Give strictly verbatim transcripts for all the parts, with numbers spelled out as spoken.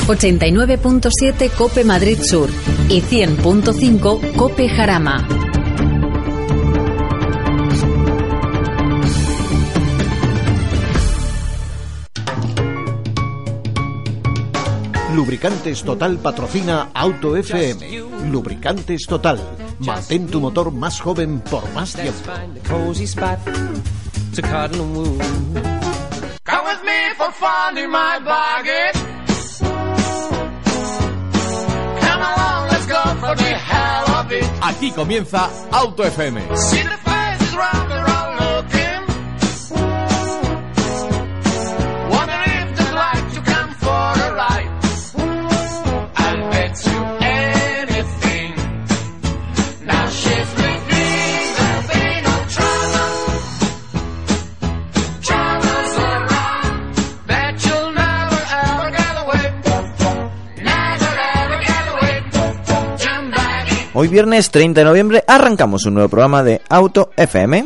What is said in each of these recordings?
ochenta y nueve punto siete COPE Madrid Sur y cien punto cinco COPE Jarama. Lubricantes Total patrocina Auto F M. Lubricantes Total. Mantén tu motor más joven por más tiempo. Aquí comienza Auto F M. Hoy viernes treinta de noviembre arrancamos un nuevo programa de Auto F M.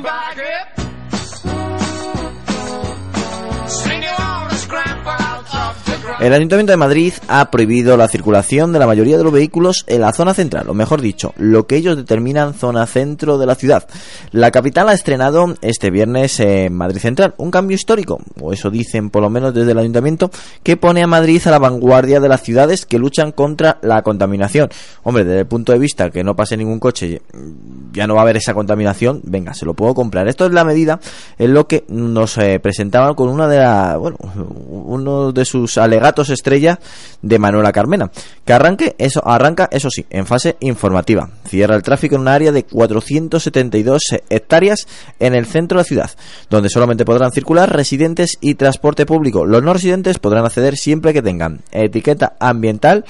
El Ayuntamiento de Madrid ha prohibido la circulación de la mayoría de los vehículos en la zona central, o mejor dicho, lo que ellos determinan zona centro de la ciudad. La capital ha estrenado este viernes en Madrid Central un cambio histórico, o eso dicen por lo menos desde el Ayuntamiento, que pone a Madrid a la vanguardia de las ciudades que luchan contra la contaminación. Hombre, desde el punto de vista que no pase ningún coche, ya no va a haber esa contaminación, venga, se lo puedo comprar. Esto es la medida en lo que nos eh, presentaban con una de la, bueno, uno de sus alegatos estrella de Manuela Carmena, que arranque eso, arranca, eso sí, en fase informativa. Cierra el tráfico en un área de cuatrocientas setenta y dos hectáreas en el centro de la ciudad, donde solamente podrán circular residentes y transporte público. Los no residentes podrán acceder siempre que tengan etiqueta ambiental,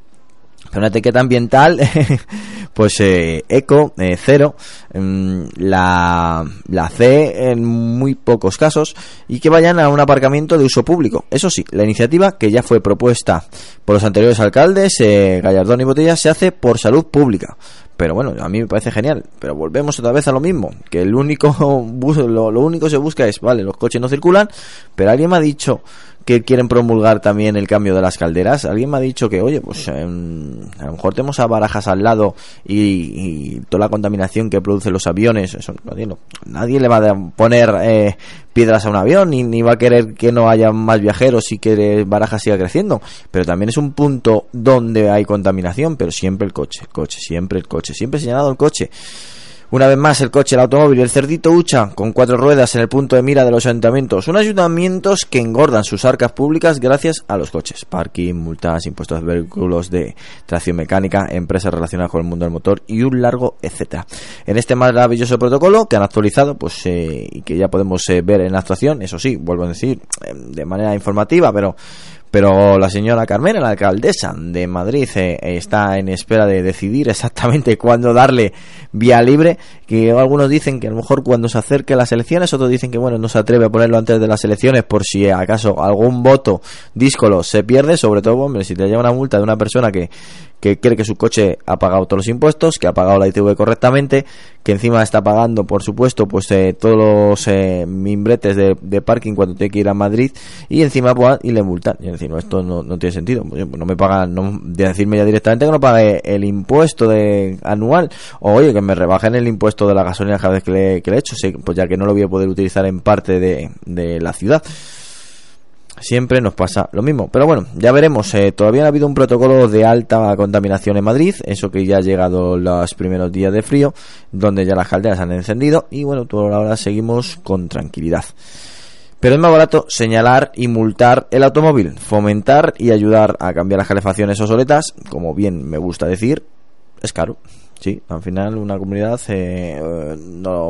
una etiqueta ambiental pues eh, eco, eh, cero, eh, la, la C en muy pocos casos, y que vayan a un aparcamiento de uso público. Eso sí, la iniciativa, que ya fue propuesta por los anteriores alcaldes, eh, Gallardón y Botella, se hace por salud pública. Pero bueno, a mí me parece genial, pero volvemos otra vez a lo mismo, que el único lo, lo único que se busca es, vale, los coches no circulan, pero alguien me ha dicho que quieren promulgar también el cambio de las calderas. Alguien me ha dicho que, oye, pues eh, a lo mejor tenemos a Barajas al lado y, y toda la contaminación que producen los aviones, eso, no, nadie le va a poner eh, piedras a un avión, ni, ni va a querer que no haya más viajeros y que Barajas siga creciendo, pero también es un punto donde hay contaminación, pero siempre el coche, el coche, siempre el coche, siempre señalado el coche. Una vez más el coche, el automóvil y el cerdito hucha con cuatro ruedas en el punto de mira de los ayuntamientos. Unos ayuntamientos que engordan sus arcas públicas gracias a los coches. Parking, multas, impuestos de vehículos de tracción mecánica, empresas relacionadas con el mundo del motor y un largo etcétera. En este maravilloso protocolo que han actualizado, pues eh, y que ya podemos eh, ver en la actuación, eso sí, vuelvo a decir, eh, de manera informativa, pero... Pero la señora Carmena, la alcaldesa de Madrid, eh, está en espera de decidir exactamente cuándo darle vía libre, que algunos dicen que a lo mejor cuando se acerque las elecciones, otros dicen que bueno, no se atreve a ponerlo antes de las elecciones por si acaso algún voto díscolo se pierde, sobre todo, hombre, si te lleva una multa de una persona que, que cree que su coche ha pagado todos los impuestos, que ha pagado la I T V correctamente, que encima está pagando, por supuesto, pues eh, todos los eh, mimbretes de, de parking cuando tiene que ir a Madrid, y encima pues, y le multan. Y decir, no, esto no, no tiene sentido. Pues, no me pagan, no, de decirme ya directamente que no pague el impuesto de anual, o oye, que me rebajen el impuesto de la gasolina cada vez que le, que le he hecho, sí, pues ya que no lo voy a poder utilizar en parte de, de la ciudad. Siempre nos pasa lo mismo, pero bueno, ya veremos. Eh, todavía no ha habido un protocolo de alta contaminación en Madrid, eso que ya ha llegado los primeros días de frío, donde ya las calderas han encendido y bueno, por ahora seguimos con tranquilidad. Pero es más barato señalar y multar el automóvil, fomentar y ayudar a cambiar las calefacciones obsoletas, como bien me gusta decir, es caro. Sí, al final una comunidad eh, no,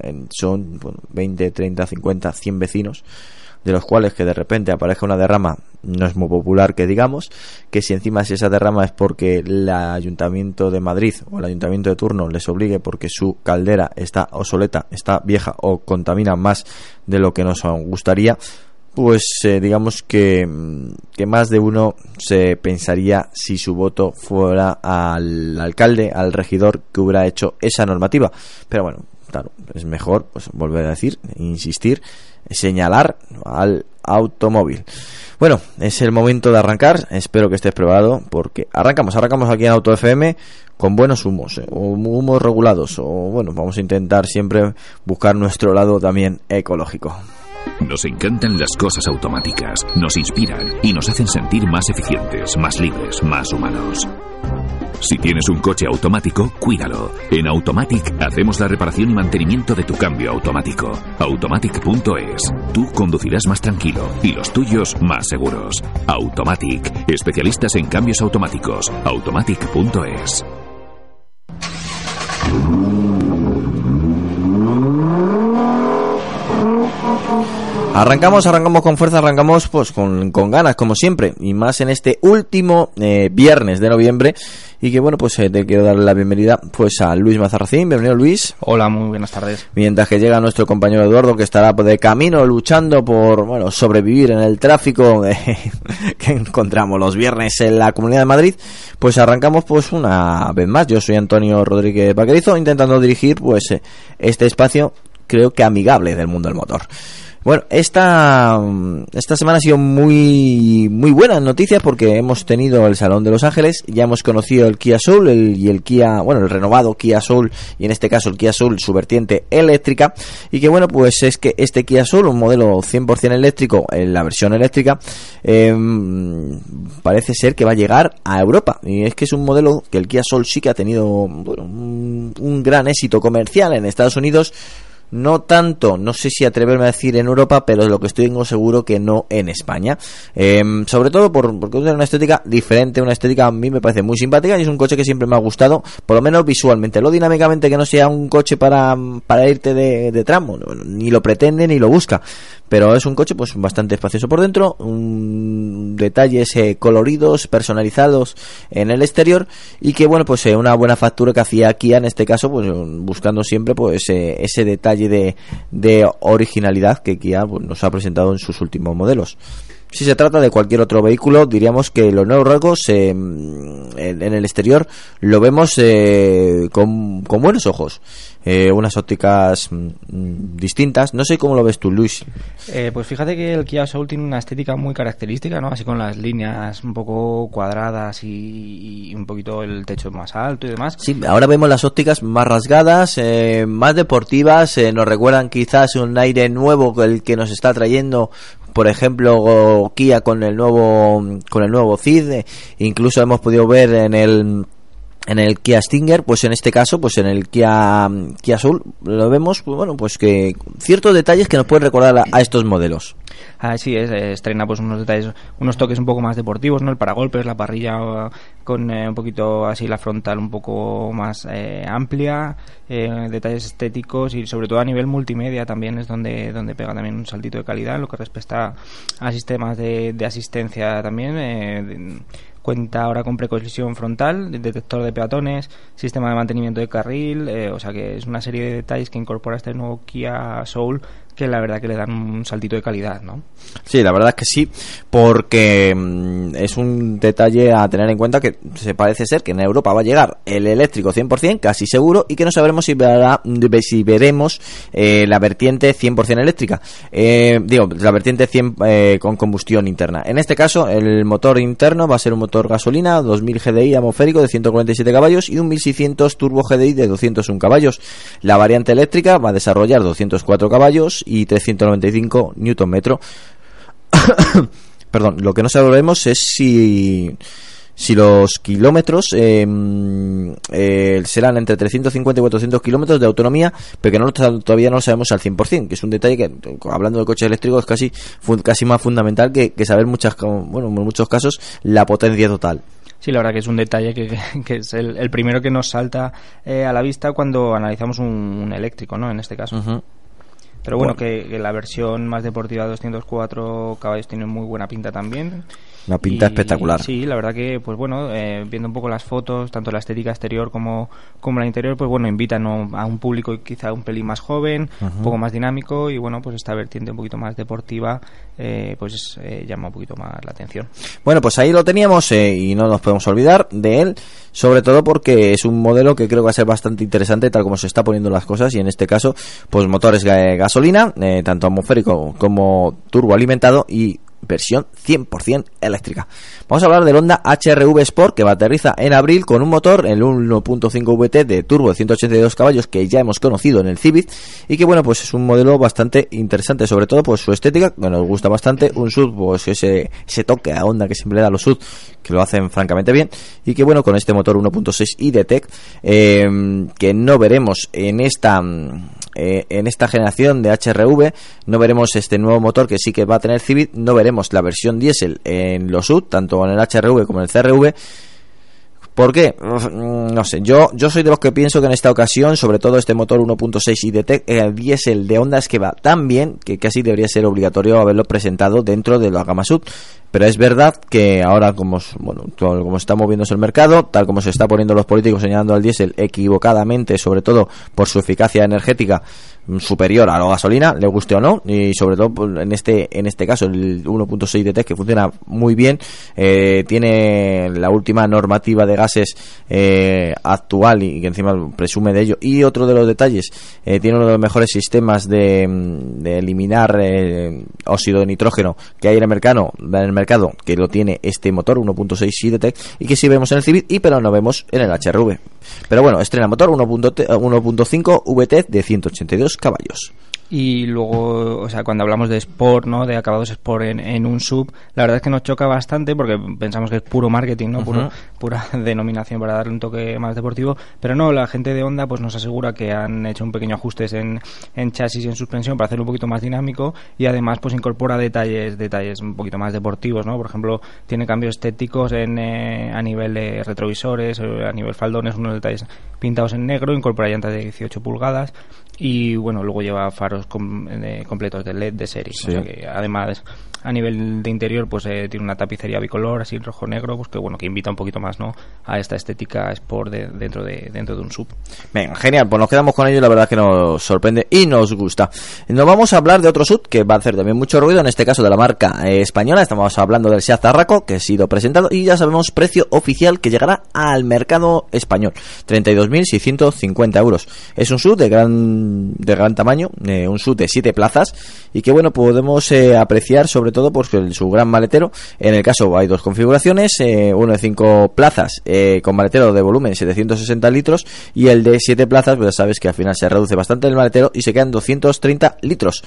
son bueno, veinte, treinta, cincuenta, cien vecinos, de los cuales que de repente aparezca una derrama no es muy popular que digamos, que si encima si esa derrama es porque el Ayuntamiento de Madrid o el Ayuntamiento de turno les obligue porque su caldera está obsoleta, está vieja o contamina más de lo que nos gustaría, pues eh, digamos que, que más de uno se pensaría si su voto fuera al alcalde, al regidor que hubiera hecho esa normativa. Pero bueno, claro, es mejor pues volver a decir, insistir, señalar al automóvil. Bueno, es el momento de arrancar, espero que estés preparado, porque arrancamos, arrancamos aquí en Auto F M con buenos humos, eh, o humos regulados, o bueno, vamos a intentar siempre buscar nuestro lado también ecológico. Nos encantan las cosas automáticas, nos inspiran y nos hacen sentir más eficientes, más libres, más humanos. Si tienes un coche automático, cuídalo. En Automatic hacemos la reparación y mantenimiento de tu cambio automático. Automatic punto es. Tú conducirás más tranquilo y los tuyos más seguros. Automatic, especialistas en cambios automáticos. Automatic punto es. Arrancamos, arrancamos con fuerza, arrancamos pues con, con ganas, como siempre, y más en este último eh, viernes de noviembre, y que bueno, pues eh, te quiero darle la bienvenida pues a Luis Mazarracín. Bienvenido, Luis. Hola, muy buenas tardes. Mientras que llega nuestro compañero Eduardo, que estará de camino luchando por, bueno, sobrevivir en el tráfico eh, que encontramos los viernes en la Comunidad de Madrid, pues arrancamos pues una vez más. Yo soy Antonio Rodríguez Vaquerizo, intentando dirigir pues eh, este espacio, creo que amigable, del mundo del motor. Bueno, esta esta semana ha sido muy muy buena en noticias, porque hemos tenido el Salón de Los Ángeles, ya hemos conocido el Kia Soul el, y el Kia, bueno, el renovado Kia Soul, y en este caso el Kia Soul, su vertiente eléctrica, y que bueno, pues es que este Kia Soul, un modelo cien por ciento eléctrico, en la versión eléctrica, eh, parece ser que va a llegar a Europa, y es que es un modelo que el Kia Soul sí que ha tenido, bueno, un, un gran éxito comercial en Estados Unidos. No tanto, no sé si atreverme a decir en Europa, pero lo que estoy seguro que no en España. Eh, sobre todo por, porque es una estética diferente, una estética a mí me parece muy simpática, y es un coche que siempre me ha gustado, por lo menos visualmente. Lo dinámicamente, que no sea un coche para, para irte de, de tramo, ni lo pretende ni lo busca, pero es un coche pues bastante espacioso por dentro, un, detalles eh, coloridos, personalizados en el exterior, y que bueno, pues eh, una buena factura que hacía Kia en este caso, pues buscando siempre pues eh, ese detalle de, de originalidad que Kia pues, nos ha presentado en sus últimos modelos. Si se trata de cualquier otro vehículo, diríamos que los nuevos rasgos eh, en, en el exterior lo vemos eh, con, con buenos ojos. Eh, unas ópticas mm, distintas. No sé cómo lo ves tú, Luis. Eh, pues fíjate que el Kia Soul tiene una estética muy característica, ¿no? Así con las líneas un poco cuadradas y, y un poquito el techo más alto y demás. Sí, ahora vemos las ópticas más rasgadas, eh, más deportivas. Eh, nos recuerdan quizás un aire nuevo, el que nos está trayendo, por ejemplo, Kia con el nuevo con el nuevo Ceed. Eh, incluso hemos podido ver en el en el Kia Stinger, pues en este caso, pues en el Kia Kia Soul lo vemos, pues bueno, pues que ciertos detalles que nos pueden recordar a, a estos modelos. Así es, eh, estrena pues unos detalles, unos toques un poco más deportivos, ¿no? El paragolpes, la parrilla con eh, un poquito así, la frontal un poco más eh, amplia, eh, detalles estéticos, y sobre todo a nivel multimedia también es donde donde pega también un saltito de calidad en lo que respecta a sistemas de, de asistencia también. Eh, de, Cuenta ahora con precolisión frontal, detector de peatones, sistema de mantenimiento de carril, eh, o sea que es una serie de detalles que incorpora este nuevo Kia Soul, que la verdad que le dan un saltito de calidad, ¿no? Sí, la verdad es que sí, porque mmm, es un detalle a tener en cuenta, que se parece ser que en Europa va a llegar el eléctrico cien por ciento, casi seguro, y que no sabremos si, verá, si veremos eh, la vertiente cien por ciento eléctrica, eh, digo, la vertiente cien eh, con combustión interna. En este caso, el motor interno va a ser un motor gasolina, dos mil G D I atmosférico de ciento cuarenta y siete caballos y un mil seiscientos turbo G D I de doscientos uno caballos. La variante eléctrica va a desarrollar doscientos cuatro caballos y trescientos noventa y cinco newton metro. Perdón, lo que no sabemos es si si los kilómetros eh, eh, serán entre trescientos cincuenta y cuatrocientos kilómetros de autonomía, pero que no, todavía no lo sabemos al cien por ciento, que es un detalle que, hablando de coches eléctricos, es casi casi más fundamental que, que saber muchas, bueno, en muchos casos la potencia total. Sí, la verdad que es un detalle que, que es el, el primero que nos salta eh, a la vista cuando analizamos un, un eléctrico, ¿no? En este caso. Uh-huh. Pero bueno, bueno. Que, que la versión más deportiva de doscientos cuatro caballos tiene muy buena pinta también. Una pinta y, espectacular. Sí, la verdad que, pues bueno, eh, viendo un poco las fotos, tanto la estética exterior como, como la interior, pues bueno, invitan, ¿no?, a un público quizá un pelín más joven, uh-huh. un poco más dinámico, y bueno, pues esta vertiente un poquito más deportiva, eh, pues eh, llama un poquito más la atención. Bueno, pues ahí lo teníamos eh, y no nos podemos olvidar de él, sobre todo porque es un modelo que creo que va a ser bastante interesante tal como se está poniendo las cosas, y en este caso, pues motores gasolina gasolina, eh, tanto atmosférico como turboalimentado, y versión cien por ciento eléctrica. Vamos a hablar del Honda H R V Sport, que aterriza en abril con un motor, el uno punto cinco V T de turbo de ciento ochenta y dos caballos, que ya hemos conocido en el Civic, y que bueno, pues es un modelo bastante interesante, sobre todo pues su estética, que nos gusta bastante, un S U V, pues ese, ese toque a Honda que siempre le da a los S U V, que lo hacen francamente bien, y que bueno, con este motor uno punto seis i-D-Tech, eh, que no veremos en esta eh, en esta generación de H R V, no veremos este nuevo motor que sí que va a tener Civic, no veremos la versión diésel en los S U V, tanto en el H R V como en el C R V. ¿Por qué? No sé, yo yo soy de los que pienso que en esta ocasión, sobre todo este motor uno punto seis i-D-Tech, el diésel de Honda es que va tan bien que casi debería ser obligatorio haberlo presentado dentro de la gama S U V. Pero es verdad que ahora, como bueno, como está moviéndose el mercado, tal como se está poniendo los políticos señalando al diésel equivocadamente, sobre todo por su eficacia energética superior a la gasolina, le guste o no, y sobre todo en este en este caso el uno punto seis i-D-Tech, que funciona muy bien, eh, tiene la última normativa de gases eh, actual, y que encima presume de ello, y otro de los detalles, eh, tiene uno de los mejores sistemas de, de eliminar eh, óxido de nitrógeno que hay en el mercado, en el mercado que lo tiene este motor uno punto seis i-D-Tech, y que sí vemos en el Civic, y pero no vemos en el H R V. Pero bueno, estrena motor uno punto cinco V T de ciento ochenta y dos caballos. Y luego, o sea, cuando hablamos de Sport, ¿no?, de acabados Sport en, en un S U V, la verdad es que nos choca bastante porque pensamos que es puro marketing, ¿no? Uh-huh. Puro, pura denominación para darle un toque más deportivo, pero no, la gente de Honda pues nos asegura que han hecho un pequeño ajustes en, en chasis y en suspensión para hacerlo un poquito más dinámico, y además pues incorpora detalles detalles un poquito más deportivos, ¿no? Por ejemplo, tiene cambios estéticos en eh, a nivel de retrovisores, eh, a nivel faldones, unos detalles pintados en negro, incorpora llantas de dieciocho pulgadas, y bueno, luego lleva faros com, de, completos de L E D de serie, sí. O sea que además a nivel de interior pues eh, tiene una tapicería bicolor así rojo negro, pues que bueno, que invita un poquito más, ¿no?, a esta estética Sport de, dentro de dentro de un S U V. Venga, genial, pues nos quedamos con ello y la verdad es que nos sorprende y nos gusta. Nos vamos a hablar de otro S U V que va a hacer también mucho ruido, en este caso de la marca eh, española. Estamos hablando del Seat Tarraco, que ha sido presentado y ya sabemos precio oficial que llegará al mercado español, treinta y dos mil seiscientos cincuenta euros. Es un S U V de gran de gran tamaño, eh, un S U V de siete plazas, y que bueno, podemos eh, apreciar sobre todo por su gran maletero. En el caso hay dos configuraciones, eh, uno de cinco plazas eh, con maletero de volumen setecientos sesenta litros, y el de siete plazas, pues ya sabes que al final se reduce bastante el maletero y se quedan doscientos treinta litros.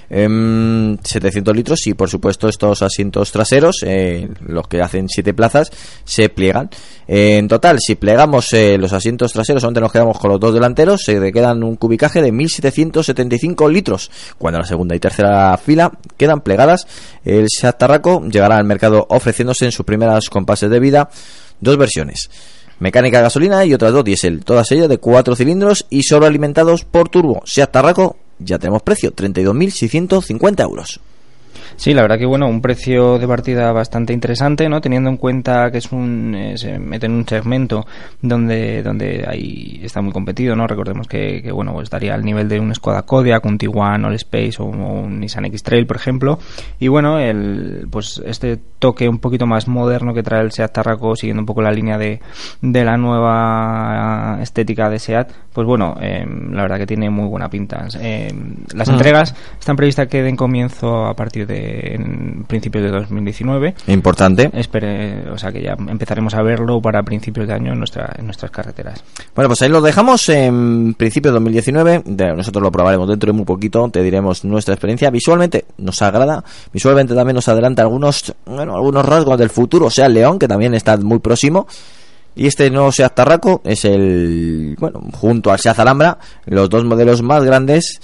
Eh, setecientos litros, y por supuesto estos asientos traseros, eh, los que hacen siete plazas, se pliegan. Eh, en total, si plegamos eh, los asientos traseros, solamente nos quedamos con los dos delanteros, se quedan un cubicaje de mil setecientos setenta y cinco litros, cuando la segunda y tercera fila quedan plegadas. El Seat Tarraco llegará al mercado ofreciéndose en sus primeras compases de vida dos versiones, mecánica gasolina y otras dos diésel, todas ellas de cuatro cilindros y sobrealimentados por turbo. Seat Tarraco, ya tenemos precio, treinta y dos mil seiscientos cincuenta euros. Sí, la verdad que bueno, un precio de partida bastante interesante, ¿no?, teniendo en cuenta que es un eh, se mete en un segmento donde donde ahí está muy competido, ¿no? Recordemos que, que bueno, pues estaría al nivel de un Skoda Kodiaq, un Tiguan All Space o un, un Nissan X-Trail, por ejemplo. Y bueno, el pues este toque un poquito más moderno que trae el Seat Tarraco, siguiendo un poco la línea de de la nueva estética de Seat, pues bueno, eh, la verdad que tiene muy buena pinta. Eh, las mm. entregas están previstas que den comienzo a partir de en principios de dos mil diecinueve. Importante. Espere, o sea que ya empezaremos a verlo para principios de año en, nuestra, en nuestras carreteras. Bueno, pues ahí lo dejamos en principios de dos mil diecinueve. Nosotros lo probaremos dentro de muy poquito, te diremos nuestra experiencia. Visualmente nos agrada, visualmente también nos adelanta algunos, bueno, algunos rasgos del futuro, o sea, el León, que también está muy próximo. Y este nuevo Seat Tarraco es el, bueno, junto al Seat Alhambra, los dos modelos más grandes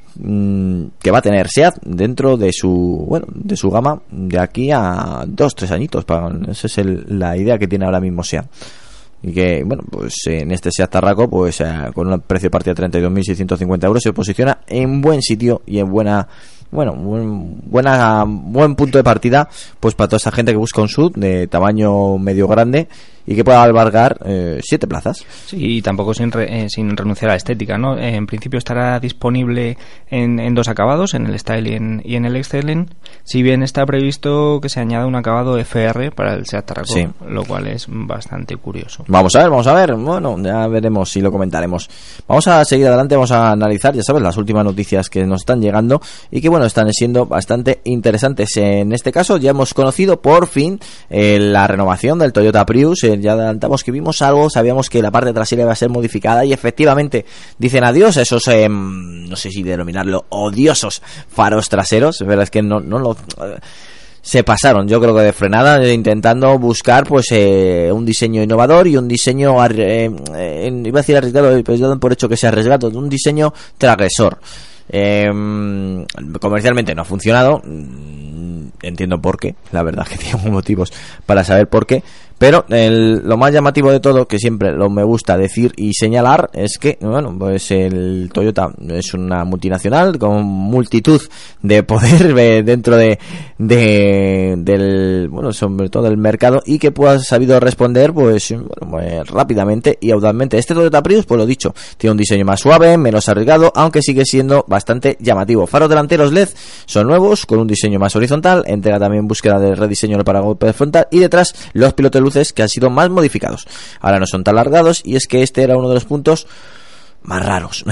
que va a tener Seat dentro de su bueno de su gama de aquí a dos tres añitos. Esa es el, la idea que tiene ahora mismo Seat, y que bueno, pues en este Seat Tarraco, pues eh, con un precio de partida de treinta y dos mil seiscientos cincuenta euros, se posiciona en buen sitio y en buena bueno buen, buena buen punto de partida, pues para toda esa gente que busca un S U V de tamaño medio grande y que pueda albergar eh, siete plazas. Sí, y tampoco sin, re, eh, sin renunciar a la estética, ¿no? Eh, en principio estará disponible en, en dos acabados, en el Style y en, y en el Excellent, si bien está previsto que se añada un acabado F R para el Seat Tarraco, sí. Lo cual es bastante curioso. Vamos a ver, vamos a ver, bueno, ya veremos si lo comentaremos. Vamos a seguir adelante, vamos a analizar, ya sabes, las últimas noticias que nos están llegando y que, bueno, están siendo bastante interesantes. En este caso ya hemos conocido por fin eh, la renovación del Toyota Prius. Eh, ya adelantamos que vimos algo, sabíamos que la parte trasera iba a ser modificada y efectivamente dicen adiós a esos, eh, no sé si denominarlo, odiosos faros traseros. La verdad es que no, no lo... Eh, se pasaron, yo creo que de frenada, eh, intentando buscar pues eh, un diseño innovador y un diseño, eh, eh, iba a decir arriesgado, pero yo doy por hecho que sea arriesgado, un diseño transgresor. Eh, comercialmente no ha funcionado, entiendo por qué, la verdad que tengo motivos para saber por qué, pero el, lo más llamativo de todo, que siempre lo me gusta decir y señalar, es que, bueno, pues el Toyota es una multinacional con multitud de poder eh, dentro de, de del, bueno, sobre todo del mercado, y que pues ha sabido responder pues, bueno, pues rápidamente y audazmente. Este Toyota Prius, pues lo dicho, tiene un diseño más suave, menos arriesgado, aunque sigue siendo bastante llamativo. Faros delanteros L E D son nuevos, con un diseño más horizontal, entrega también búsqueda de rediseño para golpe frontal, y detrás los pilotos de luces que han sido más modificados. Ahora no son tan alargados, y es que este era uno de los puntos más raros.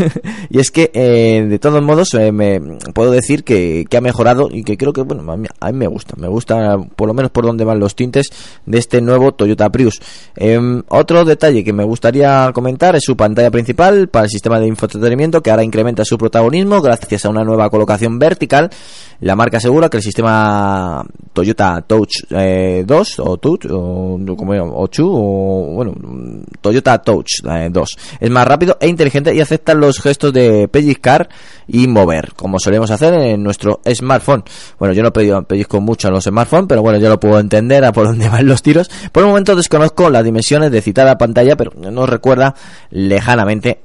Y es que eh, de todos modos eh, me puedo decir que, que ha mejorado, y que creo que, bueno, a mí, a mí me gusta me gusta por lo menos por donde van los tintes de este nuevo Toyota Prius. Eh, otro detalle que me gustaría comentar es su pantalla principal para el sistema de infoentretenimiento, que ahora incrementa su protagonismo gracias a una nueva colocación vertical. La marca asegura que el sistema Toyota Touch eh, dos o Touch o como o Chu o bueno Toyota Touch eh, dos es más rápido e inteligente y acepta los gestos de pellizcar y mover, como solemos hacer en nuestro smartphone. Bueno, yo no pellizco mucho en los smartphones, pero bueno, yo lo puedo entender a por dónde van los tiros. Por el momento desconozco las dimensiones de citada pantalla, pero nos recuerda lejanamente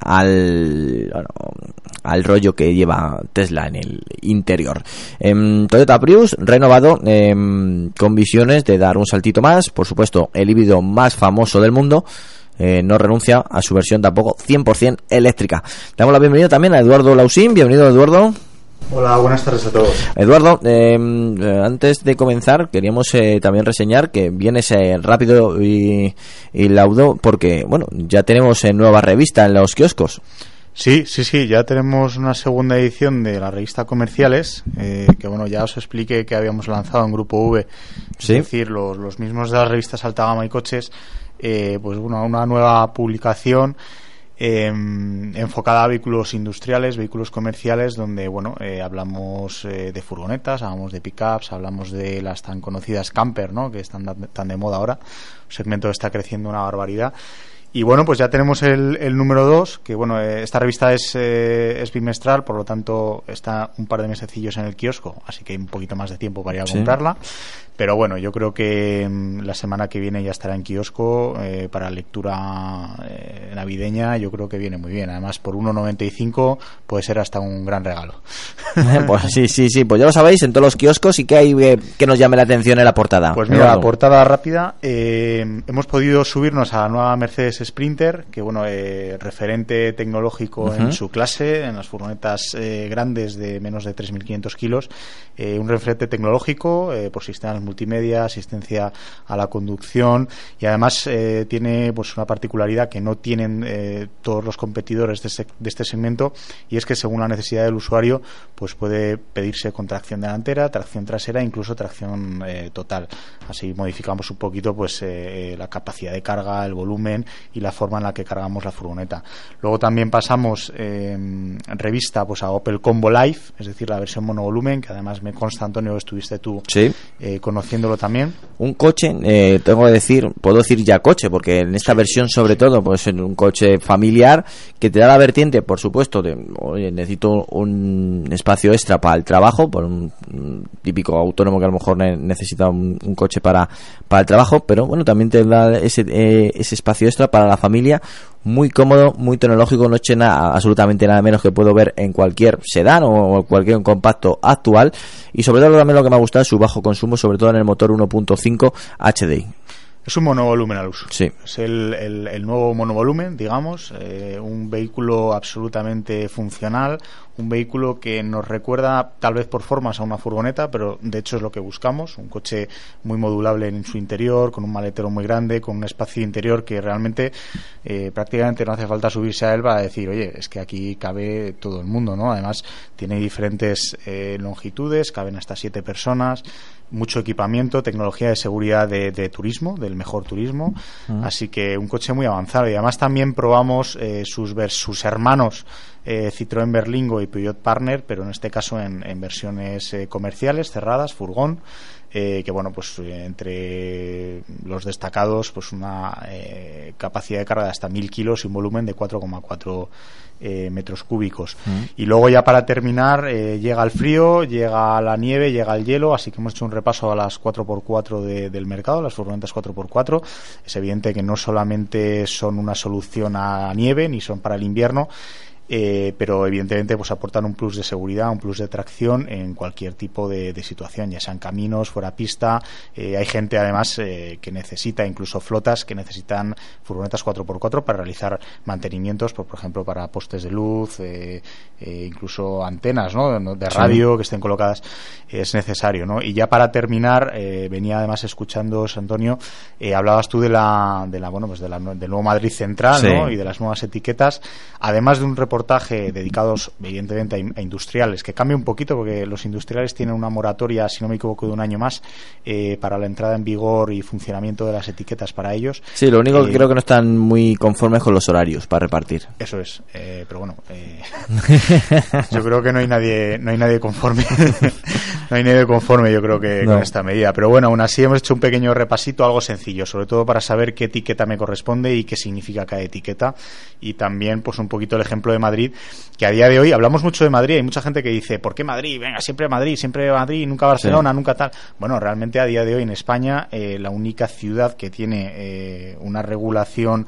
al bueno, al rollo que lleva Tesla en el interior. Eh, Toyota Prius renovado, eh, con visiones de dar un saltito más. Por supuesto, el híbrido más famoso del mundo. Eh, no renuncia a su versión tampoco cien por ciento eléctrica. Damos la bienvenida también a Eduardo Lausín. Bienvenido, Eduardo. Hola, buenas tardes a todos. Eduardo, eh, antes de comenzar queríamos eh, también reseñar que vienes eh, rápido y, y laudo porque, bueno, ya tenemos eh, nueva revista en los kioscos. Sí, sí, sí, ya tenemos una segunda edición de la revista Comerciales, eh, que bueno, ya os expliqué que habíamos lanzado en Grupo V, ¿sí? Es decir, los, los mismos de las revistas Alta Gama y Coches, eh, pues bueno, una nueva publicación eh, enfocada a vehículos industriales, vehículos comerciales, donde bueno, eh, hablamos eh, de furgonetas, hablamos de pickups, hablamos de las tan conocidas camper, ¿no?, que están tan de moda ahora, un segmento que está creciendo una barbaridad. Y bueno, pues ya tenemos el, el número dos, que bueno, eh, esta revista es, eh, es bimestral, por lo tanto está un par de mesecillos en el kiosco, así que hay un poquito más de tiempo para ir a sí. comprarla. Pero bueno, yo creo que mmm, la semana que viene ya estará en kiosco eh, para lectura eh, navideña. Yo creo que viene muy bien. Además, por uno noventa y cinco puede ser hasta un gran regalo. Pues sí, sí, sí. Pues ya lo sabéis, en todos los kioscos. ¿Y qué hay eh, que nos llame la atención en la portada? Pues mira, la portada rápida. Eh, hemos podido subirnos a la nueva Mercedes Sprinter, que bueno, eh, referente tecnológico uh-huh. en su clase, en las furgonetas eh, grandes de menos de tres mil quinientos kilos. Eh, un referente tecnológico eh, por sistemas multimedia, asistencia a la conducción, y además eh, tiene pues una particularidad que no tienen eh, todos los competidores de este, de este segmento, y es que según la necesidad del usuario pues puede pedirse con tracción delantera, tracción trasera, incluso tracción eh, total. Así modificamos un poquito pues eh, la capacidad de carga, el volumen y la forma en la que cargamos la furgoneta. Luego también pasamos eh, en revista pues a Opel Combo Life, es decir, la versión monovolumen, que además me consta, Antonio, que estuviste tú sí. eh, conociéndolo también. Un coche, eh, tengo que decir, puedo decir ya coche, porque en esta sí, versión sobre todo, pues en un coche familiar que te da la vertiente, por supuesto, de, oye, necesito un espacio extra para el trabajo, por un, un típico autónomo que a lo mejor ne- necesita un, un coche para, para el trabajo, pero bueno, también te da ese, eh, ese espacio extra para la familia. Muy cómodo, muy tecnológico, no eche nada, absolutamente nada menos que puedo ver en cualquier sedán o cualquier compacto actual, y sobre todo también lo que me ha gustado es su bajo consumo, sobre todo en el motor uno punto cinco H D I. Es un monovolumen al uso. Sí. Es el, el, el nuevo monovolumen, digamos, eh, un vehículo absolutamente funcional, un vehículo que nos recuerda tal vez por formas a una furgoneta, pero de hecho es lo que buscamos, un coche muy modulable en su interior, con un maletero muy grande, con un espacio interior que realmente eh, prácticamente no hace falta subirse a él para decir, oye, es que aquí cabe todo el mundo, ¿no? Además tiene diferentes eh, longitudes, caben hasta siete personas, mucho equipamiento, tecnología de seguridad de, de turismo, del mejor turismo, uh-huh. Así que un coche muy avanzado. Y además también probamos eh, sus, sus hermanos eh, Citroën Berlingo y Peugeot Partner, pero en este caso en, en versiones eh, comerciales, cerradas, furgón, eh, que bueno, pues eh, entre los destacados, pues una eh, capacidad de carga de hasta mil kilos y un volumen de cuatro coma cuatro Eh, metros cúbicos. Mm. Y luego ya para terminar eh, llega el frío, llega la nieve, llega el hielo, así que hemos hecho un repaso a las cuatro por cuatro de, del mercado, las furgonetas cuatro por cuatro. Es evidente que no solamente son una solución a nieve ni son para el invierno, Eh, pero evidentemente pues aportan un plus de seguridad, un plus de tracción en cualquier tipo de, de situación, ya sean caminos, fuera pista. Eh, hay gente además eh, que necesita, incluso flotas que necesitan furgonetas cuatro por cuatro para realizar mantenimientos, por, por ejemplo para postes de luz, eh, eh, incluso antenas, ¿no?, de radio, sí, que estén colocadas, eh, es necesario, ¿no? Y ya para terminar, eh, venía además escuchando, Antonio, eh, hablabas tú de la, de la bueno pues de la, del nuevo Madrid Central, sí, ¿no?, y de las nuevas etiquetas, además de un reportaje dedicados evidentemente a, a industriales, que cambia un poquito porque los industriales tienen una moratoria, si no me equivoco, de un año más eh, para la entrada en vigor y funcionamiento de las etiquetas para ellos. Sí, lo único eh, que creo que no están muy conformes con los horarios para repartir. Eso es, eh, pero bueno, eh, yo creo que no hay nadie, no hay nadie conforme, no hay nadie conforme, yo creo que no, con esta medida. Pero bueno, aún así hemos hecho un pequeño repasito, algo sencillo, sobre todo para saber qué etiqueta me corresponde y qué significa cada etiqueta, y también pues un poquito el ejemplo de Madrid, que a día de hoy hablamos mucho de Madrid, hay mucha gente que dice, ¿por qué Madrid? Venga, siempre Madrid, siempre Madrid, nunca Barcelona, sí, nunca tal. Bueno, realmente a día de hoy en España eh, la única ciudad que tiene eh, una regulación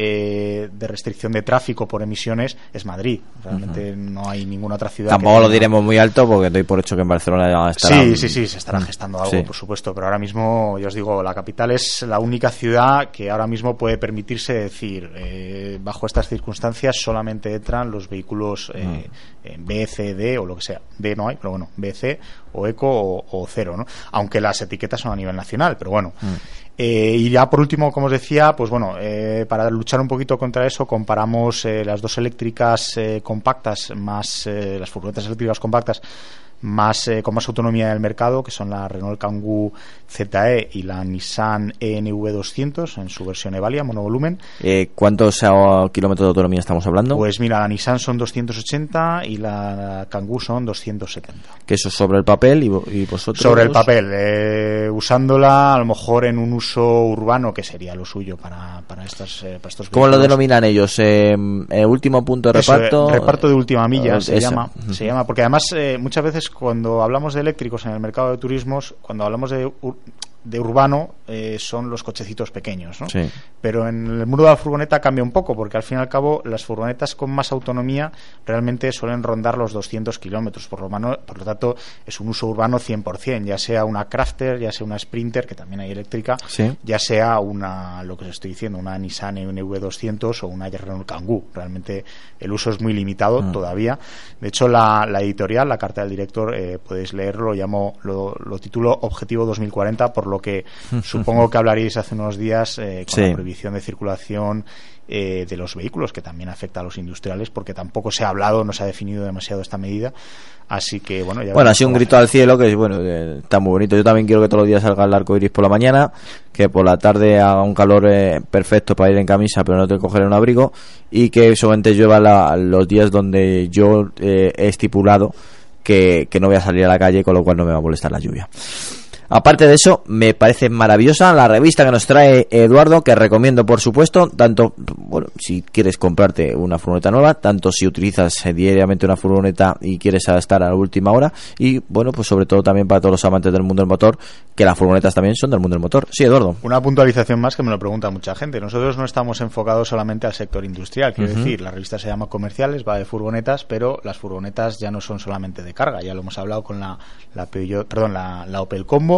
Eh, de restricción de tráfico por emisiones es Madrid. Realmente uh-huh. no hay ninguna otra ciudad. Tampoco que lo diremos muy alto porque doy por hecho que en Barcelona ya estará. Sí, sí, sí, se estará gestando algo, sí, por supuesto, pero ahora mismo, ya os digo, la capital es la única ciudad que ahora mismo puede permitirse decir, eh, bajo estas circunstancias solamente entran los vehículos eh, uh-huh. en B, C, D o lo que sea. D no hay, pero bueno, B, C o Eco o, o cero, ¿no? Aunque las etiquetas son a nivel nacional, pero bueno. Uh-huh. Eh, y ya por último, como os decía, pues bueno, eh, para luchar un poquito contra eso, comparamos eh, las dos eléctricas eh, compactas más eh, las furgonetas eléctricas compactas más eh, con más autonomía del mercado, que son la Renault Kangoo Z E y la Nissan E N V doscientos en su versión Evalia monovolumen. Eh, ¿Cuántos uh, kilómetros de autonomía estamos hablando? Pues mira, la Nissan son doscientos ochenta y la Kangoo son doscientos setenta. ¿Que eso sobre el papel y, y vosotros? Sobre el papel, eh, usándola a lo mejor en un uso urbano, que sería lo suyo para, para, estas, eh, para estos ¿Cómo vehículos. lo denominan ellos? Eh, ¿El último punto de Eso, reparto? Eh, reparto de última milla eh, se eso. llama, uh-huh. se llama, porque además eh, muchas veces cuando hablamos de eléctricos en el mercado de turismos, cuando hablamos de, de urbano, eh, son los cochecitos pequeños, ¿no? Sí. Pero en el mundo de la furgoneta cambia un poco, porque al fin y al cabo las furgonetas con más autonomía realmente suelen rondar los doscientos kilómetros, por lo, mano, por lo tanto es un uso urbano cien por ciento, ya sea una Crafter, ya sea una Sprinter, que también hay eléctrica, sí, ya sea una, lo que os estoy diciendo, una Nissan E N V doscientos o una Renault Kangoo. Realmente el uso es muy limitado mm. todavía. De hecho, la, la editorial, la carta del director, eh, podéis leerlo, lo llamo, lo, lo titulo Objetivo dos mil cuarenta, por lo que supongo que hablaréis hace unos días eh, con sí. la prohibición de circulación eh, de los vehículos, que también afecta a los industriales, porque tampoco se ha hablado, no se ha definido demasiado esta medida. Así que bueno, ya bueno, ha sido un grito al cielo que bueno, eh, está muy bonito. Yo también quiero que todos los días salga el arco iris por la mañana, que por la tarde haga un calor eh, perfecto para ir en camisa, pero no te coger un abrigo, y que solamente llueva la, los días donde yo eh, he estipulado que, que no voy a salir a la calle, con lo cual no me va a molestar la lluvia. Aparte de eso, me parece maravillosa la revista que nos trae Eduardo, que recomiendo, por supuesto, tanto, bueno, si quieres comprarte una furgoneta nueva, tanto si utilizas diariamente una furgoneta y quieres estar a la última hora, y bueno, pues sobre todo también para todos los amantes del mundo del motor, que las furgonetas también son del mundo del motor. Sí, Eduardo. Una puntualización más que me lo pregunta mucha gente. Nosotros no estamos enfocados solamente al sector industrial, quiero uh-huh. decir, la revista se llama Comerciales, va de furgonetas, pero las furgonetas ya no son solamente de carga, ya lo hemos hablado con la, la Peugeot, perdón, la, la Opel Combo,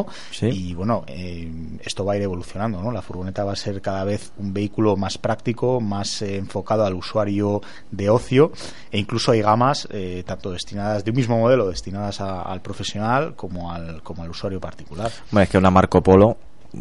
tiempo, sí. Y bueno, eh, esto va a ir evolucionando, ¿no? La furgoneta va a ser cada vez un vehículo más práctico, más eh, enfocado al usuario de ocio, e incluso hay gamas eh, tanto destinadas de un mismo modelo, destinadas a, al profesional como al, como al usuario particular. Bueno, es que una Marco Polo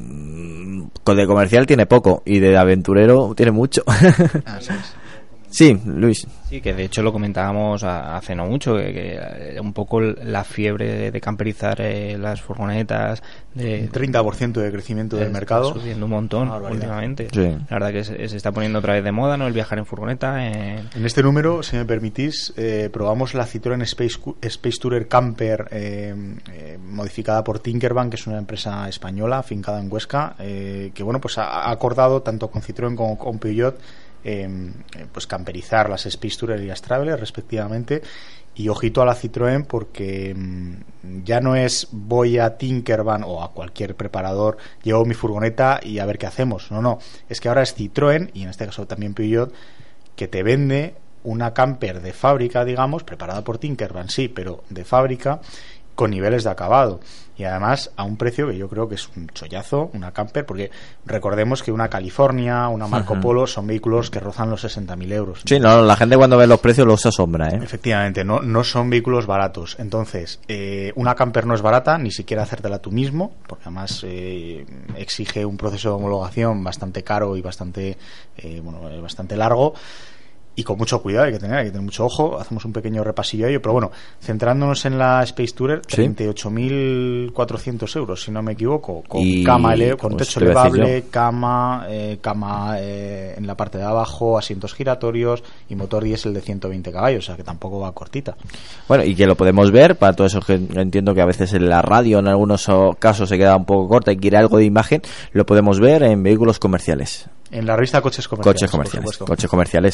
de comercial tiene poco y de aventurero tiene mucho. Así es. Sí, Luis. Sí, que de hecho lo comentábamos hace no mucho, que, que un poco la fiebre de camperizar eh, las furgonetas. De, un treinta por ciento de crecimiento del mercado. Está subiendo un montón últimamente. Sí. La verdad que se, se está poniendo otra vez de moda, ¿no? El viajar en furgoneta. Eh... En este número, si me permitís, eh, probamos la Citroën Space, Space Tourer Camper eh, eh, modificada por Tinkervan, que es una empresa española afincada en Huesca, eh, que bueno, pues ha, ha acordado tanto con Citroën como con Peugeot Eh, pues camperizar las Space Tourer y las Traveler respectivamente. Y ojito a la Citroën, porque mmm, ya no es voy a Tinkervan o a cualquier preparador, llevo mi furgoneta y a ver qué hacemos. No, no, es que ahora es Citroën, y en este caso también Peugeot, que te vende una camper de fábrica, digamos, preparada por Tinkervan, sí, pero de fábrica, con niveles de acabado, y además a un precio que yo creo que es un chollazo, una camper, porque recordemos que una California, una Marco uh-huh. Polo son vehículos que rozan los sesenta mil euros. Sí, no, la gente cuando ve los precios los asombra, ¿eh? Efectivamente, no, no son vehículos baratos. Entonces, eh, una camper no es barata, ni siquiera hacértela tú mismo, porque además eh, exige un proceso de homologación bastante caro y bastante, eh, bueno, bastante largo. Y con mucho cuidado, hay que tener, hay que tener mucho ojo. Hacemos un pequeño repasillo a ello, pero bueno, centrándonos en la Space Tourer, ¿sí? treinta y ocho mil cuatrocientos euros, si no me equivoco, con y, cama, ele- con pues techo elevable, cama, eh, cama eh, en la parte de abajo, asientos giratorios y motor diésel de ciento veinte caballos, o sea que tampoco va cortita. Bueno, y que lo podemos ver, para todos esos que entiendo que a veces en la radio en algunos casos se queda un poco corta y quiere algo de imagen, lo podemos ver en vehículos comerciales. En la revista Coches Comerciales. Coches comerciales. Coches comerciales.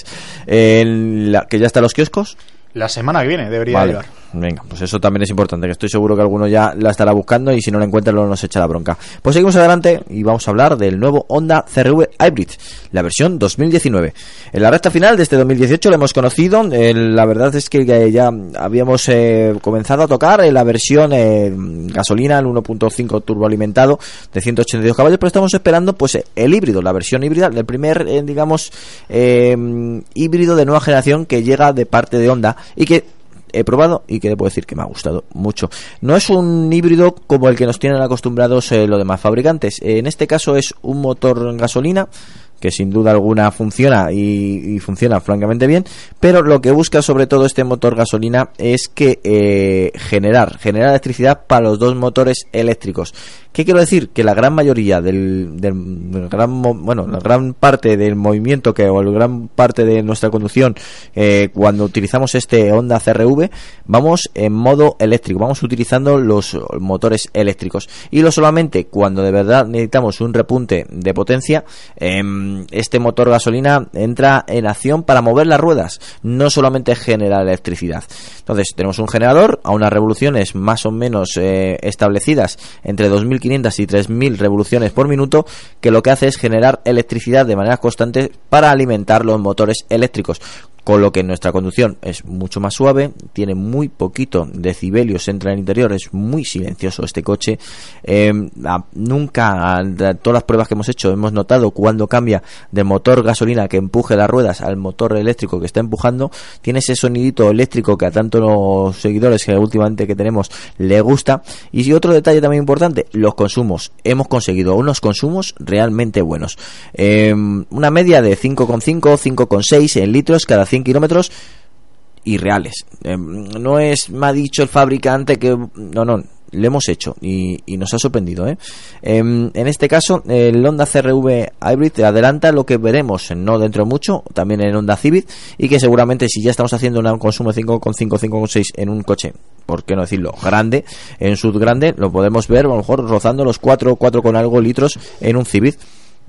En la, ¿que ya están los kioscos? La semana que viene debería vale. llegar. Venga, pues eso también es importante, que estoy seguro que alguno ya la estará buscando y si no la encuentra luego nos echa la bronca. Pues seguimos adelante y vamos a hablar del nuevo Honda C R V Hybrid, la versión dos mil diecinueve. En la recta final de este dos mil dieciocho lo hemos conocido, eh, la verdad es que ya habíamos eh, comenzado a tocar en la versión eh, gasolina, el uno punto cinco turboalimentado de ciento ochenta y dos caballos, pero estamos esperando pues el híbrido, la versión híbrida, el primer, eh, digamos, eh, híbrido de nueva generación que llega de parte de Honda y que he probado y que debo decir que me ha gustado mucho. No es un híbrido como el que nos tienen acostumbrados eh, los demás fabricantes. En este caso es un motor en gasolina que sin duda alguna funciona y, y funciona francamente bien, pero lo que busca sobre todo este motor gasolina es que eh, generar generar electricidad para los dos motores eléctricos. ¿Qué quiero decir? Que la gran mayoría del, del, del gran bueno la gran parte del movimiento que o la gran parte de nuestra conducción eh, cuando utilizamos este Honda C R V vamos en modo eléctrico, vamos utilizando los motores eléctricos y no solamente cuando de verdad necesitamos un repunte de potencia, eh, este motor gasolina entra en acción para mover las ruedas, no solamente generar electricidad. Entonces tenemos un generador a unas revoluciones más o menos eh, establecidas entre dos mil quinientas y tres mil revoluciones por minuto, que lo que hace es generar electricidad de manera constante para alimentar los motores eléctricos, con lo que nuestra conducción es mucho más suave, tiene muy poquito decibelios, entra en el interior, es muy silencioso este coche. Eh, a, nunca, de todas las pruebas que hemos hecho, hemos notado cuando cambia del motor gasolina que empuje las ruedas al motor eléctrico que está empujando, tiene ese sonidito eléctrico que a tanto los seguidores que últimamente que tenemos le gusta. Y otro detalle también importante, los consumos. Hemos conseguido unos consumos realmente buenos. Eh, una media de cinco coma cinco, cinco coma seis en litros cada cien kilómetros y reales. Eh, no es, me ha dicho el fabricante que no, no, lo hemos hecho y, y nos ha sorprendido, ¿eh? Eh, en este caso el Honda C R V Hybrid adelanta lo que veremos no dentro de mucho también en Honda Civic, y que seguramente si ya estamos haciendo un consumo de cinco coma cinco, cinco coma seis en un coche, por qué no decirlo, grande, en un S U V grande, lo podemos ver a lo mejor rozando los cuatro, cuatro con algo litros en un Civic.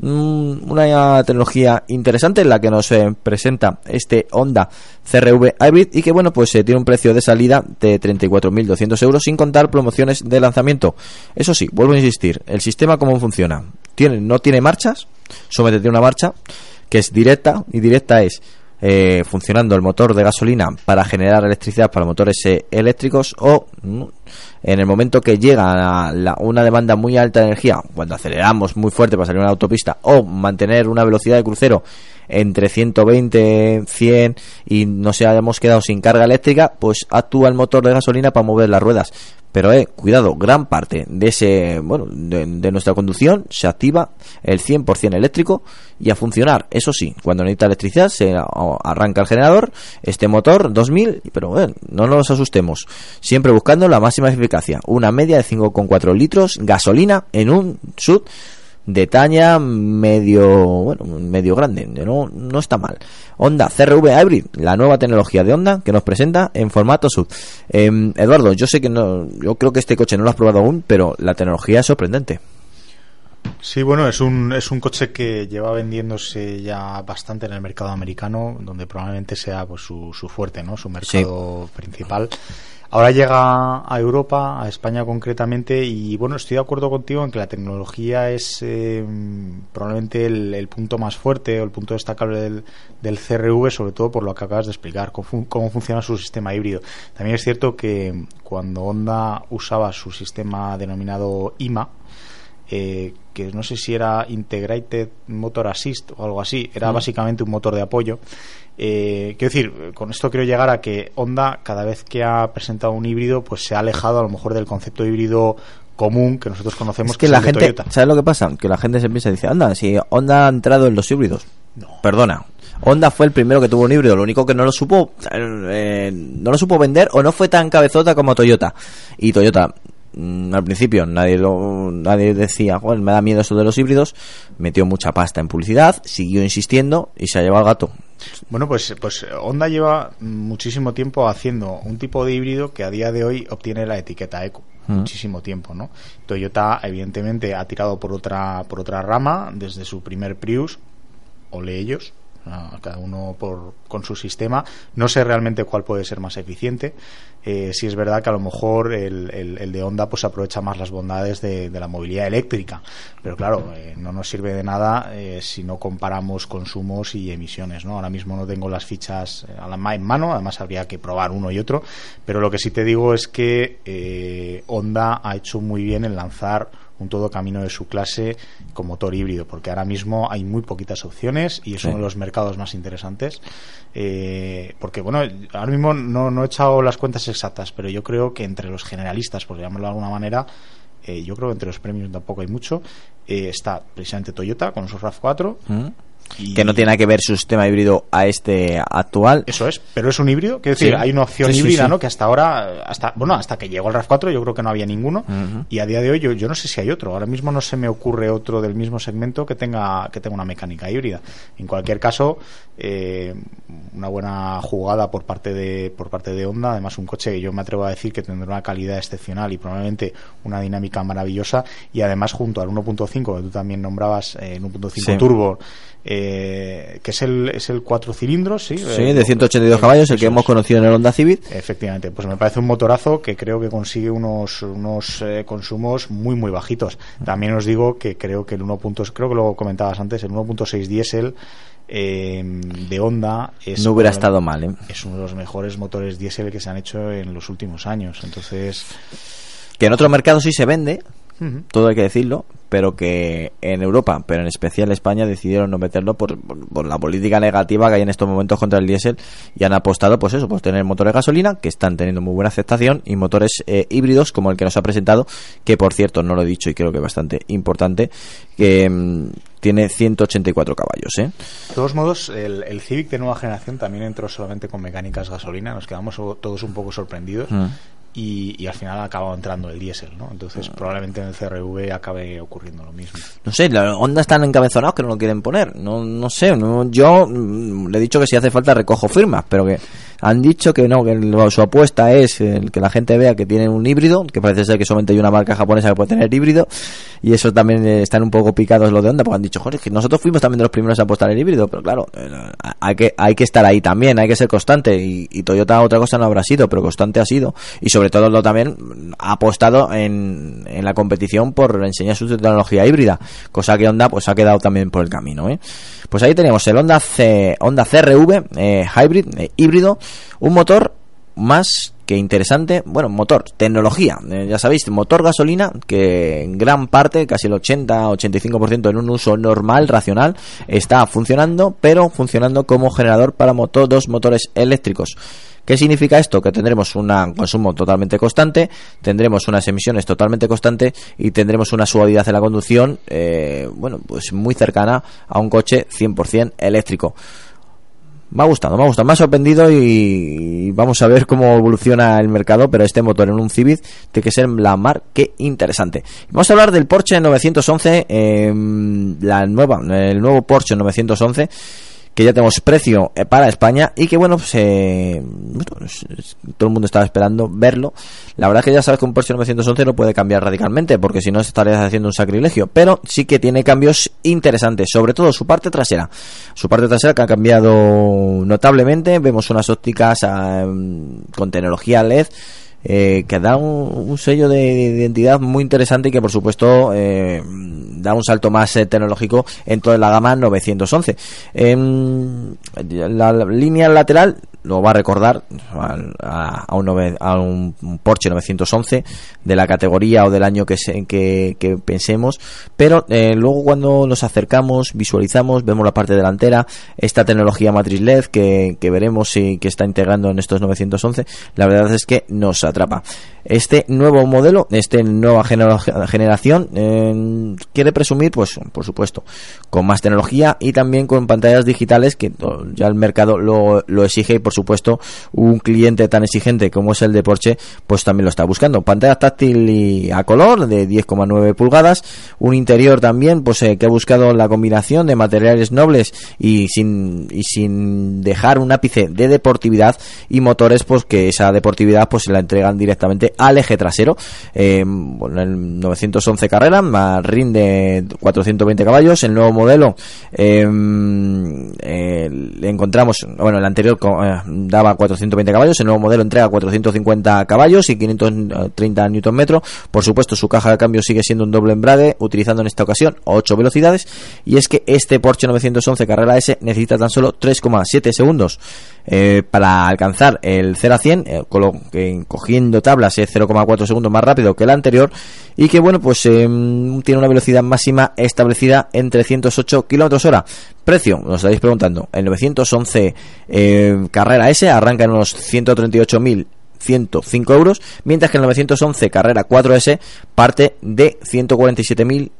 Una tecnología interesante en la que nos eh, presenta este Honda C R V Hybrid y que bueno pues eh, tiene un precio de salida de treinta y cuatro mil doscientos euros sin contar promociones de lanzamiento. Eso sí, vuelvo a insistir, el sistema cómo funciona, tiene, no tiene marchas, solamente tiene una marcha que es directa, y directa es eh, funcionando el motor de gasolina para generar electricidad para motores eh, eléctricos, o mm, en el momento que llega a la, una demanda muy alta de energía, cuando aceleramos muy fuerte para salir a una autopista, o mantener una velocidad de crucero entre ciento veinte, cien y nos hayamos quedado sin carga eléctrica, pues actúa el motor de gasolina para mover las ruedas. Pero eh, cuidado, gran parte de ese, bueno, de, de nuestra conducción se activa el cien por ciento eléctrico y a funcionar. Eso sí, cuando necesita electricidad se arranca el generador, este motor dos mil, pero eh, no nos asustemos, siempre buscando la máxima eficacia, una media de cinco coma cuatro litros gasolina en un S U V de talla medio, bueno, medio grande, no, no está mal. Honda C R V Hybrid, la nueva tecnología de Honda que nos presenta en formato S U V. Eh, Eduardo, yo sé que no, yo creo que este coche no lo has probado aún, pero la tecnología es sorprendente. Sí, bueno, es un es un coche que lleva vendiéndose ya bastante en el mercado americano, donde probablemente sea pues su, su fuerte, ¿no? Su mercado sí. principal. Ahora llega a Europa, a España concretamente, y bueno, estoy de acuerdo contigo en que la tecnología es eh, probablemente el, el punto más fuerte o el punto destacable del, del C R V, sobre todo por lo que acabas de explicar, cómo, cómo funciona su sistema híbrido. También es cierto que cuando Honda usaba su sistema denominado I M A, eh, que no sé si era Integrated Motor Assist o algo así, era mm. básicamente un motor de apoyo. Eh, quiero decir, con esto quiero llegar a que Honda, cada vez que ha presentado un híbrido, pues se ha alejado a lo mejor del concepto híbrido común que nosotros conocemos. Es que, que la es gente, Toyota. ¿Sabes lo que pasa? Que la gente se piensa y dice, anda, si Honda ha entrado en los híbridos. No. Perdona, Honda fue el primero que tuvo un híbrido, lo único que no lo supo, eh, no lo supo vender, o no fue tan cabezota como Toyota. Y Toyota, mmm, al principio nadie lo, nadie decía, bueno, me da miedo eso de los híbridos, metió mucha pasta en publicidad, siguió insistiendo y se ha llevado al gato. Bueno, pues, pues Honda lleva muchísimo tiempo haciendo un tipo de híbrido que a día de hoy obtiene la etiqueta eco. Mm. Muchísimo tiempo, ¿no? Toyota evidentemente ha tirado por otra por otra rama desde su primer Prius, ole ellos, cada uno por, con su sistema. No sé realmente cuál puede ser más eficiente. Eh, si es verdad que a lo mejor el, el, el de Honda pues aprovecha más las bondades de, de la movilidad eléctrica, pero claro, eh, no nos sirve de nada eh, si no comparamos consumos y emisiones, ¿no? Ahora mismo no tengo las fichas a la, en mano, además habría que probar uno y otro, pero lo que sí te digo es que eh, Honda ha hecho muy bien en lanzar un todo camino de su clase con motor híbrido, porque ahora mismo hay muy poquitas opciones y es sí. uno de los mercados más interesantes, eh, porque bueno, ahora mismo no, no he echado las cuentas exactas, pero yo creo que entre los generalistas, por llamarlo de alguna manera, eh, yo creo que entre los premios tampoco hay mucho, eh, está precisamente Toyota con su RAV cuatro, ¿Mm? Y que no tiene nada que ver su sistema híbrido a este actual. Eso es, pero es un híbrido, quiero decir, sí. hay una opción sí, híbrida, sí, sí. ¿no? Que hasta ahora, hasta bueno, hasta que llegó el RAV cuatro yo creo que no había ninguno, uh-huh. y a día de hoy yo, yo no sé si hay otro. Ahora mismo no se me ocurre otro del mismo segmento que tenga que tenga una mecánica híbrida. En cualquier caso, eh, una buena jugada por parte de por parte de Honda, además un coche que yo me atrevo a decir que tendrá una calidad excepcional y probablemente una dinámica maravillosa, y además junto al uno punto cinco que tú también nombrabas, eh, en uno punto cinco sí. turbo, Eh, que es el es el cuatro cilindros, sí, sí eh, de ciento ochenta y dos caballos, el que hemos conocido en el Honda Civic. Efectivamente, pues me parece un motorazo que creo que consigue unos unos eh, consumos muy muy bajitos. También os digo que creo que el uno. Creo que lo comentabas antes, el uno punto seis diésel eh, de Honda es no hubiera estado mal, ¿eh? Es uno de los mejores motores diésel que se han hecho en los últimos años. Entonces, que en otros mercados sí se vende, uh-huh. todo hay que decirlo, pero que en Europa, pero en especial España, decidieron no meterlo por, por, por la política negativa que hay en estos momentos contra el diésel, y han apostado pues eso, pues tener motores de gasolina que están teniendo muy buena aceptación, y motores eh, híbridos como el que nos ha presentado, que por cierto no lo he dicho y creo que es bastante importante, que mmm, tiene ciento ochenta y cuatro caballos, ¿eh? De todos modos, el, el Civic de nueva generación también entró solamente con mecánicas gasolina, nos quedamos todos un poco sorprendidos. Mm. Y, y al final ha acabado entrando el diésel, ¿no? Entonces probablemente en el C R V acabe ocurriendo lo mismo. No sé, la Honda están encabezonados que no lo quieren poner. No, no sé, no, yo le he dicho que si hace falta recojo firmas, pero que Han dicho que no, que su apuesta es el que la gente vea que tienen un híbrido, que parece ser que solamente hay una marca japonesa que puede tener híbrido, y eso también eh, están un poco picados los de Honda, porque han dicho, joder, que nosotros fuimos también de los primeros a apostar en híbrido, pero claro, eh, hay que hay que estar ahí también, hay que ser constante, y, y Toyota otra cosa no habrá sido, pero constante ha sido, y sobre todo lo también ha apostado en, en la competición por enseñar su tecnología híbrida, cosa que Honda pues ha quedado también por el camino, ¿eh? Pues ahí tenemos el Honda C, Honda C R V eh, Hybrid, eh, híbrido, un motor más que interesante, bueno, motor, tecnología, eh, ya sabéis, motor gasolina, que en gran parte, casi el ochenta a ochenta y cinco por ciento en un uso normal, racional, está funcionando, pero funcionando como generador para motor, dos motores eléctricos. ¿Qué significa esto? Que tendremos un consumo totalmente constante, tendremos unas emisiones totalmente constantes y tendremos una suavidad en la conducción, eh, bueno, pues muy cercana a un coche cien por ciento eléctrico. Me ha gustado, me ha gustado, me ha sorprendido y vamos a ver cómo evoluciona el mercado, pero este motor en un Civic tiene que ser la mar que interesante. Vamos a hablar del Porsche novecientos once, eh, la nueva, el nuevo Porsche novecientos once, que ya tenemos precio para España y que bueno, pues, eh, bueno es, es, todo el mundo estaba esperando verlo. La verdad es que ya sabes que un Porsche novecientos once no puede cambiar radicalmente, porque si no estarías haciendo un sacrilegio, pero sí que tiene cambios interesantes, sobre todo su parte trasera. Su parte trasera que ha cambiado notablemente, vemos unas ópticas eh, con tecnología L E D, Eh, que da un, un sello de, de identidad muy interesante y que por supuesto eh, da un salto más eh, tecnológico en toda la gama novecientos once. Eh, la, la línea lateral lo va a recordar a, a, a, un, nove, a un Porsche novecientos once de la categoría o del año que, se, que, que pensemos, pero eh, luego cuando nos acercamos, visualizamos, vemos la parte delantera, esta tecnología matriz L E D que, que veremos y que está integrando en estos novecientos once, la verdad es que nos atrapa. Este nuevo modelo, esta nueva generación eh, quiere presumir, pues por supuesto, con más tecnología y también con pantallas digitales, que ya el mercado lo, lo exige, y por supuesto un cliente tan exigente como es el de Porsche pues también lo está buscando. Pantalla táctil y a color de diez coma nueve pulgadas, un interior también pues eh, que ha buscado la combinación de materiales nobles y sin y sin dejar un ápice de deportividad, y motores pues que esa deportividad pues se la entregan directamente al eje trasero. Eh, bueno, el novecientos once Carrera más rinde cuatrocientos veinte caballos. El nuevo modelo eh, eh, le encontramos, bueno, el anterior eh, daba cuatrocientos veinte caballos, el nuevo modelo entrega cuatrocientos cincuenta caballos y quinientos treinta newton metros. Por supuesto, su caja de cambio sigue siendo un doble embrague, utilizando en esta ocasión ocho velocidades, y es que este Porsche novecientos once Carrera S necesita tan solo tres coma siete segundos eh, para alcanzar el cero a cien, eh, con lo que cogiendo tablas es cero coma cuatro segundos más rápido que el anterior, y que bueno, pues eh, tiene una velocidad máxima establecida en trescientos ocho kilómetros hora. Precio, nos estáis preguntando, el novecientos once eh, Carrera S arranca en unos ciento treinta y ocho mil ciento cinco euros, mientras que el novecientos once Carrera cuatro S parte de ciento cuarenta y siete mil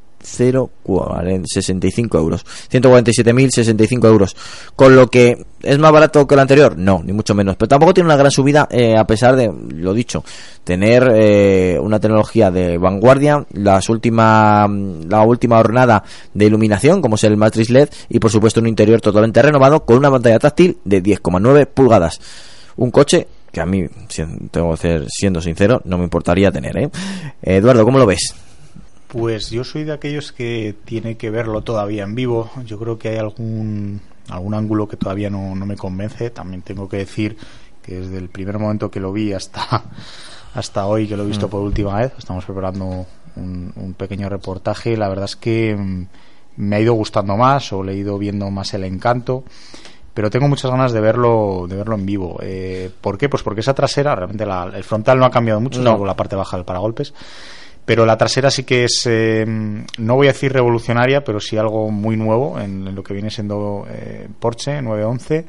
sesenta y cinco euros, ciento cuarenta y siete mil sesenta y cinco euros, con lo que es más barato que el anterior, no, ni mucho menos, pero tampoco tiene una gran subida, eh, a pesar de, lo dicho, tener eh, una tecnología de vanguardia, las última, la última hornada de iluminación como es el Matrix L E D, y por supuesto un interior totalmente renovado con una pantalla táctil de diez coma nueve pulgadas. Un coche que a mí, tengo que ser, siendo sincero, no me importaría tener, ¿eh? Eduardo, ¿cómo lo ves? Pues yo soy de aquellos que tiene que verlo todavía en vivo. Yo creo que hay algún algún ángulo que todavía no, no me convence. También tengo que decir que desde el primer momento que lo vi hasta hasta hoy que lo he visto mm. por última vez, estamos preparando un, un pequeño reportaje, la verdad es que mm, me ha ido gustando más, o le he ido viendo más el encanto, pero tengo muchas ganas de verlo de verlo en vivo. Eh, ¿Por qué? Pues porque esa trasera, realmente la, el frontal no ha cambiado mucho, no. salvo la parte baja del paragolpes, pero la trasera sí que es, eh, no voy a decir revolucionaria, pero sí algo muy nuevo en, en lo que viene siendo eh, Porsche nueve once.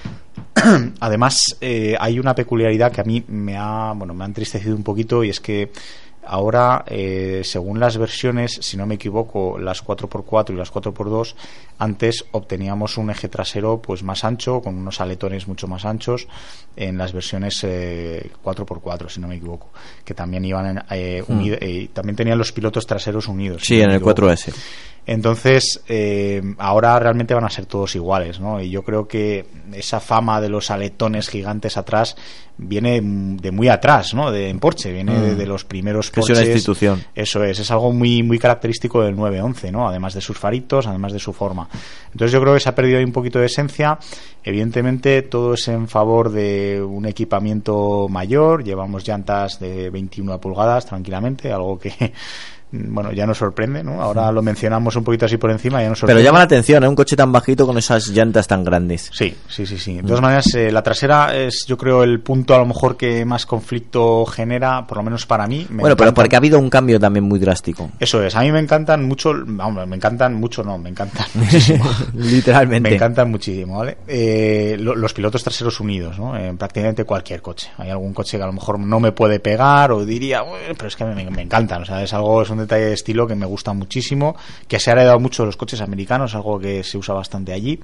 Además, eh, hay una peculiaridad que a mí me ha, bueno, me ha entristecido un poquito, y es que ahora, eh, según las versiones, si no me equivoco, las cuatro por cuatro y las cuatro por dos, antes obteníamos un eje trasero pues más ancho, con unos aletones mucho más anchos en las versiones eh, cuatro por cuatro, si no me equivoco, que también iban eh, unidos, eh, también tenían los pilotos traseros unidos. Sí, si no en el cuatro S. Entonces, eh, ahora realmente van a ser todos iguales, ¿no? Y yo creo que esa fama de los aletones gigantes atrás viene de muy atrás, ¿no? De, en Porsche, viene mm. de, de los primeros que Porsches. Es una institución. Eso es, es algo muy muy característico del nueve once, ¿no? Además de sus faritos, además de su forma. Entonces yo creo que se ha perdido ahí un poquito de esencia. Evidentemente todo es en favor de un equipamiento mayor. Llevamos llantas de veintiuna pulgadas tranquilamente, algo que bueno, ya nos sorprende, ¿no? Ahora lo mencionamos un poquito así por encima, ya nos sorprende. Pero llama la atención, ¿eh? Un coche tan bajito con esas llantas tan grandes. Sí, sí, sí, sí. De todas maneras, eh, la trasera es, yo creo, el punto a lo mejor que más conflicto genera, por lo menos para mí. Me bueno, encantan. Pero porque ha habido un cambio también muy drástico. Eso es, a mí me encantan mucho, vamos, me encantan mucho, no, me encantan muchísimo. Literalmente. Me encantan muchísimo, ¿vale? Eh, lo, los pilotos traseros unidos, ¿no? En prácticamente cualquier coche. Hay algún coche que a lo mejor no me puede pegar o diría, pero es que me, me encantan, o sea, es algo, es un detalle de estilo que me gusta muchísimo, que se ha heredado mucho de los coches americanos, algo que se usa bastante allí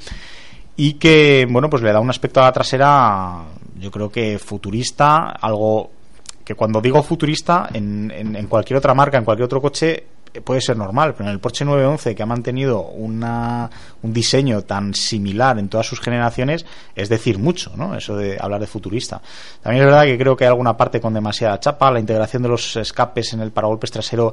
y que, bueno, pues le da un aspecto a la trasera, yo creo que futurista, algo que cuando digo futurista en, en, en cualquier otra marca, en cualquier otro coche puede ser normal, pero en el Porsche nueve once, que ha mantenido una, un diseño tan similar en todas sus generaciones, es decir mucho, ¿no? Eso de hablar de futurista. También es verdad que creo que hay alguna parte con demasiada chapa, la integración de los escapes en el paragolpes trasero.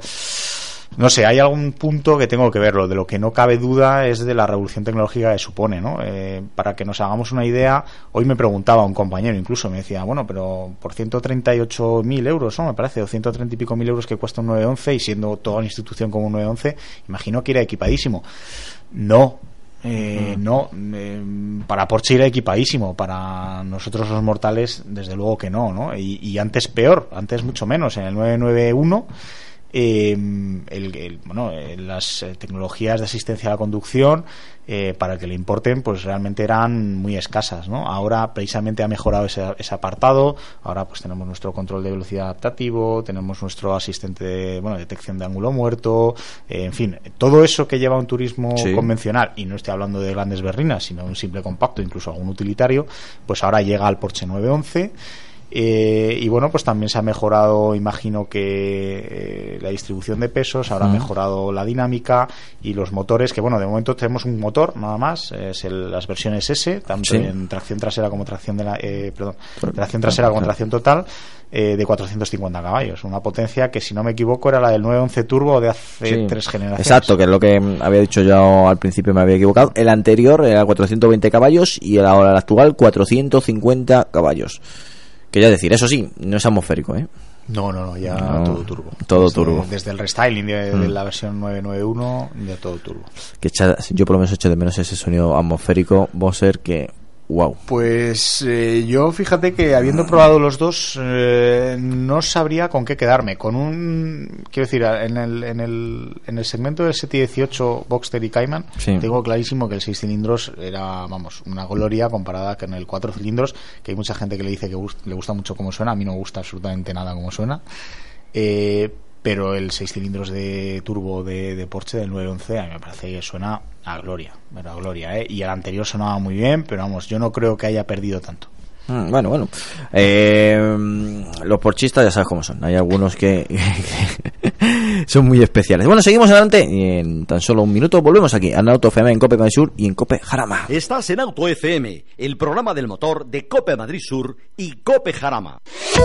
No sé, hay algún punto que tengo que verlo. De lo que no cabe duda es de la revolución tecnológica que supone, ¿no? Eh, para que nos hagamos una idea, hoy me preguntaba un compañero, incluso me decía, bueno, pero por ciento treinta y ocho mil euros, ¿no? Me parece, o ciento treinta y pico mil euros que cuesta un nueve once, y siendo toda una institución como un nueve once, imagino que irá equipadísimo. No, eh, uh-huh. no, eh, para Porsche irá equipadísimo, para nosotros los mortales, desde luego que no, ¿no? Y, y antes peor, antes mucho menos, en el nueve nueve uno. Eh, el, el, bueno, eh, las eh, tecnologías de asistencia a la conducción, eh, para que le importen, pues realmente eran muy escasas, ¿no? Ahora precisamente ha mejorado ese, ese apartado. Ahora pues tenemos nuestro control de velocidad adaptativo, tenemos nuestro asistente de, bueno, detección de ángulo muerto, eh, en fin, todo eso que lleva un turismo sí. convencional, y no estoy hablando de grandes berlinas, sino un simple compacto, incluso algún utilitario, pues ahora llega al Porsche nueve once. Eh, y bueno, pues también se ha mejorado, imagino que eh, la distribución de pesos, ahora uh-huh. ha mejorado la dinámica y los motores, que bueno, de momento tenemos un motor nada más, es el, las versiones S, tanto sí. en tracción trasera como tracción de la, eh, perdón, tracción trasera como tracción total, eh, de cuatrocientos cincuenta caballos, una potencia que, si no me equivoco, era la del nueve once Turbo de hace sí. tres generaciones. Exacto, que es lo que había dicho yo al principio, me había equivocado. El anterior era cuatrocientos veinte caballos y el ahora el actual cuatrocientos cincuenta caballos. Quería decir, eso sí, no es atmosférico, ¿eh? No, no, no, ya no, todo turbo. Todo desde, turbo. Desde el restyling de, mm. de la versión nueve nueve uno, ya todo turbo. Que echa, yo por lo menos echo de menos ese sonido atmosférico, Bowser, que... Wow. Pues eh, yo fíjate que habiendo probado los dos eh, no sabría con qué quedarme. Con un, quiero decir, en el en el en el segmento del siete dieciocho Boxster y Cayman, sí. tengo clarísimo que el seis cilindros era, vamos, una gloria comparada con el cuatro cilindros, que hay mucha gente que le dice que gust, le gusta mucho cómo suena. A mí no me gusta absolutamente nada cómo suena. Eh, pero el seis cilindros de turbo de, de Porsche del nueve once a mí me parece que suena a gloria, a gloria, ¿eh? Y el anterior sonaba muy bien, pero vamos, yo no creo que haya perdido tanto. Mm, bueno, bueno. Eh, los porchistas ya sabes cómo son. Hay algunos que, que son muy especiales. Bueno, seguimos adelante y en tan solo un minuto volvemos aquí a Auto F M en Cope Madrid Sur y en Cope Jarama. Estás en Auto F M, el programa del motor de Cope Madrid Sur y Cope Jarama.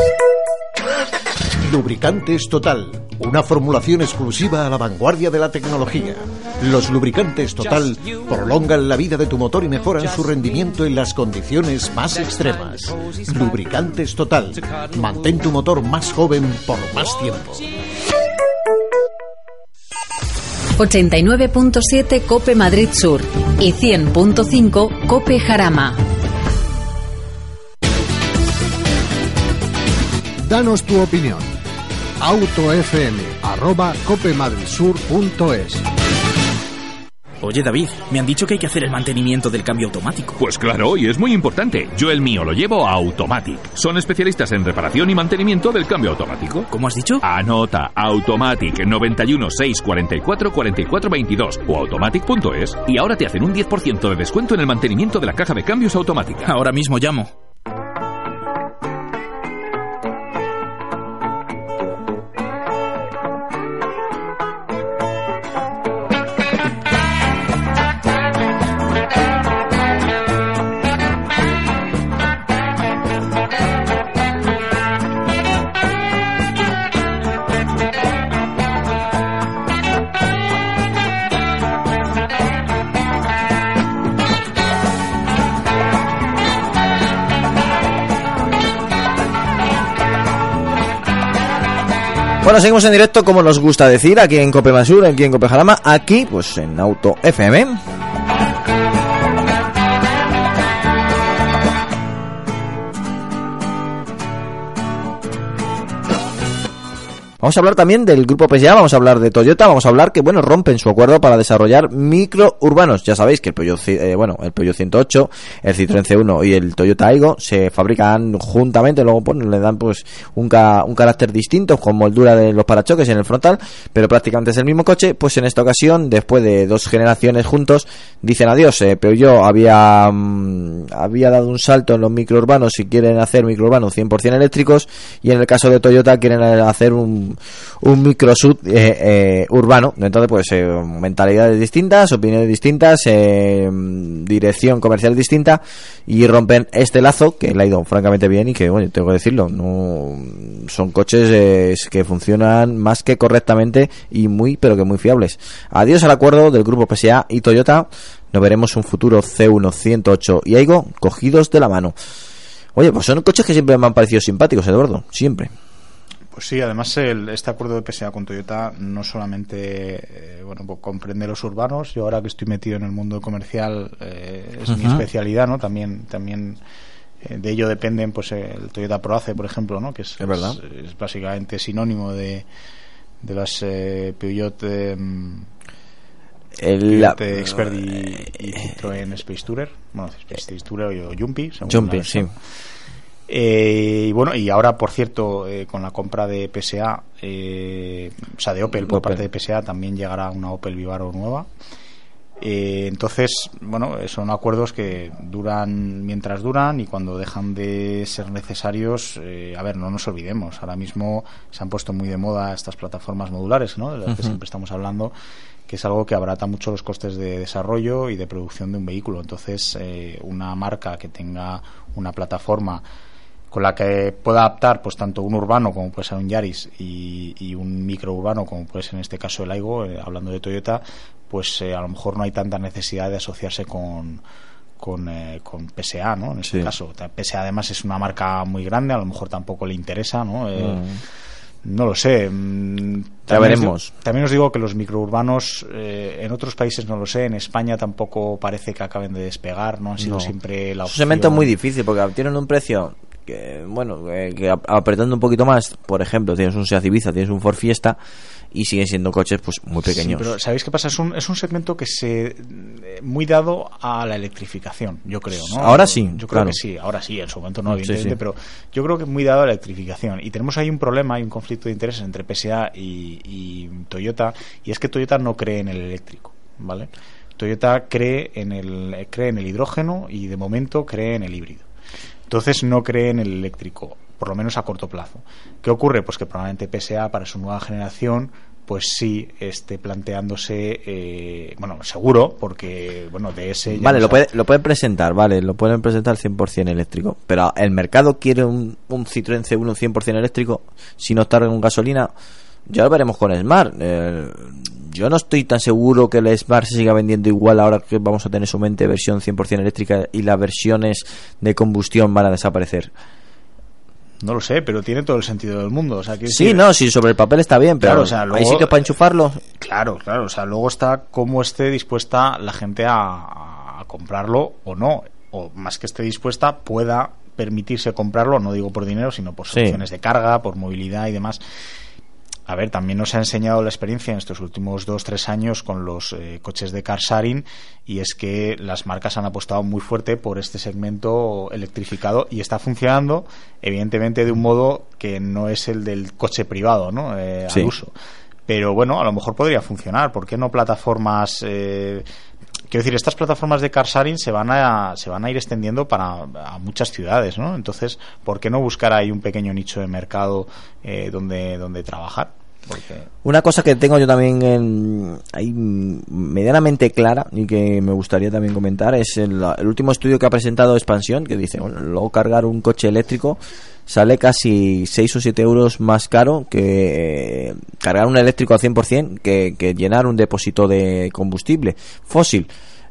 Lubricantes Total, una formulación exclusiva a la vanguardia de la tecnología. Los lubricantes Total prolongan la vida de tu motor y mejoran su rendimiento en las condiciones más extremas. Lubricantes Total, mantén tu motor más joven por más tiempo. ochenta y nueve punto siete Cope Madrid Sur y cien punto cinco Cope Jarama. Danos tu opinión. autofm arroba copemadridsur punto es. Oye, David, me han dicho que hay que hacer el mantenimiento del cambio automático. Pues claro, y es muy importante. Yo el mío lo llevo a Automatic. Son especialistas en reparación y mantenimiento del cambio automático. ¿Cómo has dicho? Anota, Automatic, noventa y uno, seiscientos cuarenta y cuatro, cuarenta y cuatro veintidós o automatic punto es y ahora te hacen un diez por ciento de descuento en el mantenimiento de la caja de cambios automática. Ahora mismo llamo. Bueno, seguimos en directo, como nos gusta decir, aquí en Cope Masur, aquí en Cope Jarama, aquí pues en Auto F M. Vamos a hablar también del grupo P S A, vamos a hablar de Toyota, vamos a hablar que, bueno, rompen su acuerdo para desarrollar microurbanos. Ya sabéis que el Peugeot, eh, bueno, el Peugeot ciento ocho, el Citroën C uno y el Toyota Aygo se fabrican juntamente, luego pues, le dan pues un, ca- un carácter distinto con moldura de los parachoques en el frontal, pero prácticamente es el mismo coche. Pues en esta ocasión, después de dos generaciones juntos, dicen adiós. Eh, Peugeot había, mmm, había dado un salto en los microurbanos y quieren hacer microurbanos cien por ciento eléctricos, y en el caso de Toyota quieren hacer un un microsud eh, eh, urbano. Entonces pues eh, mentalidades distintas, opiniones distintas, eh, dirección comercial distinta, y rompen este lazo que le ha ido francamente bien y que, bueno, tengo que decirlo, no son coches eh, que funcionan más que correctamente y muy pero que muy fiables. Adiós al acuerdo del grupo P S A y Toyota. Nos veremos un futuro C uno, ciento ocho y Aygo cogidos de la mano. Oye, pues son coches que siempre me han parecido simpáticos, Eduardo, siempre. Pues sí, además el, este acuerdo de P S A con Toyota no solamente eh, bueno, pues comprende los urbanos. Yo ahora que estoy metido en el mundo comercial eh, es uh-huh. mi especialidad, ¿no? También también eh, de ello dependen pues el Toyota ProAce, por ejemplo, ¿no? Que es, es, verdad. es, es básicamente sinónimo de de las eh, Peugeot eh, el la, Expert y, y Citroën Space Tourer, bueno, Space Tourer o Jumpy, Jumpy, sí. Eh, y bueno, y ahora, por cierto, eh, con la compra de P S A, eh, o sea, de Opel por Opel. parte de P S A, también llegará una Opel Vivaro nueva. Eh, entonces, bueno, son acuerdos que duran mientras duran, y cuando dejan de ser necesarios, eh, a ver, no nos olvidemos, ahora mismo se han puesto muy de moda estas plataformas modulares, ¿no? De las uh-huh. que siempre estamos hablando, que es algo que abarata mucho los costes de desarrollo y de producción de un vehículo. Entonces, eh, una marca que tenga una plataforma con la que pueda adaptar pues tanto un urbano como puede ser un Yaris y, y un microurbano como puede ser en este caso el Aygo, eh, hablando de Toyota, pues eh, a lo mejor no hay tanta necesidad de asociarse con con, eh, con P S A, ¿no? En este sí. caso P S A además es una marca muy grande, a lo mejor tampoco le interesa, ¿no? Eh, mm. No lo sé. También ya veremos. Os, también os digo que los microurbanos eh, en otros países no lo sé, en España tampoco parece que acaben de despegar, no han sido no. siempre la opción. Es un segmento muy difícil porque tienen un precio que, bueno, eh, que apretando un poquito más, por ejemplo, tienes un Seat Ibiza, tienes un Ford Fiesta y siguen siendo coches pues muy pequeños. Sí, pero ¿sabéis qué pasa? Es un, es un segmento que se eh, muy dado a la electrificación, yo creo, ¿no? Ahora sí, yo creo claro. que sí, ahora sí, en su momento no, evidentemente, sí, sí. pero yo creo que muy dado a la electrificación. Y tenemos ahí un problema, hay un conflicto de intereses entre P S A y, y Toyota, y es que Toyota no cree en el eléctrico, ¿vale? Toyota cree en el cree en el hidrógeno y de momento cree en el híbrido. Entonces no cree en el eléctrico, por lo menos a corto plazo. ¿Qué ocurre? Pues que probablemente P S A para su nueva generación pues sí esté planteándose, eh, bueno, seguro, porque, bueno, de ese... Vale, lo, puede, lo pueden presentar, vale, lo pueden presentar cien por ciento eléctrico, pero el mercado quiere un, un Citroën C uno cien por ciento eléctrico sin optar en gasolina. Ya lo veremos con Smart. Eh, yo no estoy tan seguro que el Smart se siga vendiendo igual ahora que vamos a tener solamente versión cien por ciento eléctrica y las versiones de combustión van a desaparecer. No lo sé, pero tiene todo el sentido del mundo. O sea, sí, decir, no, sí, sobre el papel está bien, pero claro, o sea, luego, ¿hay sitios para enchufarlo? Claro, claro. O sea, luego está cómo esté dispuesta la gente a, a comprarlo o no. O más que esté dispuesta, pueda permitirse comprarlo, no digo por dinero, sino por soluciones sí. de carga, por movilidad y demás. A ver, también nos ha enseñado la experiencia en estos últimos dos, tres años con los eh, coches de car sharing, y es que las marcas han apostado muy fuerte por este segmento electrificado y está funcionando, evidentemente, de un modo que no es el del coche privado, ¿no? Eh, sí. al uso. Pero bueno, a lo mejor podría funcionar. ¿Por qué no plataformas? Eh, quiero decir, estas plataformas de car sharing se van a se van a ir extendiendo para a muchas ciudades, ¿no? Entonces, ¿por qué no buscar ahí un pequeño nicho de mercado eh, donde donde trabajar? Porque... Una cosa que tengo yo también en, ahí medianamente clara y que me gustaría también comentar es el, el último estudio que ha presentado Expansión, que dice, bueno, luego cargar un coche eléctrico sale casi seis o siete euros más caro que eh, cargar un eléctrico al cien por ciento que, que llenar un depósito de combustible fósil.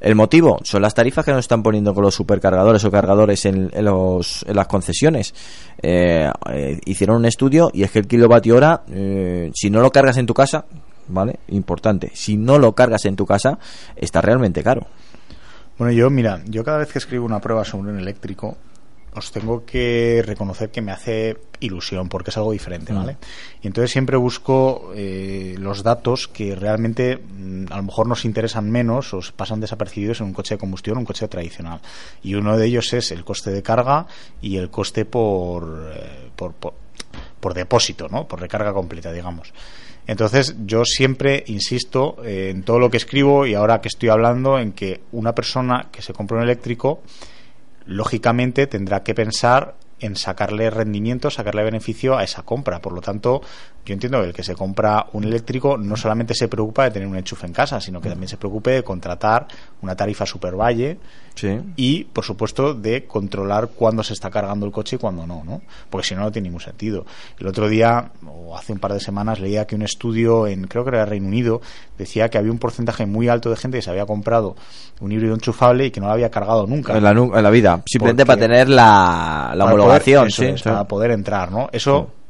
El motivo son las tarifas que nos están poniendo con los supercargadores o cargadores en, en, los, en las concesiones. Eh, eh, hicieron un estudio y es que el kilovatio hora, eh, si no lo cargas en tu casa, ¿vale? Importante, si no lo cargas en tu casa, está realmente caro. Bueno, yo, mira, yo cada vez que escribo una prueba sobre un eléctrico, os tengo que reconocer que me hace ilusión porque es algo diferente, ¿vale? Mm. Y entonces siempre busco eh, los datos que realmente mm, a lo mejor nos interesan menos o pasan desapercibidos en un coche de combustión o un coche tradicional. Y uno de ellos es el coste de carga y el coste por, eh, por, por, por depósito, ¿no? Por recarga completa, digamos. Entonces yo siempre insisto eh, en todo lo que escribo y ahora que estoy hablando en que una persona que se compra un eléctrico lógicamente tendrá que pensar en sacarle rendimiento, sacarle beneficio a esa compra. Por lo tanto, yo entiendo que el que se compra un eléctrico no solamente se preocupa de tener un enchufe en casa, sino que también se preocupe de contratar una tarifa supervalle, sí, y, por supuesto, de controlar cuándo se está cargando el coche y cuándo no, ¿no? Porque si no, no tiene ningún sentido. El otro día, o hace un par de semanas, leía que un estudio en, creo que era Reino Unido, decía que había un porcentaje muy alto de gente que se había comprado un híbrido enchufable y que no lo había cargado nunca. En la, en la vida, simplemente para tener la, la homologación, poder, eso, sí, es, sí, para poder entrar, ¿no? Eso... Sí.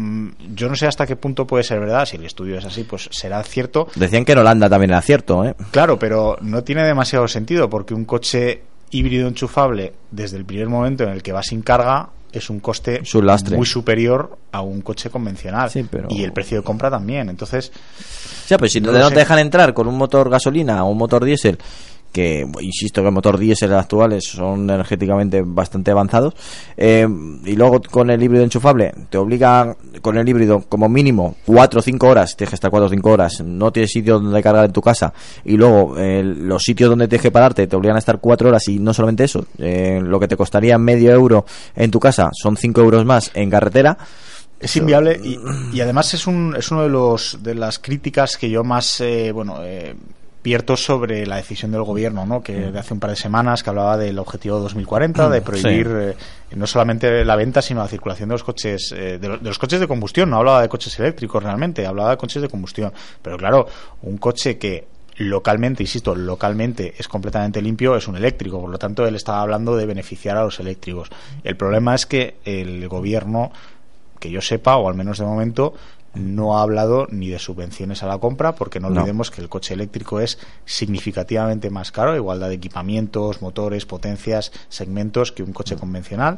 Yo no sé hasta qué punto puede ser verdad. Si el estudio es así, pues será cierto. Decían que en Holanda también era cierto, ¿eh? Claro, pero no tiene demasiado sentido porque un coche híbrido enchufable, desde el primer momento en el que va sin carga, es un coste muy superior a un coche convencional, sí, pero... y el precio de compra también. Entonces, ya, pues si no, no te dejan entrar con un motor gasolina o un motor diésel, que insisto que el motor diésel actuales son energéticamente bastante avanzados, eh, y luego con el híbrido enchufable te obliga con el híbrido como mínimo cuatro o cinco horas, tienes que estar cuatro o cinco horas, no tienes sitio donde cargar en tu casa, y luego eh, los sitios donde tienes que pararte te obligan a estar cuatro horas, y no solamente eso, eh, lo que te costaría medio euro en tu casa son cinco euros más en carretera. Es inviable y, y además es un es uno de los de las críticas que yo más eh, bueno eh, vierto sobre la decisión del gobierno, ¿no? Que de hace un par de semanas que hablaba del objetivo dos mil cuarenta de prohibir sí. eh, no solamente la venta sino la circulación de los coches eh, de, los, de los coches de combustión. No hablaba de coches eléctricos realmente, hablaba de coches de combustión, pero claro, un coche que localmente, insisto, localmente es completamente limpio, es un eléctrico, por lo tanto él estaba hablando de beneficiar a los eléctricos. El problema es que el gobierno, que yo sepa, o al menos de momento, no ha hablado ni de subvenciones a la compra, porque no olvidemos no. que el coche eléctrico es significativamente más caro, igualdad de equipamientos, motores, potencias, segmentos, que un coche convencional.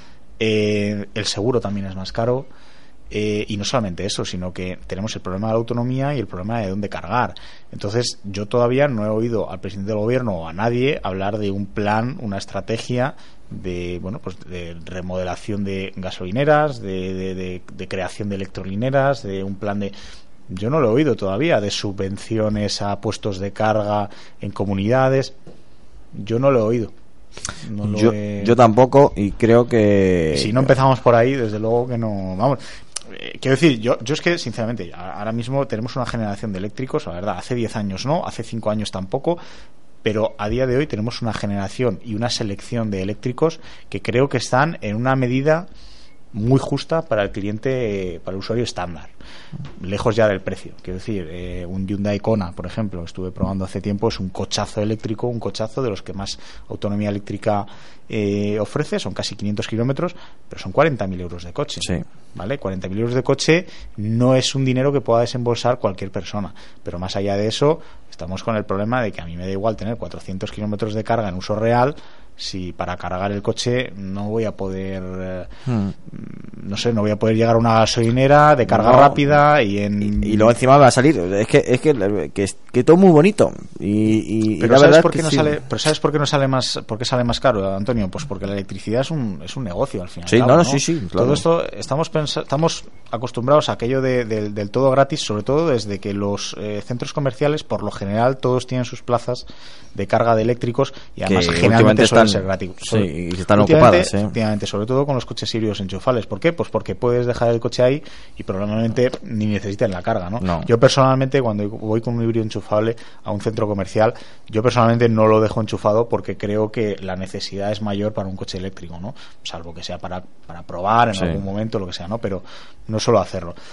Eh, el seguro también es más caro. Eh, y no solamente eso, sino que tenemos el problema de la autonomía y el problema de dónde cargar. Entonces yo todavía no he oído al presidente del gobierno o a nadie hablar de un plan, una estrategia de bueno pues de remodelación de gasolineras, de, de, de, de creación de electrolineras, de un plan de... Yo no lo he oído todavía, de subvenciones a puestos de carga en comunidades. Yo no lo he oído. No lo yo, he... yo tampoco, y creo que... Si no empezamos por ahí, desde luego que no... Vamos... Eh, quiero decir, yo, yo es que sinceramente ahora mismo tenemos una generación de eléctricos, la verdad, hace diez años no, hace cinco años tampoco, pero a día de hoy tenemos una generación y una selección de eléctricos que creo que están en una medida muy justa para el cliente, para el usuario estándar, lejos ya del precio. Quiero decir, eh, un Hyundai Kona, por ejemplo, estuve probando hace tiempo, es un cochazo eléctrico, un cochazo de los que más autonomía eléctrica eh, ofrece, son casi quinientos kilómetros, pero son cuarenta mil euros de coche. Sí. ¿Vale? cuarenta mil euros de coche no es un dinero que pueda desembolsar cualquier persona, pero más allá de eso estamos con el problema de que a mí me da igual tener cuatrocientos kilómetros de carga en uso real si para cargar el coche no voy a poder eh, hmm. no sé, no voy a poder llegar a una gasolinera de carga no. rápida y en y, y luego encima va a salir, es que es que, que, que todo muy bonito y, y pero y sabes por qué no sí. sale pero sabes por qué no sale más por qué sale más caro, Antonio, pues porque la electricidad es un es un negocio al final. Sí, cabo, no, no, ¿no? sí, sí, claro. Todo esto estamos pens- estamos acostumbrados a aquello de, de, del todo gratis, sobre todo desde que los eh, centros comerciales por lo general todos tienen sus plazas de carga de eléctricos y además que generalmente suelen están, ser gratis. Sí, y están ocupadas, ¿eh? Efectivamente, sobre todo con los coches híbridos enchufables. ¿Por qué? Pues porque puedes dejar el coche ahí y probablemente ni necesiten la carga, ¿no? No. Yo personalmente cuando voy con un híbrido enchufable a un centro comercial, yo personalmente no lo dejo enchufado porque creo que la necesidad es mayor para un coche eléctrico, ¿no? Salvo que sea para, para probar en sí. algún momento, lo que sea, ¿no? Pero no suelo hacerlo.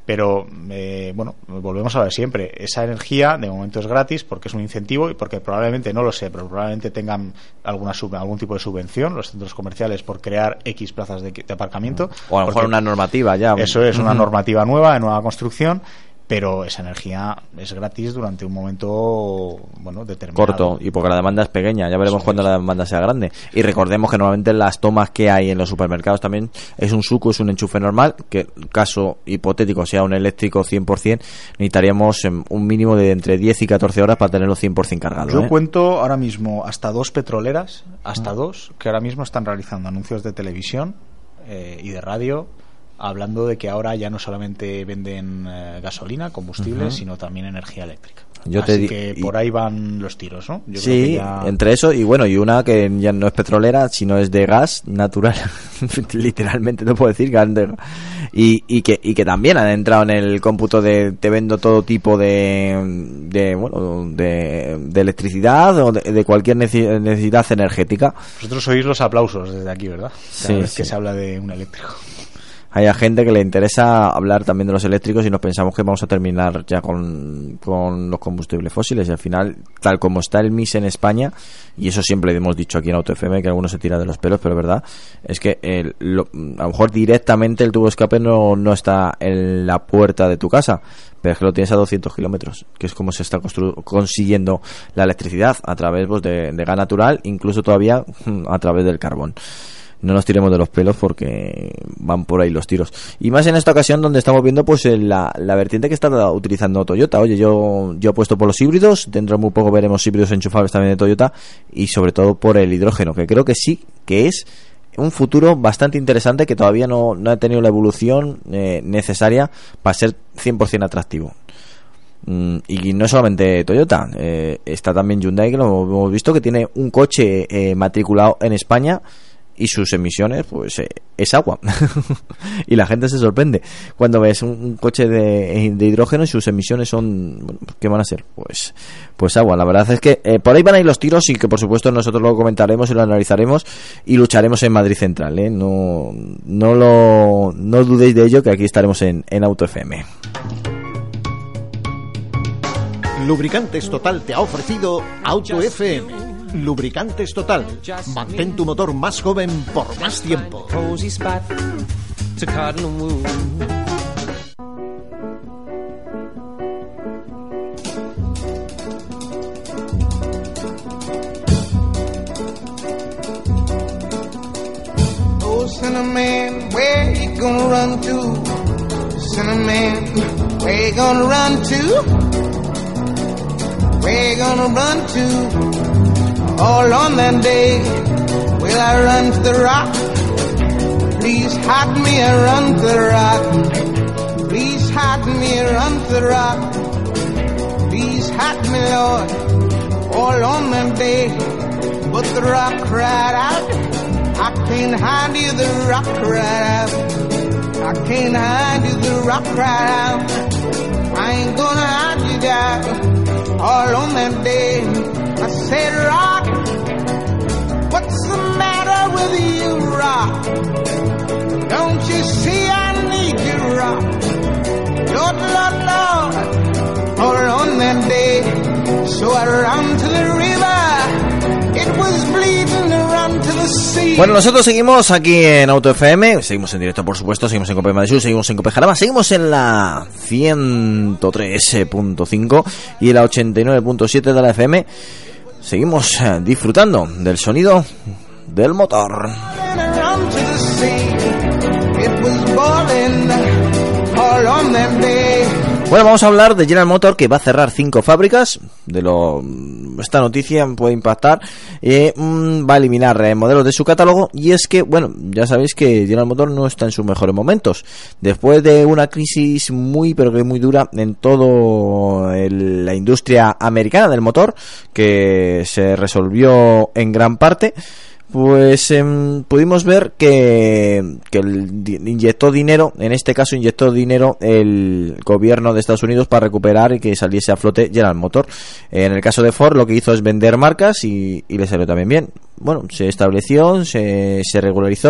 pero eh, bueno, volvemos a ver siempre, esa energía de momento es gratis porque es un incentivo y porque probablemente, no lo sé, pero probablemente tengan alguna sub, algún tipo de subvención los centros comerciales por crear X plazas de, de aparcamiento, o a lo mejor una normativa ya. Eso es, una normativa nueva de nueva construcción, pero esa energía es gratis durante un momento, bueno, determinado. Corto, y porque la demanda es pequeña, ya veremos cuando la demanda sea grande. Y recordemos que normalmente las tomas que hay en los supermercados también es un suco, es un enchufe normal, que caso hipotético sea un eléctrico cien por ciento, necesitaríamos un mínimo de entre diez y catorce horas para tenerlo cien por ciento cargado. Yo ¿eh? cuento ahora mismo hasta dos petroleras, hasta dos, que ahora mismo están realizando anuncios de televisión eh, y de radio, hablando de que ahora ya no solamente venden eh, gasolina, combustible, uh-huh. sino también energía eléctrica. Yo Así te di- que y... por ahí van los tiros, ¿no? Yo sí, creo que ya... entre eso y bueno, y una que ya no es petrolera, sino es de gas natural, literalmente no puedo decir gas de... y, y que y que también han entrado en el cómputo de te vendo todo tipo de de bueno de, de electricidad o de, de cualquier nece- necesidad energética. Vosotros oís los aplausos desde aquí, ¿verdad? Cada sí, vez sí. que se habla de un eléctrico. Hay a gente que le interesa hablar también de los eléctricos y nos pensamos que vamos a terminar ya con, con los combustibles fósiles, y al final, tal como está el mix en España, y eso siempre hemos dicho aquí en Auto F M, que algunos se tira de los pelos, pero es verdad, es que el, lo, a lo mejor directamente el tubo de escape no, no está en la puerta de tu casa, pero es que lo tienes a doscientos kilómetros, que es como se está constru- consiguiendo la electricidad, a través pues, de, de gas natural, incluso todavía a través del carbón. No nos tiremos de los pelos porque van por ahí los tiros. Y más en esta ocasión donde estamos viendo pues la, la vertiente que está utilizando Toyota. Oye, yo yo apuesto por los híbridos, dentro de muy poco veremos híbridos enchufables también de Toyota, y sobre todo por el hidrógeno, que creo que sí, que es un futuro bastante interesante, que todavía no, no ha tenido la evolución eh, necesaria para ser cien por ciento atractivo. Mm, y no solamente Toyota, eh, está también Hyundai, que lo hemos visto, que tiene un coche eh, matriculado en España, y sus emisiones pues eh, es agua. Y la gente se sorprende cuando ves un, un coche de, de hidrógeno y sus emisiones son, bueno, ¿qué van a ser? Pues pues agua. La verdad es que eh, por ahí van a ir los tiros, y que por supuesto nosotros lo comentaremos y lo analizaremos y lucharemos en Madrid Central, ¿eh? No no lo no dudéis de ello, que aquí estaremos en, en Auto F M. Lubricantes Total te ha ofrecido Auto F M. Lubricantes Total. Mantén tu motor más joven por más tiempo. Oh, Cinnamon, where you gonna run to? Cinnamon, where you gonna run to? Where you gonna run to? All on that day, will I run to the rock? Please hide me and run to the rock. Please hide me and run to the rock. Please hide me, Lord, all on that day. But the rock cried out, I can't hide you, the rock cried out. I can't hide you, the rock cried out. I ain't gonna hide you down, all on that day. I said, rock, what's the matter with you, rock? Don't you see I need you, rock? Lord, Lord, Lord, all on that day. So I ran to the river, it was bleeding, run to the sea. Bueno, nosotros seguimos aquí en Auto F M, seguimos en directo por supuesto, seguimos en Cope Madrid Sur, seguimos en Cope Jarama, seguimos en la ciento tres punto cinco y en la ochenta y nueve punto siete de la F M. Seguimos eh, disfrutando del sonido del motor. Bueno, vamos a hablar de General Motors, que va a cerrar cinco fábricas. De lo esta noticia puede impactar. Eh, mm, va a eliminar eh, modelos de su catálogo. Y es que, bueno, ya sabéis que General Motors no está en sus mejores momentos. Después de una crisis muy, pero que muy dura en toda la industria americana del motor, que se resolvió en gran parte, pues eh, pudimos ver que, que el, inyectó dinero, en este caso inyectó dinero el gobierno de Estados Unidos para recuperar y que saliese a flote General Motors. Eh, en el caso de Ford lo que hizo es vender marcas y, y le salió también bien. Bueno, se estableció, se, se regularizó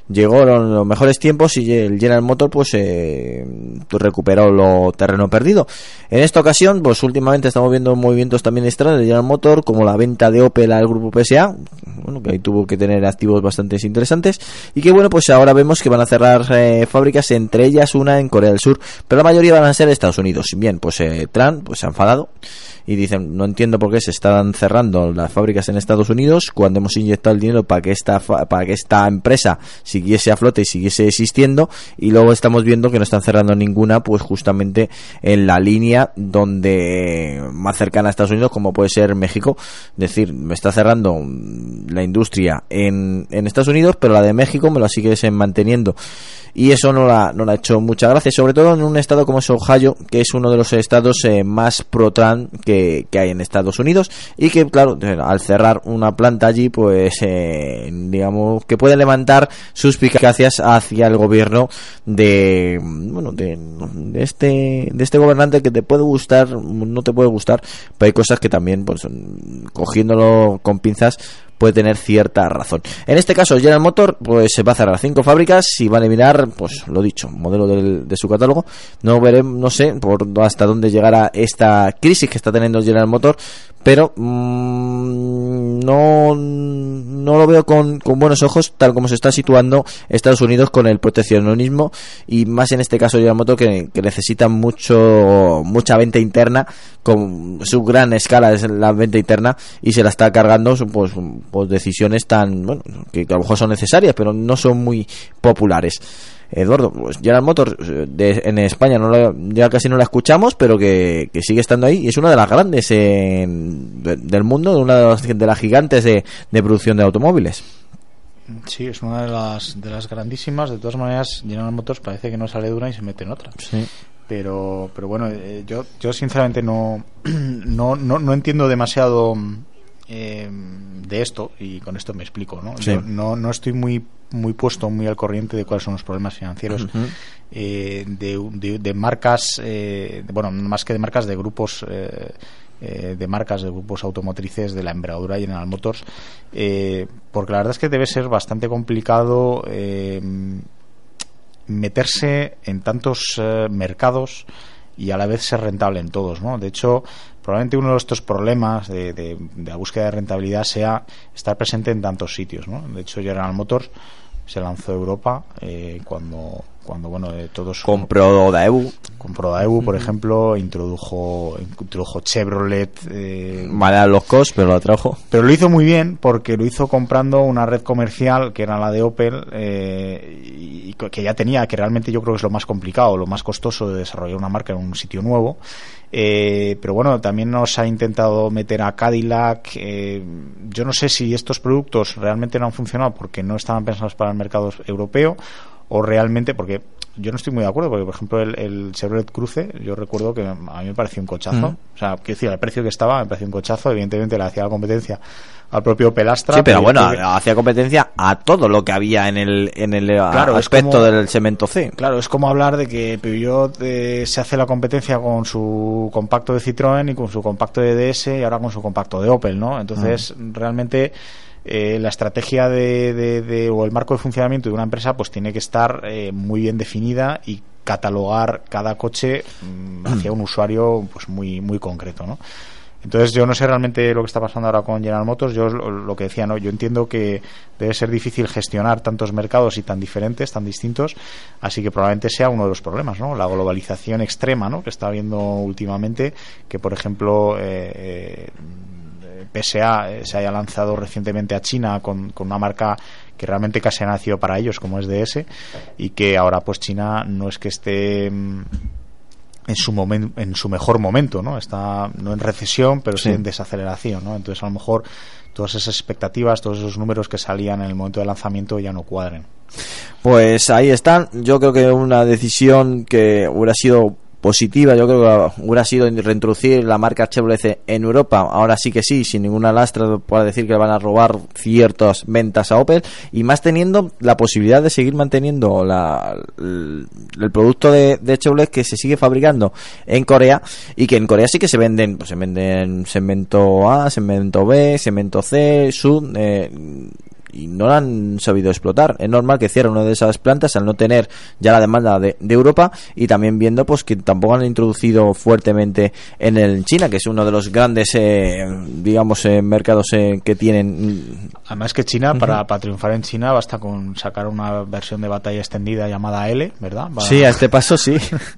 llegaron los mejores tiempos y el General Motors pues eh, recuperó lo terreno perdido. En esta ocasión, pues últimamente estamos viendo movimientos también extraños de General Motors, como la venta de Opel al grupo P S A, bueno, que ahí tuvo que tener activos bastante interesantes, y que bueno, pues ahora vemos que van a cerrar eh, fábricas, entre ellas una en Corea del Sur, pero la mayoría van a ser de Estados Unidos. Bien, pues eh, Trump pues se ha enfadado y dicen, no entiendo por qué se están cerrando las fábricas en Estados Unidos cuando hemos inyectado el dinero para que esta para que esta empresa siguiese a flote y siguiese existiendo, y luego estamos viendo que no están cerrando ninguna, pues justamente en la línea donde más cercana a Estados Unidos, como puede ser México. Es decir, me está cerrando la industria en, en Estados Unidos, pero la de México me la sigue manteniendo, y eso no la, no la ha hecho mucha gracia, sobre todo en un estado como es Ohio, que es uno de los estados eh, más pro-Trump que, que hay en Estados Unidos, y que claro, al cerrar una planta allí, pues eh, digamos que puede levantar suspicacias hacia el gobierno de bueno de, de este de este gobernante, que te puede gustar, no te puede gustar, pero hay cosas que también, pues cogiéndolo con pinzas, puede tener cierta razón. En este caso, General Motors pues se va a cerrar cinco fábricas y va a eliminar, pues lo dicho, modelo del, de su catálogo. No veremos, no sé por hasta dónde llegará esta crisis que está teniendo General Motors, pero mmm, no no lo veo con, con buenos ojos, tal como se está situando Estados Unidos con el proteccionismo, y más en este caso General Motors, que, que necesita mucho mucha venta interna, con su gran escala es la venta interna, y se la está cargando pues, pues decisiones tan, bueno, que, que a lo mejor son necesarias, pero no son muy populares. Eduardo, pues General Motors de, en España no la, ya casi no la escuchamos, pero que, que sigue estando ahí, y es una de las grandes en, de, del mundo, una de las, de las gigantes de, de producción de automóviles. Sí, es una de las de las grandísimas. De todas maneras, General Motors parece que no sale de una y se mete en otra. Sí. Pero pero bueno, eh, yo yo sinceramente no no no, no entiendo demasiado eh, de esto, y con esto me explico, ¿no? Sí. Yo no no estoy muy muy puesto muy al corriente de cuáles son los problemas financieros uh-huh. eh, de, de, de marcas, eh, de, bueno, más que de marcas, de grupos eh, eh, de marcas de grupos automotrices de la envergadura General Motors, eh, porque la verdad es que debe ser bastante complicado eh, meterse en tantos eh, mercados y a la vez ser rentable en todos, ¿no? De hecho, probablemente uno de estos problemas de, de, de la búsqueda de rentabilidad sea estar presente en tantos sitios, ¿no? De hecho, General Motors se lanzó a Europa eh, cuando cuando bueno eh, todos compró Daewoo compró Daewoo por ejemplo, introdujo introdujo Chevrolet, eh, vale, los costs, pero lo trajo, pero lo hizo muy bien, porque lo hizo comprando una red comercial que era la de Opel, eh, y que ya tenía, que realmente yo creo que es lo más complicado, lo más costoso de desarrollar una marca en un sitio nuevo. Eh, pero bueno, también nos ha intentado meter a Cadillac. eh, yo no sé si estos productos realmente no han funcionado porque no estaban pensados para el mercado europeo, o realmente porque yo no estoy muy de acuerdo, porque por ejemplo el, el Chevrolet Cruze, yo recuerdo que a mí me pareció un cochazo. Mm. O sea, quiero decir, al precio que estaba me pareció un cochazo. Evidentemente le hacía la competencia al propio Opel Astra. Sí, pero, pero bueno, que... hacía competencia a todo lo que había en el en el claro, aspecto como, del segmento C. Claro, es como hablar de que Peugeot eh, se hace la competencia con su compacto de Citroën y con su compacto de D S y ahora con su compacto de Opel, ¿no? Entonces, mm. realmente Eh, la estrategia de, de, de o el marco de funcionamiento de una empresa pues tiene que estar eh, muy bien definida y catalogar cada coche mmm, hacia un usuario pues muy muy concreto, ¿no? Entonces yo no sé realmente lo que está pasando ahora con General Motors. Yo lo, lo que decía, no, yo entiendo que debe ser difícil gestionar tantos mercados y tan diferentes, tan distintos, así que probablemente sea uno de los problemas, ¿no? La globalización extrema, ¿no?, que está habiendo últimamente, que por ejemplo eh, eh, P S A eh, se haya lanzado recientemente a China con, con una marca que realmente casi ha nacido para ellos, como es D S, y que ahora pues China no es que esté en su momento, en su mejor momento, ¿no? Está no en recesión, pero sí, sí en desaceleración, ¿no? Entonces a lo mejor todas esas expectativas, todos esos números que salían en el momento del lanzamiento ya no cuadren. Pues ahí están. Yo creo que una decisión que hubiera sido positiva, yo creo que hubiera sido reintroducir la marca Chevrolet en Europa. Ahora sí que sí, sin ninguna lastra para decir que van a robar ciertas ventas a Opel, y más teniendo la posibilidad de seguir manteniendo la, el, el producto de, de Chevrolet que se sigue fabricando en Corea, y que en Corea sí que se venden, pues se venden segmento A, segmento B, segmento C, Sud, eh, y no la han sabido explotar. Es normal que cierren una de esas plantas al no tener ya la demanda de, de Europa, y también viendo pues que tampoco han introducido fuertemente en el China, que es uno de los grandes eh, digamos eh, mercados eh, que tienen. Además que China, uh-huh. para, para triunfar en China basta con sacar una versión de batalla extendida llamada L, ¿verdad? Para... Sí, a este paso sí.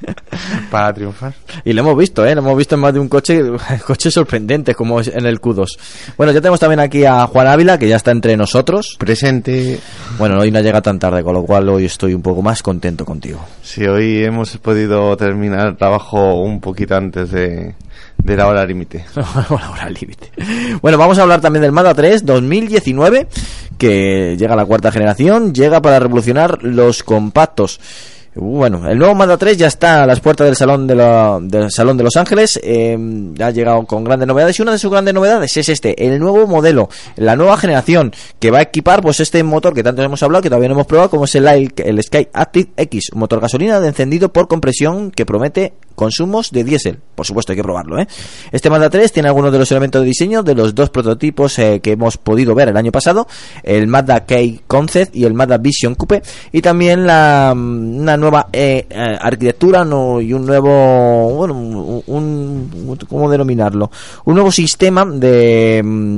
Para triunfar. Y lo hemos visto, ¿eh? Lo hemos visto en más de un coche, coches sorprendentes como es en el Q dos. Bueno, ya tenemos también aquí a Juan Ávila, que ya está entre nosotros. Presente. Bueno, hoy no llega tan tarde, con lo cual hoy estoy un poco más contento contigo. Sí, hoy hemos podido terminar el trabajo un poquito antes de, de la hora límite. La hora límite. Bueno, vamos a hablar también del Mazda tres dos mil diecinueve, que llega a la cuarta generación, llega para revolucionar los compactos. Bueno, el nuevo Mazda tres ya está a las puertas del salón de, la, del salón de Los Ángeles. Eh, ha llegado con grandes novedades, y una de sus grandes novedades es este, el nuevo modelo, la nueva generación, que va a equipar pues este motor que tanto hemos hablado, que todavía no hemos probado, como es el, el Sky Active X, un motor gasolina de encendido por compresión que promete consumos de diésel. Por supuesto, hay que probarlo, ¿eh? Este Mazda tres tiene algunos de los elementos de diseño de los dos prototipos eh, que hemos podido ver el año pasado, el Mazda K Concept y el Mazda Vision Coupe, y también la una nueva eh, eh, arquitectura no, y un nuevo, bueno, un, un ¿cómo denominarlo? Un nuevo sistema de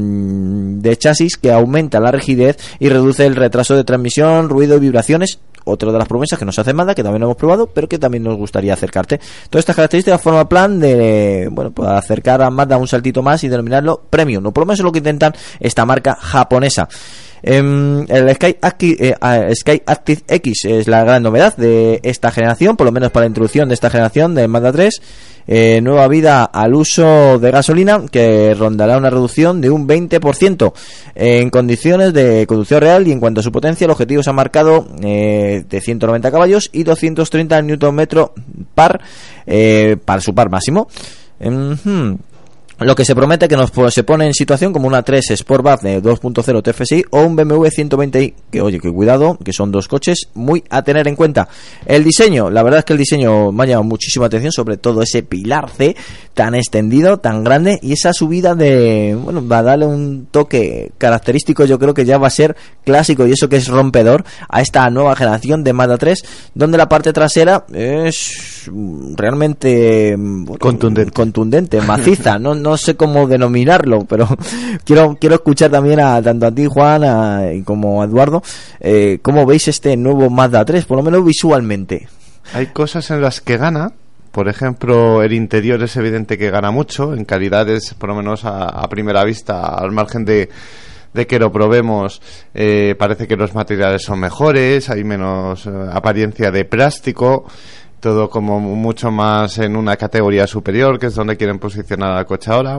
de chasis que aumenta la rigidez y reduce el retraso de transmisión, ruido y vibraciones. Otra de las promesas que nos hace Mazda, que también hemos probado, pero que también nos gustaría acercarte. Todas estas características forman plan de, bueno, pues acercar a Mazda un saltito más y denominarlo premium, o por lo menos es lo que intentan esta marca japonesa. Eh, el Sky Active, eh, Sky Active X es la gran novedad de esta generación, por lo menos para la introducción de esta generación de Mazda tres. Eh, nueva vida al uso de gasolina, que rondará una reducción de un veinte por ciento en condiciones de conducción real, y en cuanto a su potencia el objetivo se ha marcado eh, de ciento noventa caballos y doscientos treinta newton metro par eh, para su par máximo. Uh-huh. Lo que se promete que nos se pone en situación como una tres Sportback de dos punto cero T F S I o un B M W ciento veinte i, que oye, que cuidado, que son dos coches muy a tener en cuenta. El diseño, la verdad es que el diseño me ha llamado muchísima atención, sobre todo ese pilar C tan extendido, tan grande, y esa subida de, bueno, va a darle un toque característico, yo creo que ya va a ser clásico, y eso que es rompedor a esta nueva generación de Mazda tres, donde la parte trasera es realmente bueno, contundente, contundente maciza, no no sé cómo denominarlo, pero quiero quiero escuchar también a tanto a ti, Juan, a, y como a Eduardo, eh, cómo veis este nuevo Mazda tres, por lo menos visualmente. Hay cosas en las que gana. Por ejemplo, el interior es evidente que gana mucho en calidades, por lo menos a, a primera vista, al margen de de que lo probemos, eh, parece que los materiales son mejores, hay menos eh, apariencia de plástico, todo como mucho más en una categoría superior, que es donde quieren posicionar al coche ahora.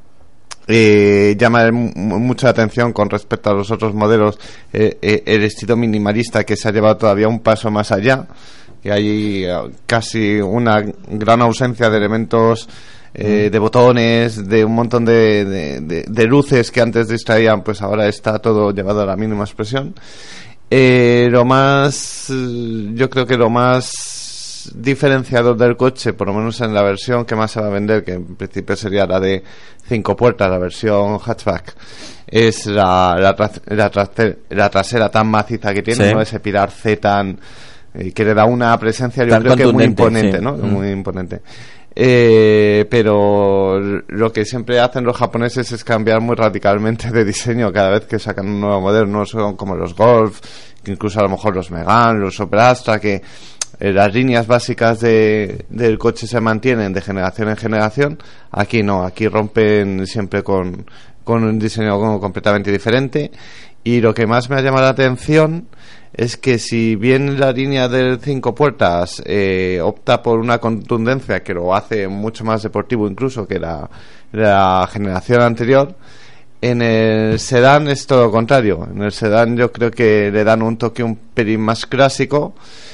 Eh, llama m- mucha atención con respecto a los otros modelos eh, eh, el estilo minimalista, que se ha llevado todavía un paso más allá, que hay eh, casi una gran ausencia de elementos eh, de botones, de un montón de, de, de, de luces que antes distraían, pues ahora está todo llevado a la mínima expresión. Eh, lo más, yo creo que lo más diferenciador del coche, por lo menos en la versión que más se va a vender, que en principio sería la de cinco puertas, la versión hatchback, es la, la, tra- la, tra- la trasera tan maciza que tiene, sí, ¿no? Ese pilar C tan eh, que le da una presencia, yo tan creo que muy imponente, sí, ¿no? Mm. Muy imponente. Eh, pero lo que siempre hacen los japoneses es cambiar muy radicalmente de diseño cada vez que sacan un nuevo modelo. No son como los Golf, que incluso a lo mejor los Megane, los Opel Astra, que eh, las líneas básicas de, del coche se mantienen de generación en generación. Aquí no, aquí rompen siempre con, con un diseño como completamente diferente. Y lo que más me ha llamado la atención es que, si bien la línea de cinco puertas eh, opta por una contundencia que lo hace mucho más deportivo incluso que la, la generación anterior, en el sedán es todo lo contrario. En el sedán yo creo que le dan un toque un pelín más clásico,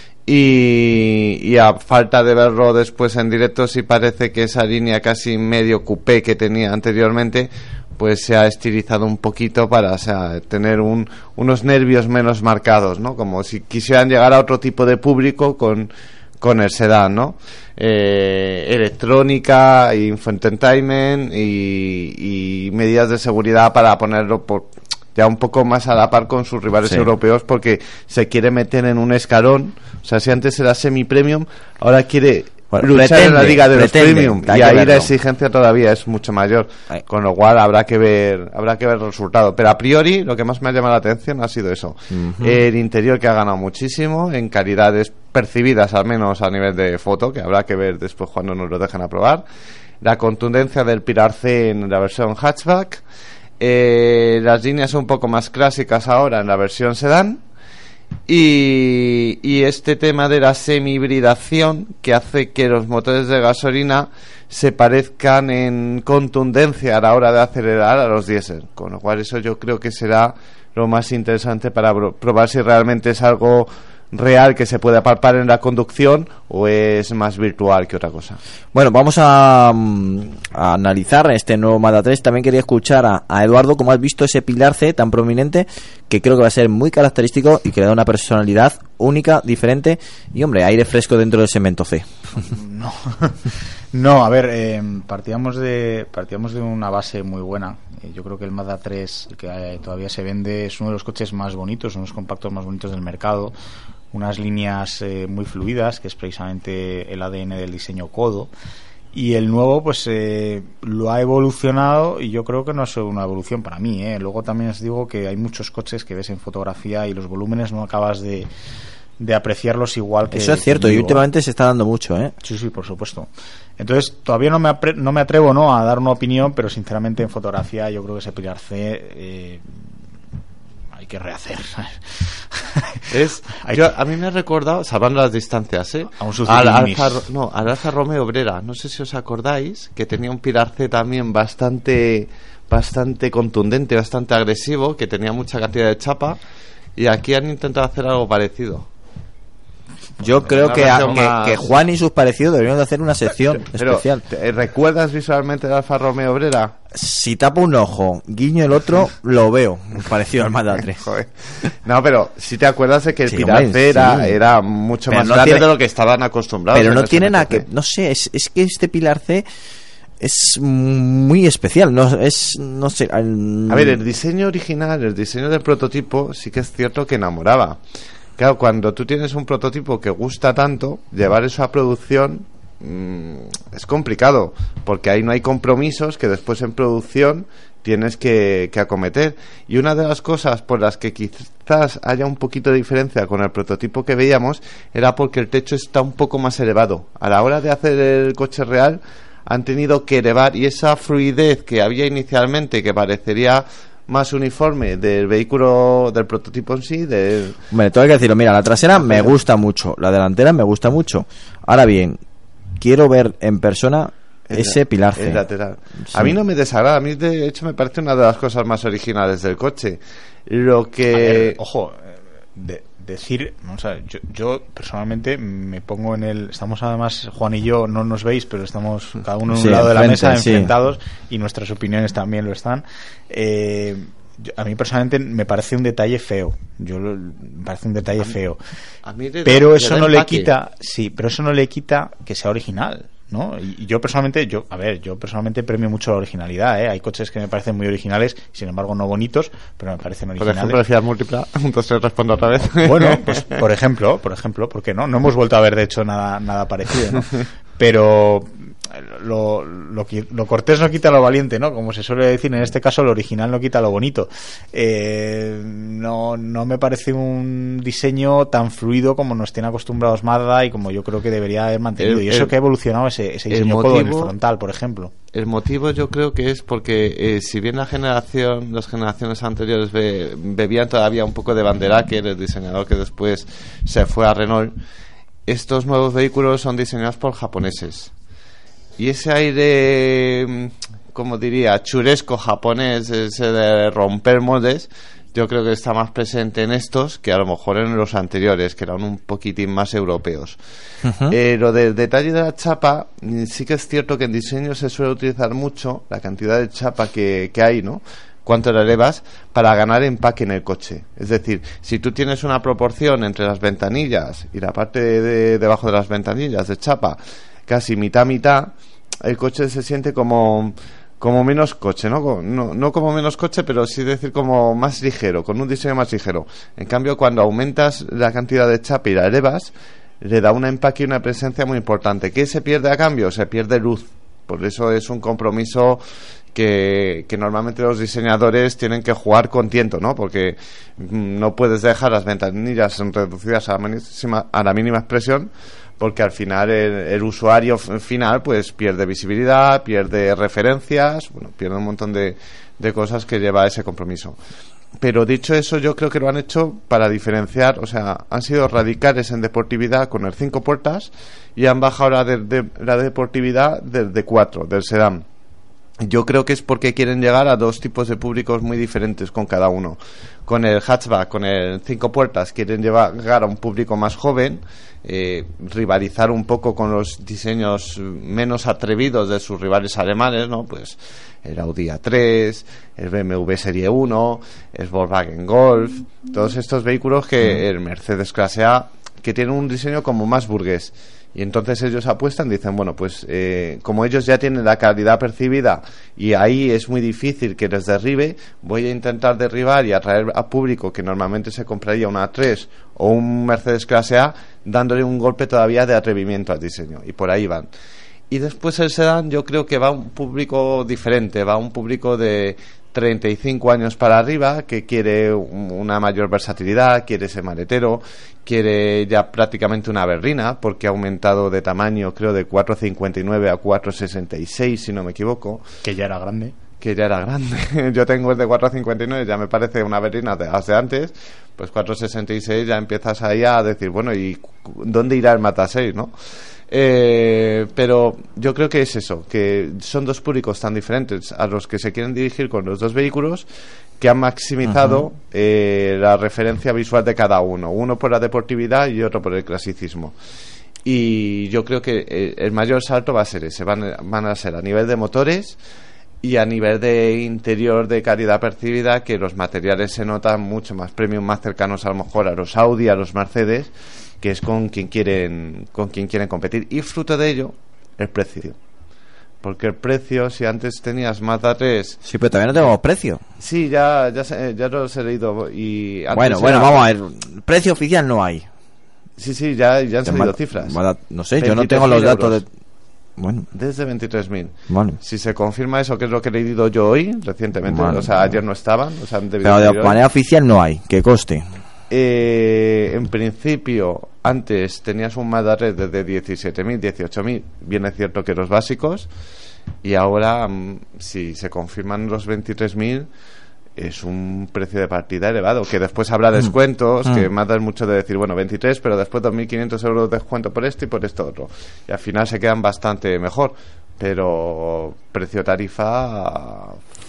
y, y a falta de verlo después en directo, sí parece que esa línea casi medio coupé que tenía anteriormente pues se ha estilizado un poquito para, o sea, tener un, unos nervios menos marcados, ¿no? Como si quisieran llegar a otro tipo de público con, con el sedán, ¿no? Eh, electrónica, infoentertainment y, y medidas de seguridad para ponerlo por, ya un poco más a la par con sus rivales Sí. europeos, porque se quiere meter en un escalón. O sea, si antes era semi-premium, ahora quiere Bueno, luchar pretende, en la liga de los pretende, premium, hay y que ahí la verlo. exigencia todavía es mucho mayor, Ay. con lo cual habrá que ver habrá que ver el resultado. Pero a priori lo que más me ha llamado la atención ha sido eso. Ujú. El interior, que ha ganado muchísimo en calidades percibidas, al menos a nivel de foto, que habrá que ver después cuando nos lo dejen aprobar. La contundencia del Pilar C en la versión hatchback, eh, las líneas un poco más clásicas ahora en la versión sedán, y, y este tema de la semi-hibridación, que hace que los motores de gasolina se parezcan en contundencia a la hora de acelerar a los diésel, con lo cual eso yo creo que será lo más interesante para pro- probar si realmente es algo real que se puede palpar en la conducción o es más virtual que otra cosa. Bueno, vamos a, mm, a analizar este nuevo Mazda tres. También quería escuchar a, a Eduardo cómo has visto ese Pilar C tan prominente, que creo que va a ser muy característico y que le da una personalidad única, diferente y, hombre, aire fresco dentro del segmento C. No, no, a ver, eh, partíamos de partíamos de una base muy buena. Eh, yo creo que el Mazda tres, el que eh, todavía se vende, es uno de los coches más bonitos, uno de los compactos más bonitos del mercado. Unas líneas eh, muy fluidas, que es precisamente el A D N del diseño Kodo. Y el nuevo, pues eh, lo ha evolucionado, y yo creo que no es una evolución para mí, ¿eh? Luego también os digo que hay muchos coches que ves en fotografía y los volúmenes no acabas de, de apreciarlos igual que... Eso es cierto, que y vivo, últimamente se está dando mucho, ¿eh? Sí, sí, por supuesto. Entonces, todavía no me, apre- no me atrevo no a dar una opinión, pero sinceramente en fotografía yo creo que ese Pilar C eh, hay que rehacer. Es, Hay yo, que- a mí me ha recordado, salvando las distancias, ¿eh? A un Suzuki al Ignis. Alfa, Ro- no, al Alfa Romeo Obrera. No sé si os acordáis que tenía un Pilar C también bastante, bastante contundente, bastante agresivo, que tenía mucha cantidad de chapa, y aquí han intentado hacer algo parecido. Yo creo Una que, a- versión que, más- que Juan y sus parecidos deberían de hacer una sección Pero, especial. ¿te- ¿recuerdas visualmente el Alfa Romeo Obrera? Si tapo un ojo, guiño el otro, lo veo parecido al Mazda tres. Joder. No, pero si te acuerdas de que el Sí, Pilar hombre, C era, sí. era mucho Pero más no grande tiene- de lo que estaban acostumbrados. Pero en no el tiene nada S M T C. que... No sé, es, es que este Pilar C es muy especial. No es... No sé... al- A ver, el diseño original, el diseño del prototipo, sí que es cierto que enamoraba. Claro, cuando tú tienes un prototipo que gusta tanto, llevar eso a producción mmm, es complicado, porque ahí no hay compromisos que después en producción tienes que, que acometer. Y una de las cosas por las que quizás haya un poquito de diferencia con el prototipo que veíamos era porque el techo está un poco más elevado. A la hora de hacer el coche real han tenido que elevar, y esa fluidez que había inicialmente, que parecería más uniforme del vehículo, del prototipo en sí, del... Hombre, tengo que decirlo, mira, la trasera me gusta mucho, la delantera me gusta mucho. Ahora bien, quiero ver en persona el ese la- Pilar C. el lateral. Sí. A mí no me desagrada, a mí de hecho me parece una de las cosas más originales del coche. Lo que... A ver, ojo, eh, de, decir, vamos a ver, yo, yo personalmente me pongo en el, estamos además, Juan y yo, no nos veis, pero estamos cada uno en un Sí, lado de la enfrente, mesa, sí. enfrentados, y nuestras opiniones también lo están. Eh, yo- a mí personalmente me parece un detalle feo, yo lo- me parece un detalle feo, A mí le- pero le eso da no le empaque. quita, sí, pero eso no le quita que sea original, ¿no? Y, y yo personalmente, yo, a ver, yo personalmente premio mucho la originalidad, ¿eh? Hay coches que me parecen muy originales, sin embargo no bonitos, pero me parecen Por originales. ejemplo, decía múltipla, entonces respondo otra vez. Bueno, pues por ejemplo, por ejemplo, ¿por qué no? No hemos vuelto a ver de hecho nada nada parecido, ¿no? Pero lo, lo, qui- lo cortés no quita lo valiente, ¿no? Como se suele decir, en este caso lo original no quita lo bonito. Eh, no, no me parece un diseño tan fluido como nos tienen acostumbrados Mazda y como yo creo que debería haber mantenido. El- y eso el- que ha evolucionado ese, ese el diseño codo en el motivo- frontal, por ejemplo. El motivo yo creo que es porque eh, si bien la generación, las generaciones anteriores be- bebían todavía un poco de Banderaker, el diseñador que después se fue a Renault, estos nuevos vehículos son diseñados por japoneses. Y ese aire, mm, como diría, churesco japonés, ese de romper moldes, yo creo que está más presente en estos que a lo mejor en los anteriores, que eran un poquitín más europeos. Ujú. Eh, lo del detalle de la chapa, mm, sí que es cierto que en diseño se suele utilizar mucho la cantidad de chapa que, que hay, ¿no? Cuánto la elevas para ganar empaque en el coche. Es decir, si tú tienes una proporción entre las ventanillas y la parte de, de- debajo de las ventanillas de chapa casi mitad mitad, el coche se siente como como menos coche, ¿no? ¿no? No como menos coche, pero sí decir como más ligero, con un diseño más ligero. En cambio, cuando aumentas la cantidad de chapa y la elevas, le da un empaque y una presencia muy importante. ¿Qué se pierde a cambio? Se pierde luz. Por eso es un compromiso que, que normalmente los diseñadores tienen que jugar con tiento, ¿no? Porque no puedes dejar las ventanillas reducidas a la mínima, a la mínima expresión, porque al final el, el usuario final pues pierde visibilidad, pierde referencias, bueno, pierde un montón de, de cosas que lleva a ese compromiso. Pero dicho eso, yo creo que lo han hecho para diferenciar, o sea, han sido radicales en deportividad con el cinco puertas y han bajado la, de, de, la deportividad del D cuatro, del sedán. Yo creo que es porque quieren llegar a dos tipos de públicos muy diferentes con cada uno. Con el hatchback, con el cinco puertas, quieren llegar a un público más joven, eh, rivalizar un poco con los diseños menos atrevidos de sus rivales alemanes, ¿no? Pues el Audi A tres, el B M W Serie uno, el Volkswagen Golf, todos estos vehículos que el Mercedes Clase A, que tienen un diseño como más burgués. Y entonces ellos apuestan, dicen, bueno, pues eh, como ellos ya tienen la calidad percibida y ahí es muy difícil que les derribe, voy a intentar derribar y atraer a público que normalmente se compraría un A tres o un Mercedes Clase A, dándole un golpe todavía de atrevimiento al diseño. Y por ahí van. Y después el sedán yo creo que va a un público diferente, va a un público de treinta y cinco años para arriba, que quiere una mayor versatilidad, quiere ese maletero, quiere ya prácticamente una berlina, porque ha aumentado de tamaño, creo, de cuatro cincuenta y nueve a cuatro sesenta y seis, si no me equivoco. Que ya era grande. Que ya era grande. Yo tengo el de cuatro cincuenta y nueve, ya me parece una berlina de hace antes, pues cuatro sesenta y seis ya empiezas ahí a decir, bueno, ¿y dónde irá el Mazda seis, no? Eh, pero yo creo que es eso, que son dos públicos tan diferentes a los que se quieren dirigir con los dos vehículos, que han maximizado uh-huh. eh, la referencia visual de cada uno, uno por la deportividad y otro por el clasicismo. Y yo creo que eh, el mayor salto va a ser ese, van, van a ser a nivel de motores y a nivel de interior de calidad percibida, que los materiales se notan mucho más premium, más cercanos a lo mejor a los Audi, a los Mercedes, que es con quien quieren con quien quieren competir. Y fruto de ello, el precio. Porque el precio, si antes tenías Mazda tres... Sí, pero todavía no tenemos precio. Sí, ya ya, ya los he leído. Y bueno, bueno, era... vamos a ver. Precio oficial no hay. Sí, sí, ya, ya han salido Mazda, cifras. Mazda, no sé, yo no tengo los datos euros. de... Bueno. Desde veintitrés mil. Vale. Si se confirma eso, que es lo que he leído yo hoy, recientemente, vale, o sea, vale. ayer no estaban. O sea, pero de manera oficial no hay, que coste. Eh, en principio, antes tenías un Mazda tres desde diecisiete mil, dieciocho mil, bien es cierto que los básicos, y ahora, si se confirman los veintitrés mil, es un precio de partida elevado, que después habrá descuentos, mm. que Mazda es mucho de decir, bueno, veintitrés, pero después dos mil quinientos euros de descuento por esto y por esto otro, y al final se quedan bastante mejor, pero precio tarifa...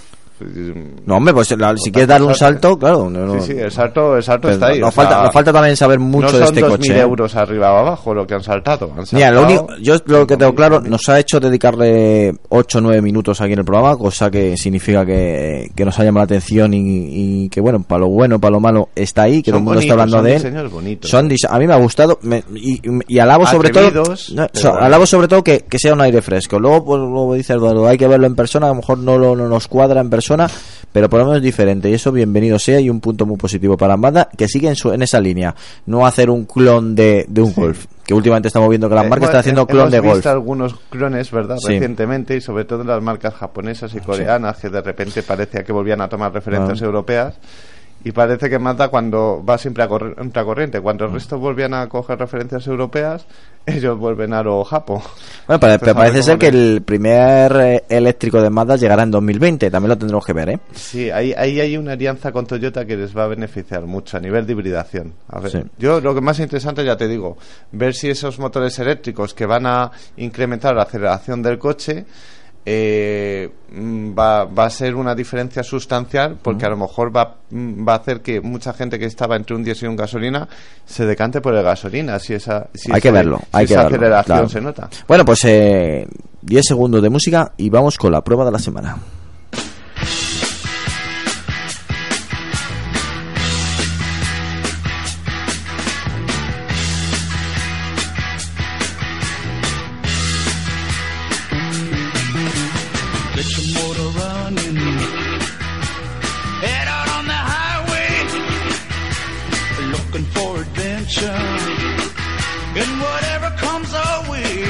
No, hombre, pues la, si quieres dar un salto, claro. No, sí, sí, el salto, el salto está ahí. Nos falta, sea, nos falta también saber mucho no de este coche. No son dos mil euros arriba o abajo lo que han saltado. Han saltado Mira, lo único, yo lo que tengo claro, nos ha hecho dedicarle ocho o nueve minutos aquí en el programa, cosa que significa que, que nos ha llamado la atención y, y que, bueno, para lo bueno, para lo malo, está ahí, que todo el mundo está hablando de él. Bonitos, son dise- a mí me ha gustado me, y, y alabo sobre todo, no, so, alabo sobre todo que, que sea un aire fresco. Luego, pues, luego dice Eduardo, hay que verlo en persona, a lo mejor no, lo, no nos cuadra en persona, pero por lo menos es diferente, y eso bienvenido sea, y un punto muy positivo para Mazda, que sigue en, su, en esa línea, no hacer un clon de, de un sí. Golf, que últimamente estamos viendo que las marcas eh, están haciendo clon de Golf. Hemos visto algunos clones, ¿verdad?, sí. recientemente, y sobre todo en las marcas japonesas y coreanas, sí. que de repente parecía que volvían a tomar referencias ah. europeas, y parece que Mazda, cuando va siempre a contracorriente, cuando el resto volvían a coger referencias europeas, ellos vuelven a lo japo. Bueno, pero, pero parece ser que el primer eh, eléctrico de Mazda llegará en dos mil veinte, también lo tendremos que ver, ¿eh? Sí, ahí, ahí hay una alianza con Toyota que les va a beneficiar mucho a nivel de hibridación. A ver, sí. Yo lo que más interesante, ya te digo, ver si esos motores eléctricos que van a incrementar la aceleración del coche Eh, va, va a ser una diferencia sustancial, porque uh-huh. a lo mejor va, va a hacer que mucha gente que estaba entre un diésel y un gasolina se decante por el gasolina, si esa, si hay esa, que verlo, si hay esa que verlo, aceleración claro. se nota. Bueno, pues eh, diez segundos de música y vamos con la prueba de la semana. Get your motor running. Head out on the highway, looking for adventure. And whatever comes our way,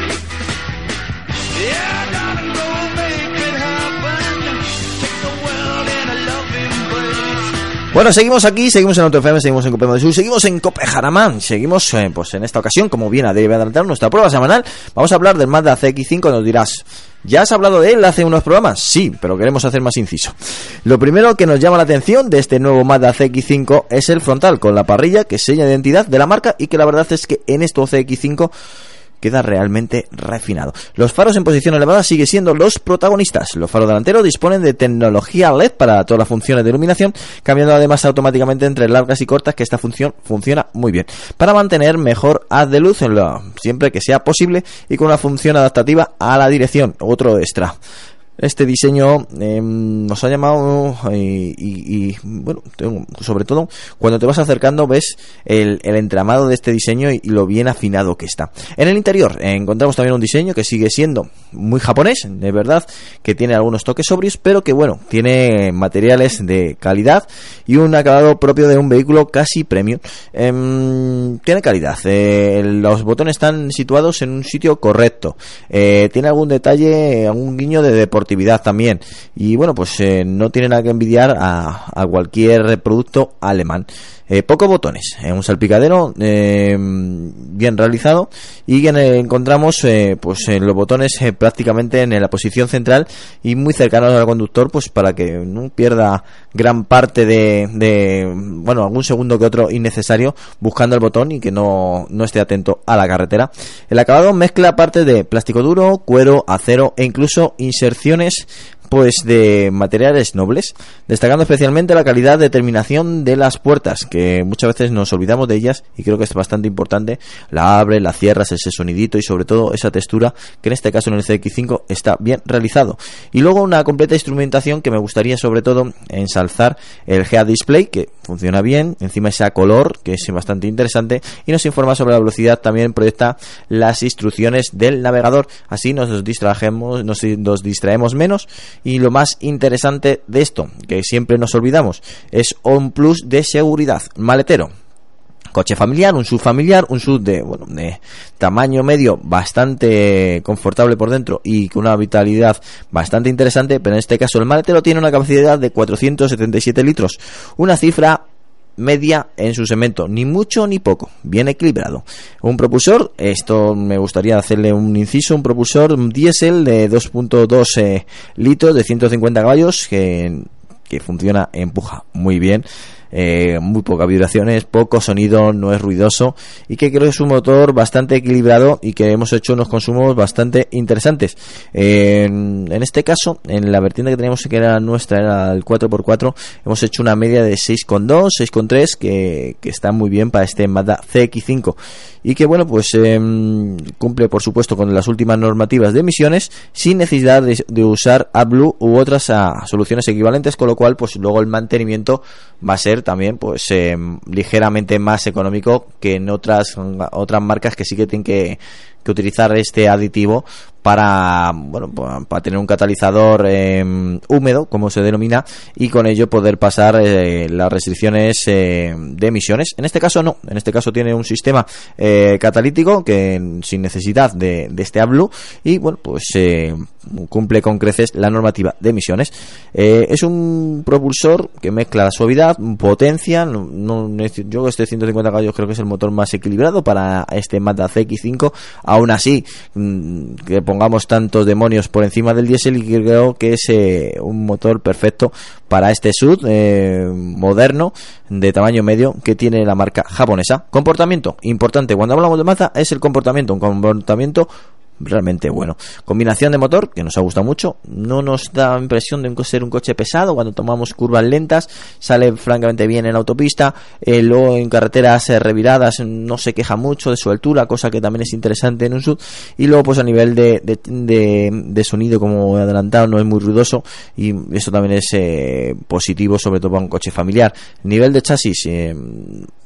yeah, darling, go make it happen. Take the world in a loving embrace. Bueno, seguimos aquí, seguimos en Auto F M, seguimos en Cope Madrid Sur, seguimos en Cope Jarama, seguimos eh, pues en esta ocasión, como bien debe adelantar nuestra prueba semanal, vamos a hablar del Mazda C X cinco. Nos dirás, ¿ya has hablado de él hace unos programas? Sí, pero queremos hacer más inciso. Lo primero que nos llama la atención de este nuevo Mazda C X cinco es el frontal, con la parrilla que sella la identidad de la marca, y que la verdad es que en esto C X cinco queda realmente refinado. Los faros en posición elevada siguen siendo los protagonistas. Los faros delanteros disponen de tecnología L E D para todas las funciones de iluminación, cambiando además automáticamente entre largas y cortas, que esta función funciona muy bien para mantener mejor haz de luz en lo, siempre que sea posible, y con una función adaptativa a la dirección. Otro extra. Este diseño eh, nos ha llamado y, y, y bueno, sobre todo cuando te vas acercando ves el, el entramado de este diseño y, y lo bien afinado que está. En el interior eh, encontramos también un diseño que sigue siendo muy japonés, de verdad, que tiene algunos toques sobrios, pero que bueno, tiene materiales de calidad y un acabado propio de un vehículo casi premium. Eh, tiene calidad, eh, los botones están situados en un sitio correcto, eh, tiene algún detalle, algún guiño de deportividad también, y bueno, pues eh, no tiene nada que envidiar a, a cualquier producto alemán. Eh, pocos botones, eh, un salpicadero eh, bien realizado, y que eh, encontramos eh, pues eh, los botones eh, prácticamente en la posición central y muy cercanos al conductor, pues para que no pierda gran parte de, de bueno, algún segundo que otro innecesario buscando el botón y que no, no esté atento a la carretera. El acabado mezcla partes de plástico duro, cuero, acero e incluso inserciones pues de materiales nobles, destacando especialmente la calidad de terminación de las puertas, que muchas veces nos olvidamos de ellas y creo que es bastante importante. La abres, la cierras, ese sonidito y sobre todo esa textura, que en este caso en el C X cinco está bien realizado. Y luego una completa instrumentación que me gustaría sobre todo ensalzar: el G A Display, que funciona bien, encima ese color que es bastante interesante, y nos informa sobre la velocidad, también proyecta las instrucciones del navegador, así nos distraemos, nos, nos distraemos menos. Y lo más interesante de esto, que siempre nos olvidamos, es un plus de seguridad. Maletero, coche familiar, un sub familiar, un sub de, bueno, de tamaño medio, bastante confortable por dentro y con una vitalidad bastante interesante, pero en este caso el maletero tiene una capacidad de cuatrocientos setenta y siete litros, una cifra media en su segmento, ni mucho ni poco, bien equilibrado. Un propulsor, esto me gustaría hacerle un inciso, un propulsor diésel de dos punto dos eh, litros de ciento cincuenta caballos que, que funciona, empuja muy bien. Eh, muy pocas vibraciones, poco sonido, no es ruidoso, y que creo que es un motor bastante equilibrado y que hemos hecho unos consumos bastante interesantes. Eh, en, en este caso, en la vertiente que teníamos, que era nuestra, era el cuatro por cuatro, hemos hecho una media de seis coma dos, seis coma tres, que, que está muy bien para este Mazda C X cinco, y que bueno, pues eh, cumple por supuesto con las últimas normativas de emisiones sin necesidad de, de usar AdBlue u otras a, soluciones equivalentes, con lo cual pues luego el mantenimiento va a ser también pues eh, ligeramente más económico que en otras otras marcas que sí que tienen que, que utilizar este aditivo para, bueno, para tener un catalizador eh, húmedo, como se denomina, y con ello poder pasar eh, las restricciones eh, de emisiones. En este caso no, en este caso tiene un sistema eh, catalítico que sin necesidad de, de este AdBlue, y bueno, pues eh, cumple con creces la normativa de emisiones. Eh, es un propulsor que mezcla la suavidad, potencia, no, no, yo este ciento cincuenta caballos creo que es el motor más equilibrado para este Mazda C X cinco. Aún así, que pongamos tantos demonios por encima del diésel, y creo que es eh, un motor perfecto para este S U V eh, moderno de tamaño medio que tiene la marca japonesa. Comportamiento importante cuando hablamos de Mazda es el comportamiento, un comportamiento realmente bueno. Combinación de motor que nos ha gustado mucho, no nos da impresión de ser un coche pesado cuando tomamos curvas lentas, sale francamente bien en la autopista, eh, luego en carreteras eh, reviradas no se queja mucho de su altura, cosa que también es interesante en un S U V, y luego pues a nivel de, de, de, de sonido, como he adelantado, no es muy ruidoso, y eso también es eh, positivo, sobre todo para un coche familiar. Nivel de chasis, eh,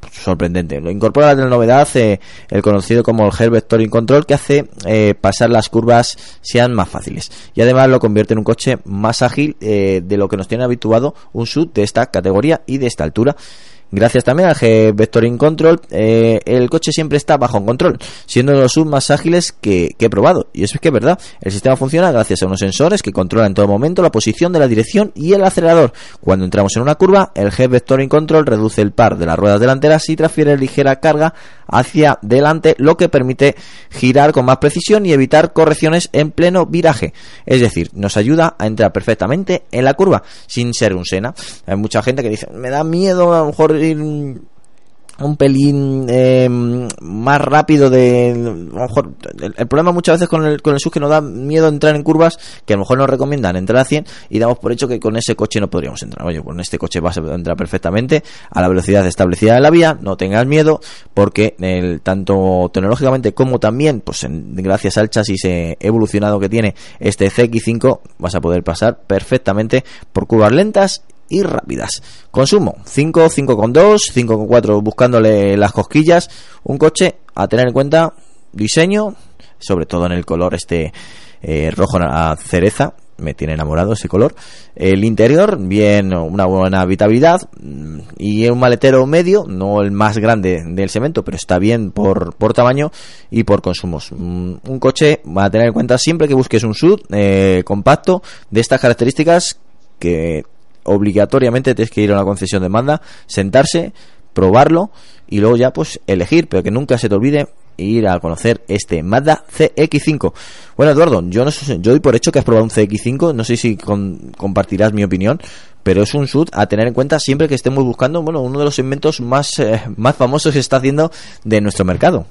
sorprendente. Lo incorpora la novedad eh, el conocido como el Gear Vectoring Control, que hace eh, pasar las curvas sean más fáciles, y además lo convierte en un coche más ágil eh, de lo que nos tiene habituado un S U V de esta categoría y de esta altura. Gracias también al Gear Vectoring Control, eh, el coche siempre está bajo control, siendo uno de los S U V más ágiles que, que he probado. Y eso es que es verdad, el sistema funciona gracias a unos sensores que controlan en todo momento la posición de la dirección y el acelerador. Cuando entramos en una curva, el Gear Vectoring Control reduce el par de las ruedas delanteras y transfiere ligera carga hacia delante, lo que permite girar con más precisión y evitar correcciones en pleno viraje. Es decir, nos ayuda a entrar perfectamente en la curva sin ser un Senna. Hay mucha gente que dice, me da miedo a lo mejor ir un, un pelín eh, más rápido de, a lo mejor el, el problema muchas veces con el, con el S U V que nos da miedo entrar en curvas que a lo mejor nos recomiendan entrar a cien y damos por hecho que con ese coche no podríamos entrar. Oye, con este coche vas a entrar perfectamente a la velocidad establecida en la vía, no tengas miedo, porque el, tanto tecnológicamente como también pues en, gracias al chasis eh, evolucionado que tiene este C X cinco, vas a poder pasar perfectamente por curvas lentas y rápidas. Consumo cinco, cinco coma dos, cinco coma cuatro buscándole las cosquillas. Un coche a tener en cuenta, diseño, sobre todo en el color este eh, rojo a cereza, me tiene enamorado ese color. El interior, bien, una buena habitabilidad y un maletero medio, no el más grande del segmento, pero está bien por, por tamaño y por consumos. Un coche a tener en cuenta siempre que busques un S U V eh, compacto de estas características, que obligatoriamente tienes que ir a una concesión de Mazda, sentarse, probarlo y luego ya pues elegir, pero que nunca se te olvide ir a conocer este Mazda C X cinco. Bueno, Eduardo, yo no sé, yo doy por hecho que has probado un C X cinco, no sé si con, compartirás mi opinión, pero es un S U V a tener en cuenta siempre que estemos buscando, bueno, uno de los segmentos más, eh, más famosos que se está haciendo de nuestro mercado.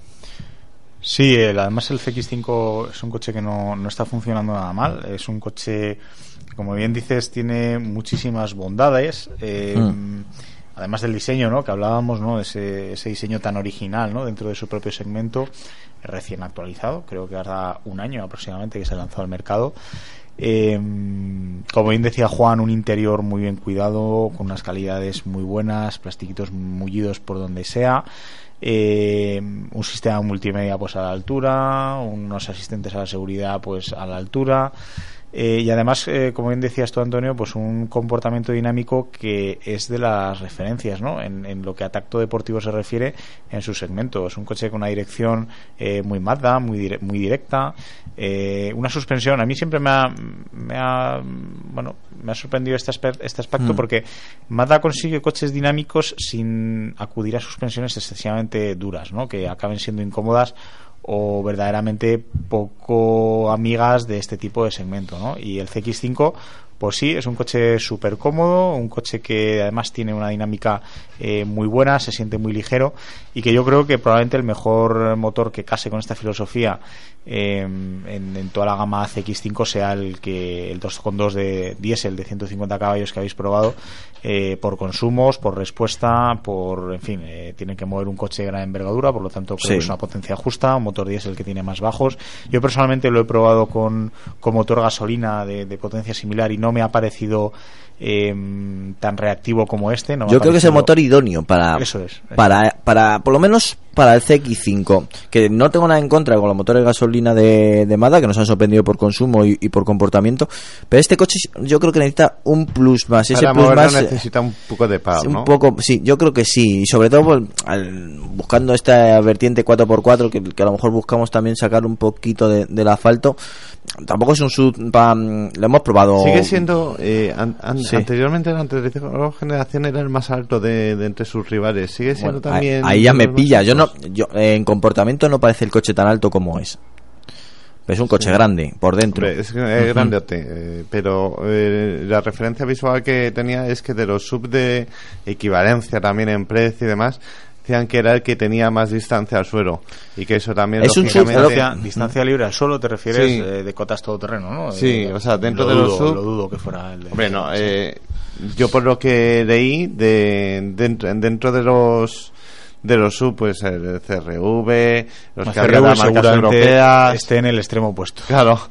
Sí, el, además el C X cinco es un coche que no, no está funcionando nada mal, es un coche, como bien dices, tiene muchísimas bondades, eh, mm. además del diseño, ¿no?, que hablábamos, ¿no?, ese, ese diseño tan original, ¿no?, dentro de su propio segmento, recién actualizado, creo que hará un año aproximadamente que se lanzó al mercado. Eh, como bien decía Juan, un interior muy bien cuidado, con unas calidades muy buenas, plastiquitos mullidos por donde sea. Eh, un sistema multimedia pues a la altura, unos asistentes a la seguridad pues a la altura, eh, y además eh, como bien decías tú, Antonio, pues un comportamiento dinámico que es de las referencias, ¿no?, en, en lo que a tacto deportivo se refiere en su segmento. Es un coche con una dirección eh, muy Mazda, muy, dire- muy directa, eh, una suspensión. A mí siempre me ha, me ha bueno me ha sorprendido este, aspe- este aspecto mm. porque Mazda consigue coches dinámicos sin acudir a suspensiones excesivamente duras, ¿no?, que acaben siendo incómodas o verdaderamente poco amigas de este tipo de segmento, ¿no? Y el C X cinco, pues sí, es un coche súper cómodo, un coche que además tiene una dinámica eh, muy buena, se siente muy ligero, y que yo creo que probablemente el mejor motor que case con esta filosofía eh, en, en toda la gama C X cinco sea el que el dos coma dos de diésel de ciento cincuenta caballos que habéis probado, eh, por consumos, por respuesta, por, en fin, eh, tienen que mover un coche de gran envergadura, por lo tanto creo sí. que es una potencia justa, un motor diésel que tiene más bajos. Yo personalmente lo he probado con, con motor gasolina de, de potencia similar y no me ha parecido eh, tan reactivo como este. No me Yo ha creo parecido... que es el motor idóneo para, eso es, eso para, para, por lo menos para el C X cinco, que no tengo nada en contra con los motores de gasolina de, de Mazda, que nos han sorprendido por consumo y, y por comportamiento, pero este coche yo creo que necesita un plus más. Ese para plus más necesita un poco de power, un ¿no? poco, sí, yo creo que sí, y sobre todo pues, al, buscando esta vertiente cuatro por cuatro, que, que a lo mejor buscamos también sacar un poquito de, del asfalto. Tampoco es un sub, pa, lo hemos probado. Sigue siendo eh, an, an, sí. anteriormente la anterior generación era el más alto de, de entre sus rivales. Sigue siendo bueno, también. Ahí, ahí ya me pilla. Yo no, yo eh, en comportamiento no parece el coche tan alto como es. Es un coche sí. grande por dentro. Hombre, es es uh-huh. grandote, eh, pero eh, la referencia visual que tenía es que de los sub de equivalencia también en precio y demás, decían que era el que tenía más distancia al suelo y que eso también es un sub, distancia, distancia libre al suelo, te refieres sí. eh, de cotas todoterreno, ¿no? Sí, eh, o sea, dentro de dudo, los sub lo dudo que fuera el de, hombre, no, sí. eh, yo por lo que leí de dentro, dentro de los de los sub, pues el C R V, los el que había de las marcas europeas, esté en el extremo opuesto. Claro.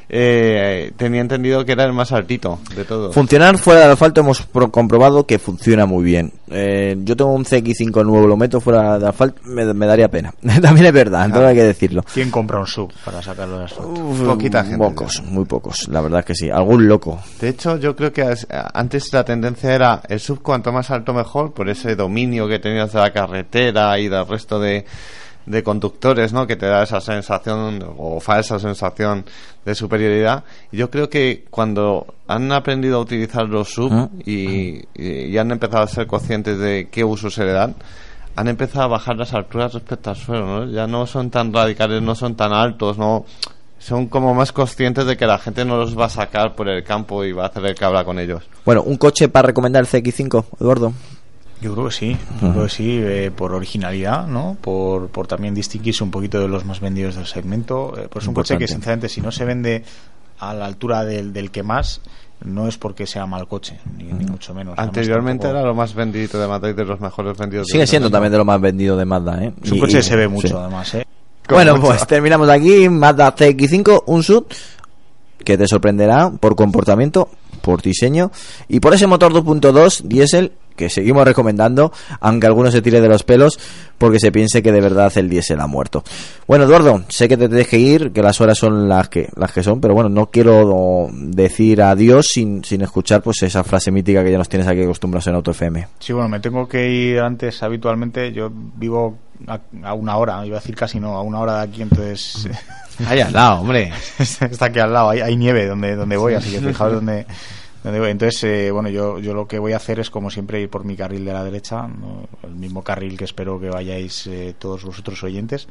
eh, tenía entendido que era el más altito de todos. Funcionar fuera del asfalto hemos pro- comprobado que funciona muy bien. Eh, yo tengo un C X cinco nuevo, lo meto fuera del asfalto, me, me daría pena. También es verdad, entonces hay que decirlo. ¿Quién compra un sub para sacarlo del asfalto? Uf, Poquita gente. Pocos, muy pocos, la verdad es que sí. Algún loco. De hecho, yo creo que as- antes la tendencia era el sub cuanto más alto mejor, por ese dominio que tenías de la carretera y del resto de, de conductores, ¿no? Que te da esa sensación o falsa sensación de superioridad. Y yo creo que cuando han aprendido a utilizar los sub ¿Ah? y, y, y han empezado a ser conscientes de qué uso se le dan, han empezado a bajar las alturas respecto al suelo, ¿no? Ya no son tan radicales, no son tan altos, no... Son como más conscientes de que la gente no los va a sacar por el campo y va a hacer el cabra con ellos. Bueno, ¿un coche para recomendar el C X cinco, Eduardo? Yo creo que sí, yo creo que sí, eh, por originalidad, ¿no? Por, por también distinguirse un poquito de los más vendidos del segmento. Eh, pues un coche que, sinceramente, si no se vende a la altura del, del que más, no es porque sea mal coche, ni, ni mucho menos. Anteriormente tampoco... era lo más vendido de Madrid, de los mejores vendidos. Sigue siendo también de lo más vendido de Mazda, ¿eh? Es un Y- coche y- que se ve mucho, sí. además, ¿eh? Bueno, mucho. pues terminamos aquí. Mazda C X cinco, un S U V que te sorprenderá por comportamiento, por diseño y por ese motor dos punto dos diésel que seguimos recomendando, aunque alguno se tire de los pelos porque se piense que de verdad el diésel ha muerto. Bueno, Eduardo, sé que te tienes que ir, que las horas son las que las que son, pero bueno, no quiero decir adiós sin, sin escuchar pues esa frase mítica que ya nos tienes aquí acostumbrados en Auto F M. Sí, bueno, me tengo que ir antes habitualmente. Yo vivo a, a una hora, iba a decir casi no, a una hora de aquí, entonces... Ahí al lado, hombre. Está aquí al lado, hay, hay nieve donde, donde voy, así que fijaos dónde, dónde voy. Entonces, eh, bueno, yo, yo lo que voy a hacer es, como siempre, ir por mi carril de la derecha, ¿no? El mismo carril que espero que vayáis eh, todos vosotros oyentes.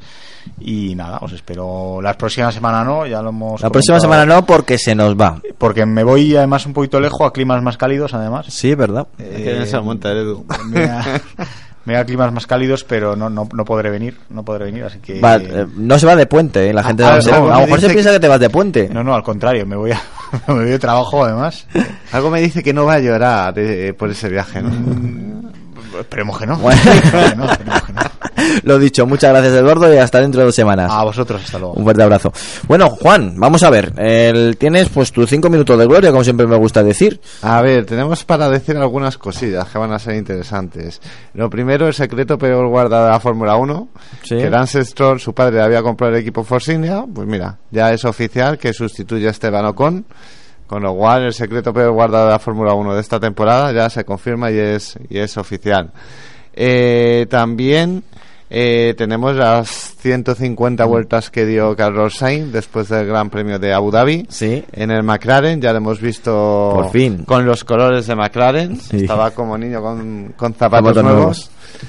Y nada, os espero la próxima semana, ¿no? Ya lo hemos La próxima comentado. semana no, porque se nos va. Porque me voy además un poquito lejos, a climas más cálidos, además. Sí, es verdad. Eh, Es que en Salmonte, Edu. me da- me da climas más cálidos, pero no, no, no podré venir, no podré venir, así que... Va, eh, no se va de puente, ¿eh? La gente Ah, no se- no, a lo me mejor se dice piensa que- que te vas de puente. No, no, al contrario, me voy a me voy de trabajo, además. Algo me dice que no va a llorar eh, por ese viaje, ¿no? Esperemos que no. Bueno. Esperemos que no, esperemos que no. Lo dicho, muchas gracias, Eduardo, y hasta dentro de dos semanas. A vosotros, hasta luego. Un fuerte abrazo. Bueno, Juan, vamos a ver. El, tienes pues tus cinco minutos de gloria, como siempre me gusta decir. A ver, tenemos para decir algunas cosillas que van a ser interesantes. Lo primero, el secreto peor guardado de la Fórmula uno, Sí. que Lance Stroll, su padre, había comprado el equipo Force India. Pues mira, ya es oficial que sustituye a Esteban Ocon, con lo cual el secreto peor guardado de la Fórmula uno de esta temporada ya se confirma y es, y es oficial. Eh, también eh, tenemos las ciento cincuenta vueltas que dio Carlos Sainz después del Gran Premio de Abu Dhabi. Sí. En el McLaren ya lo hemos visto Por fin. con los colores de McLaren. Sí. Estaba como niño con, con zapatos, Zapatos nuevos. nuevos.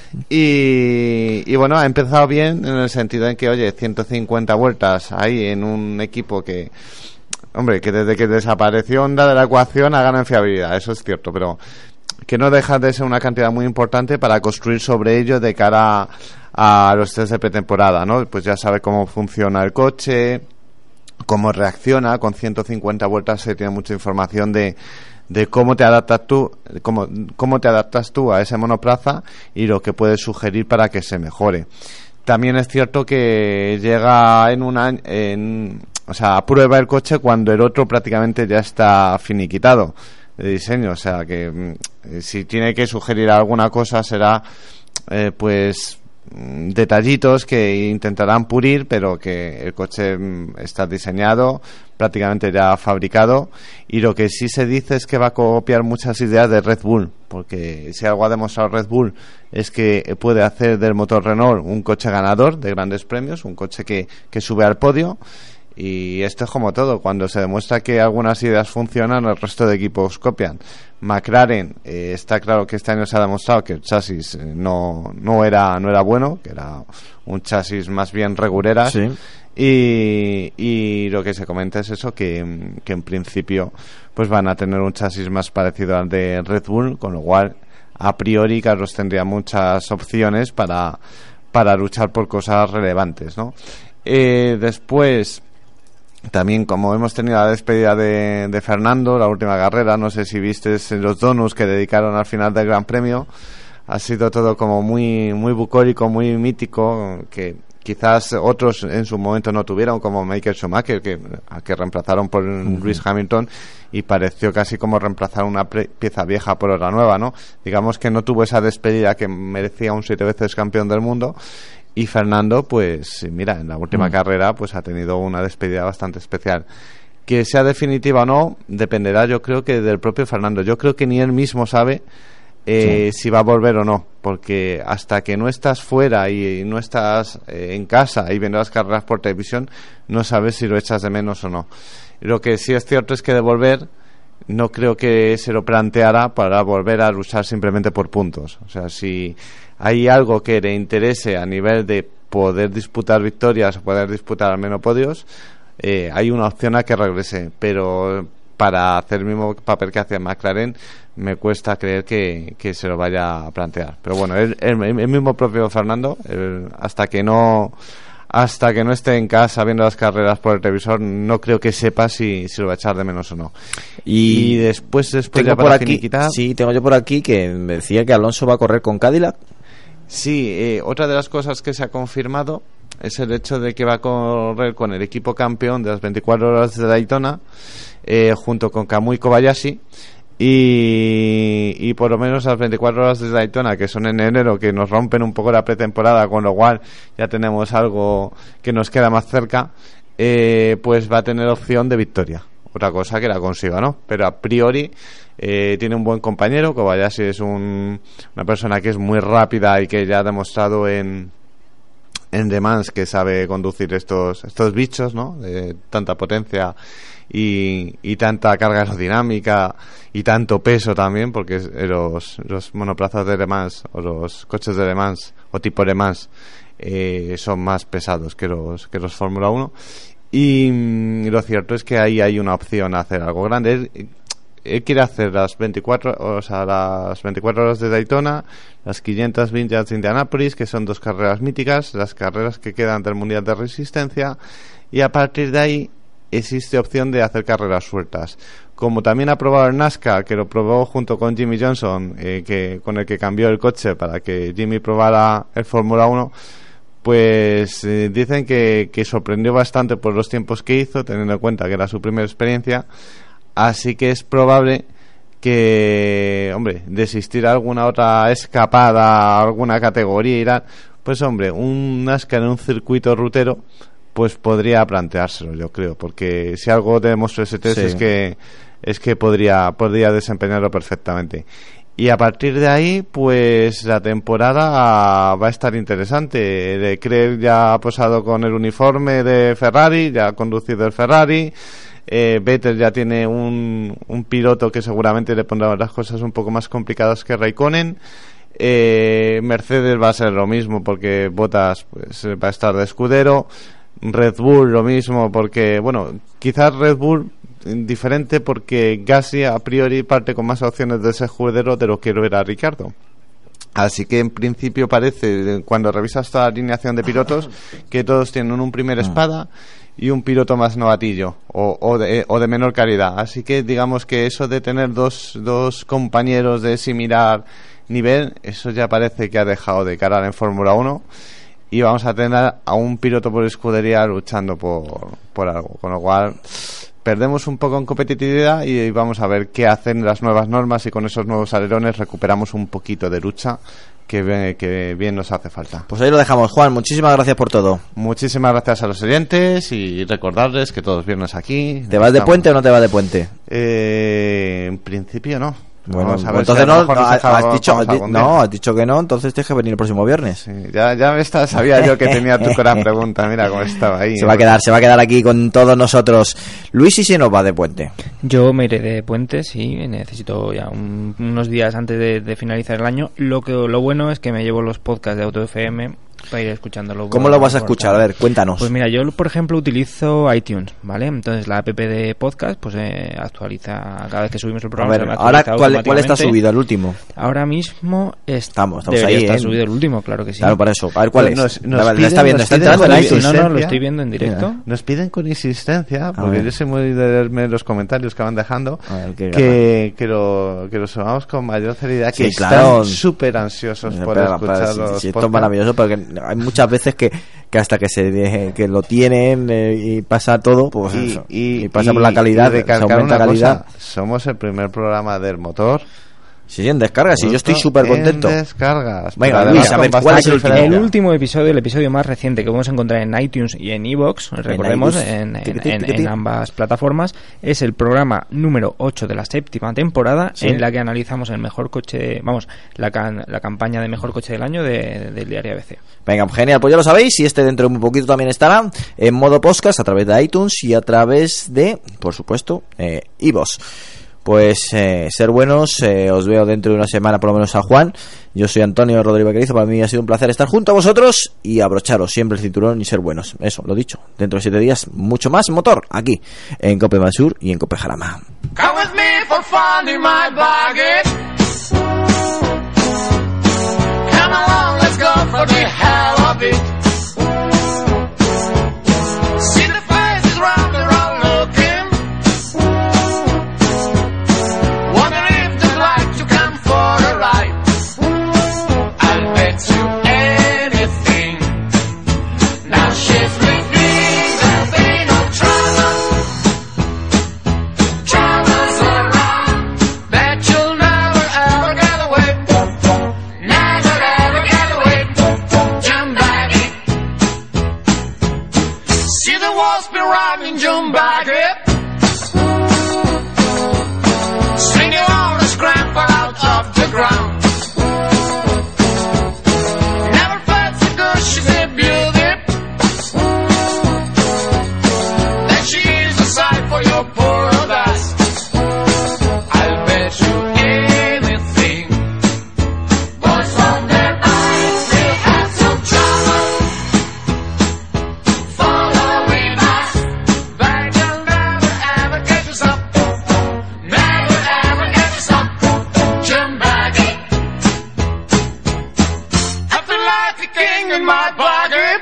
Y, y bueno, ha empezado bien en el sentido en que, oye, ciento cincuenta vueltas ahí en un equipo que, hombre, que desde que desapareció Honda de la ecuación ha ganado en fiabilidad, eso es cierto, pero que no deja de ser una cantidad muy importante para construir sobre ello de cara a, a los test de pretemporada, ¿no? Pues ya sabe cómo funciona el coche, cómo reacciona. Con ciento cincuenta vueltas se tiene mucha información de, de cómo te adaptas tú, cómo, cómo te adaptas tú a ese monoplaza y lo que puedes sugerir para que se mejore. También es cierto que llega en un año, en, o sea, prueba el coche cuando el otro prácticamente ya está finiquitado de diseño, o sea que mm, si tiene que sugerir alguna cosa será eh, pues mm, detallitos que intentarán pulir, pero que el coche mm, está diseñado, prácticamente ya fabricado, y lo que sí se dice es que va a copiar muchas ideas de Red Bull, porque si algo ha demostrado Red Bull es que puede hacer del motor Renault un coche ganador de grandes premios, un coche que, que sube al podio. Y esto es como todo, cuando se demuestra que algunas ideas funcionan, el resto de equipos copian. McLaren, eh, está claro que este año se ha demostrado que el chasis eh, no, no era no era bueno, que era un chasis más bien reguleras. Sí. Y, y lo que se comenta es eso, que, que en principio pues van a tener un chasis más parecido al de Red Bull, con lo cual a priori Carlos tendría muchas opciones para, para luchar por cosas relevantes, ¿no? Eh, después, también, como hemos tenido la despedida de, de Fernando, la última carrera, no sé si viste los donuts que dedicaron al final del Gran Premio. Ha sido todo como muy muy bucólico, muy mítico, que quizás otros en su momento no tuvieron, como Michael Schumacher, que, al que reemplazaron por uh-huh. Lewis Hamilton, y pareció casi como reemplazar una pre- pieza vieja por otra nueva, ¿no? Digamos que no tuvo esa despedida que merecía un siete veces campeón del mundo. Y Fernando, pues mira, en la última uh-huh. carrera pues ha tenido una despedida bastante especial. Que sea definitiva o no, dependerá yo creo que del propio Fernando. Yo creo que ni él mismo sabe eh, sí. si va a volver o no, porque hasta que no estás fuera y, y no estás eh, en casa y viendo las carreras por televisión, no sabes si lo echas de menos o no. Lo que sí es cierto es que de volver, no creo que se lo planteara para volver a luchar simplemente por puntos. O sea, si hay algo que le interese a nivel de poder disputar victorias o poder disputar al menos podios, eh, hay una opción a que regrese, pero para hacer el mismo papel que hace McLaren me cuesta creer que, que se lo vaya a plantear. Pero bueno, el, el, el mismo propio Fernando, el, hasta que no hasta que no esté en casa viendo las carreras por el televisor, no creo que sepa si, si lo va a echar de menos o no. Y, y después, después tengo ya por para aquí, finiquitar, sí, tengo yo por aquí que me decía que Alonso va a correr con Cadillac. Sí, eh, otra de las cosas que se ha confirmado es el hecho de que va a correr con el equipo campeón de las veinticuatro horas de Daytona, eh, junto con Kamui Kobayashi. Y, y por lo menos las veinticuatro horas de Daytona, que son en enero, que nos rompen un poco la pretemporada, con lo cual ya tenemos algo que nos queda más cerca, eh, pues va a tener opción de victoria. Otra cosa que la consiga, ¿no? Pero a priori eh, tiene un buen compañero. Kobayashi es un, una persona que es muy rápida y que ya ha demostrado en en Le Mans que sabe conducir estos estos bichos, ¿no? De tanta potencia y, y tanta carga aerodinámica y tanto peso también, porque los, los monoplazas de Le Mans o los coches de Le Mans o tipo Le Mans eh, son más pesados que los que los Fórmula uno. Y, y lo cierto es que ahí hay una opción a hacer algo grande. Él, él quiere hacer las veinticuatro, o sea, las veinticuatro horas de Daytona, las quinientas millas de Indianápolis, que son dos carreras míticas, las carreras que quedan del Mundial de Resistencia, y a partir de ahí existe opción de hacer carreras sueltas. Como también ha probado el NASCAR, que lo probó junto con Jimmy Johnson, eh, que con el que cambió el coche para que Jimmy probara el Fórmula uno, pues eh, dicen que, que sorprendió bastante por los tiempos que hizo, teniendo en cuenta que era su primera experiencia. Así que es probable que, hombre, desistir a alguna otra escapada, alguna categoría, irán, pues hombre, un NASCAR en un circuito rutero, pues podría planteárselo, yo creo, porque si algo demostró ese test sí. es que es que podría podría desempeñarlo perfectamente. Y a partir de ahí, pues la temporada va a estar interesante. Leclerc ya ha posado con el uniforme de Ferrari, ya ha conducido el Ferrari. Eh, Vettel ya tiene un, un piloto que seguramente le pondrá las cosas un poco más complicadas que Raikkonen. Eh, Mercedes va a ser lo mismo, porque Bottas pues, va a estar de escudero. Red Bull lo mismo, porque, bueno, quizás Red Bull diferente, porque Gasly a priori parte con más opciones de ser escudero de lo que lo era Ricardo. Así que en principio parece, cuando revisas toda la alineación de pilotos, que todos tienen un primer espada y un piloto más novatillo o, o, de, o de menor calidad. Así que digamos que eso de tener dos, dos compañeros de similar nivel, eso ya parece que ha dejado de calar en Fórmula uno, y vamos a tener a un piloto por escudería luchando por, por algo, con lo cual perdemos un poco en competitividad y vamos a ver qué hacen las nuevas normas, y con esos nuevos alerones recuperamos un poquito de lucha que, que bien nos hace falta. Pues ahí lo dejamos, Juan. Muchísimas gracias por todo. Muchísimas gracias a los oyentes, y recordarles que todos viernes aquí. ¿Te vas de puente o no te vas de puente? Eh, en principio no. Bueno, vamos a ver, entonces si no, no, has, has dicho, has di, no, has dicho que no, entonces tienes que venir el próximo viernes. Sí, ya, ya me está, sabía yo que tenía tu gran pregunta, mira cómo estaba ahí. Se va a quedar, se va a quedar aquí con todos nosotros. Luis, ¿y si nos va de puente? Yo me iré de puente, sí, necesito ya un, unos días antes de, de finalizar el año. Lo que lo bueno es que me llevo los podcasts de Auto F M para ir escuchándolo. ¿Cómo lo vas a escuchar? A ver, cuéntanos. Pues mira, yo por ejemplo utilizo iTunes, ¿vale? Entonces la app de podcast pues eh, actualiza cada vez que subimos el programa. A ver, ahora ¿cuál, ¿cuál está subido? ¿El último? Ahora mismo es, estamos, estamos debería ahí, estar ¿eh? subido el último, claro que sí. Claro, para eso. A ver cuál es. Nos, nos la, piden, la está viendo, está entrando en iTunes. No, no, lo estoy viendo en directo. Mira, nos piden con insistencia, porque yo soy muy de leerme los comentarios que van dejando, ver, que, que, lo, que lo subamos con mayor seriedad, que sí, claro. están súper ansiosos Mira, por espera, escuchar espera, los si, si esto es maravilloso, porque hay muchas veces que, que hasta que se deje, que lo tienen eh, y pasa todo, pues y, eso, y, y pasa y, por la calidad, y se aumenta una calidad. Cosa, somos el primer programa del motor. Sí, en descargas, y yo estoy súper contento. En descargas. Venga, Pero Luis, además a ver, con ¿cuál es bastante el último? El diferencia. último episodio, el episodio más reciente que podemos encontrar en iTunes y en iVoox, recordemos, iVoox. en, en, Tiqui, tiqui, en- tiqui. en ambas plataformas, es el programa número ocho de la séptima temporada, Sí. en la que analizamos el mejor coche, vamos, la, can- la campaña de mejor coche del año de- del diario A B C. Venga, genial, pues ya lo sabéis, y este dentro de un poquito también estará en modo podcast a través de iTunes y a través de, por supuesto, eh, iVoox. Pues eh, ser buenos, eh, os veo dentro de una semana por lo menos a Juan. Yo soy Antonio Rodríguez Vaquerizo, para mí ha sido un placer estar junto a vosotros y abrocharos siempre el cinturón y ser buenos. Eso, lo dicho, dentro de siete días mucho más motor aquí en Cope Mansur y en Cope Jarama. Come with me for fun in my buggy. Come along, let's go for the hell of it. See the faces round the road looking. Wonder if they'd like to come for a ride. I'll bet you anything. Now she's with me, there'll be no trouble. Trouble's around, bet you'll never ever get away. Never ever get away. Jump baggy. See the walls be running, jump baggy. Swing your arm and scramble out of the ground. Never felt so good, she's a beauty. Then she is a sight for your poor old ass. I'll bet you anything. Boys on their bikes, they have some trouble. Following us, but you'll never ever get yourself. Never ever get yourself. Jump baggy. I feel like a king in my buggy.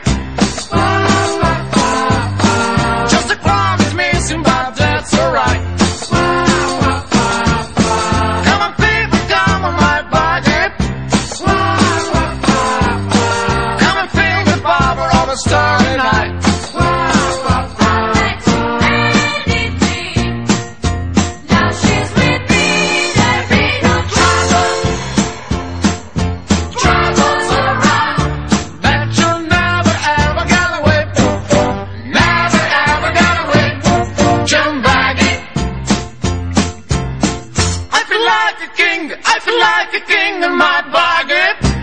Just a crumb is missing, but that's alright. Come on, people, come on my buggy. Come and feel the power of a starry night. Now she's with me, there be no trouble. Trouble's around, bet you'll never ever get away. Never ever get away. Jump baggy. I feel like a king, I feel like a king in my buggy.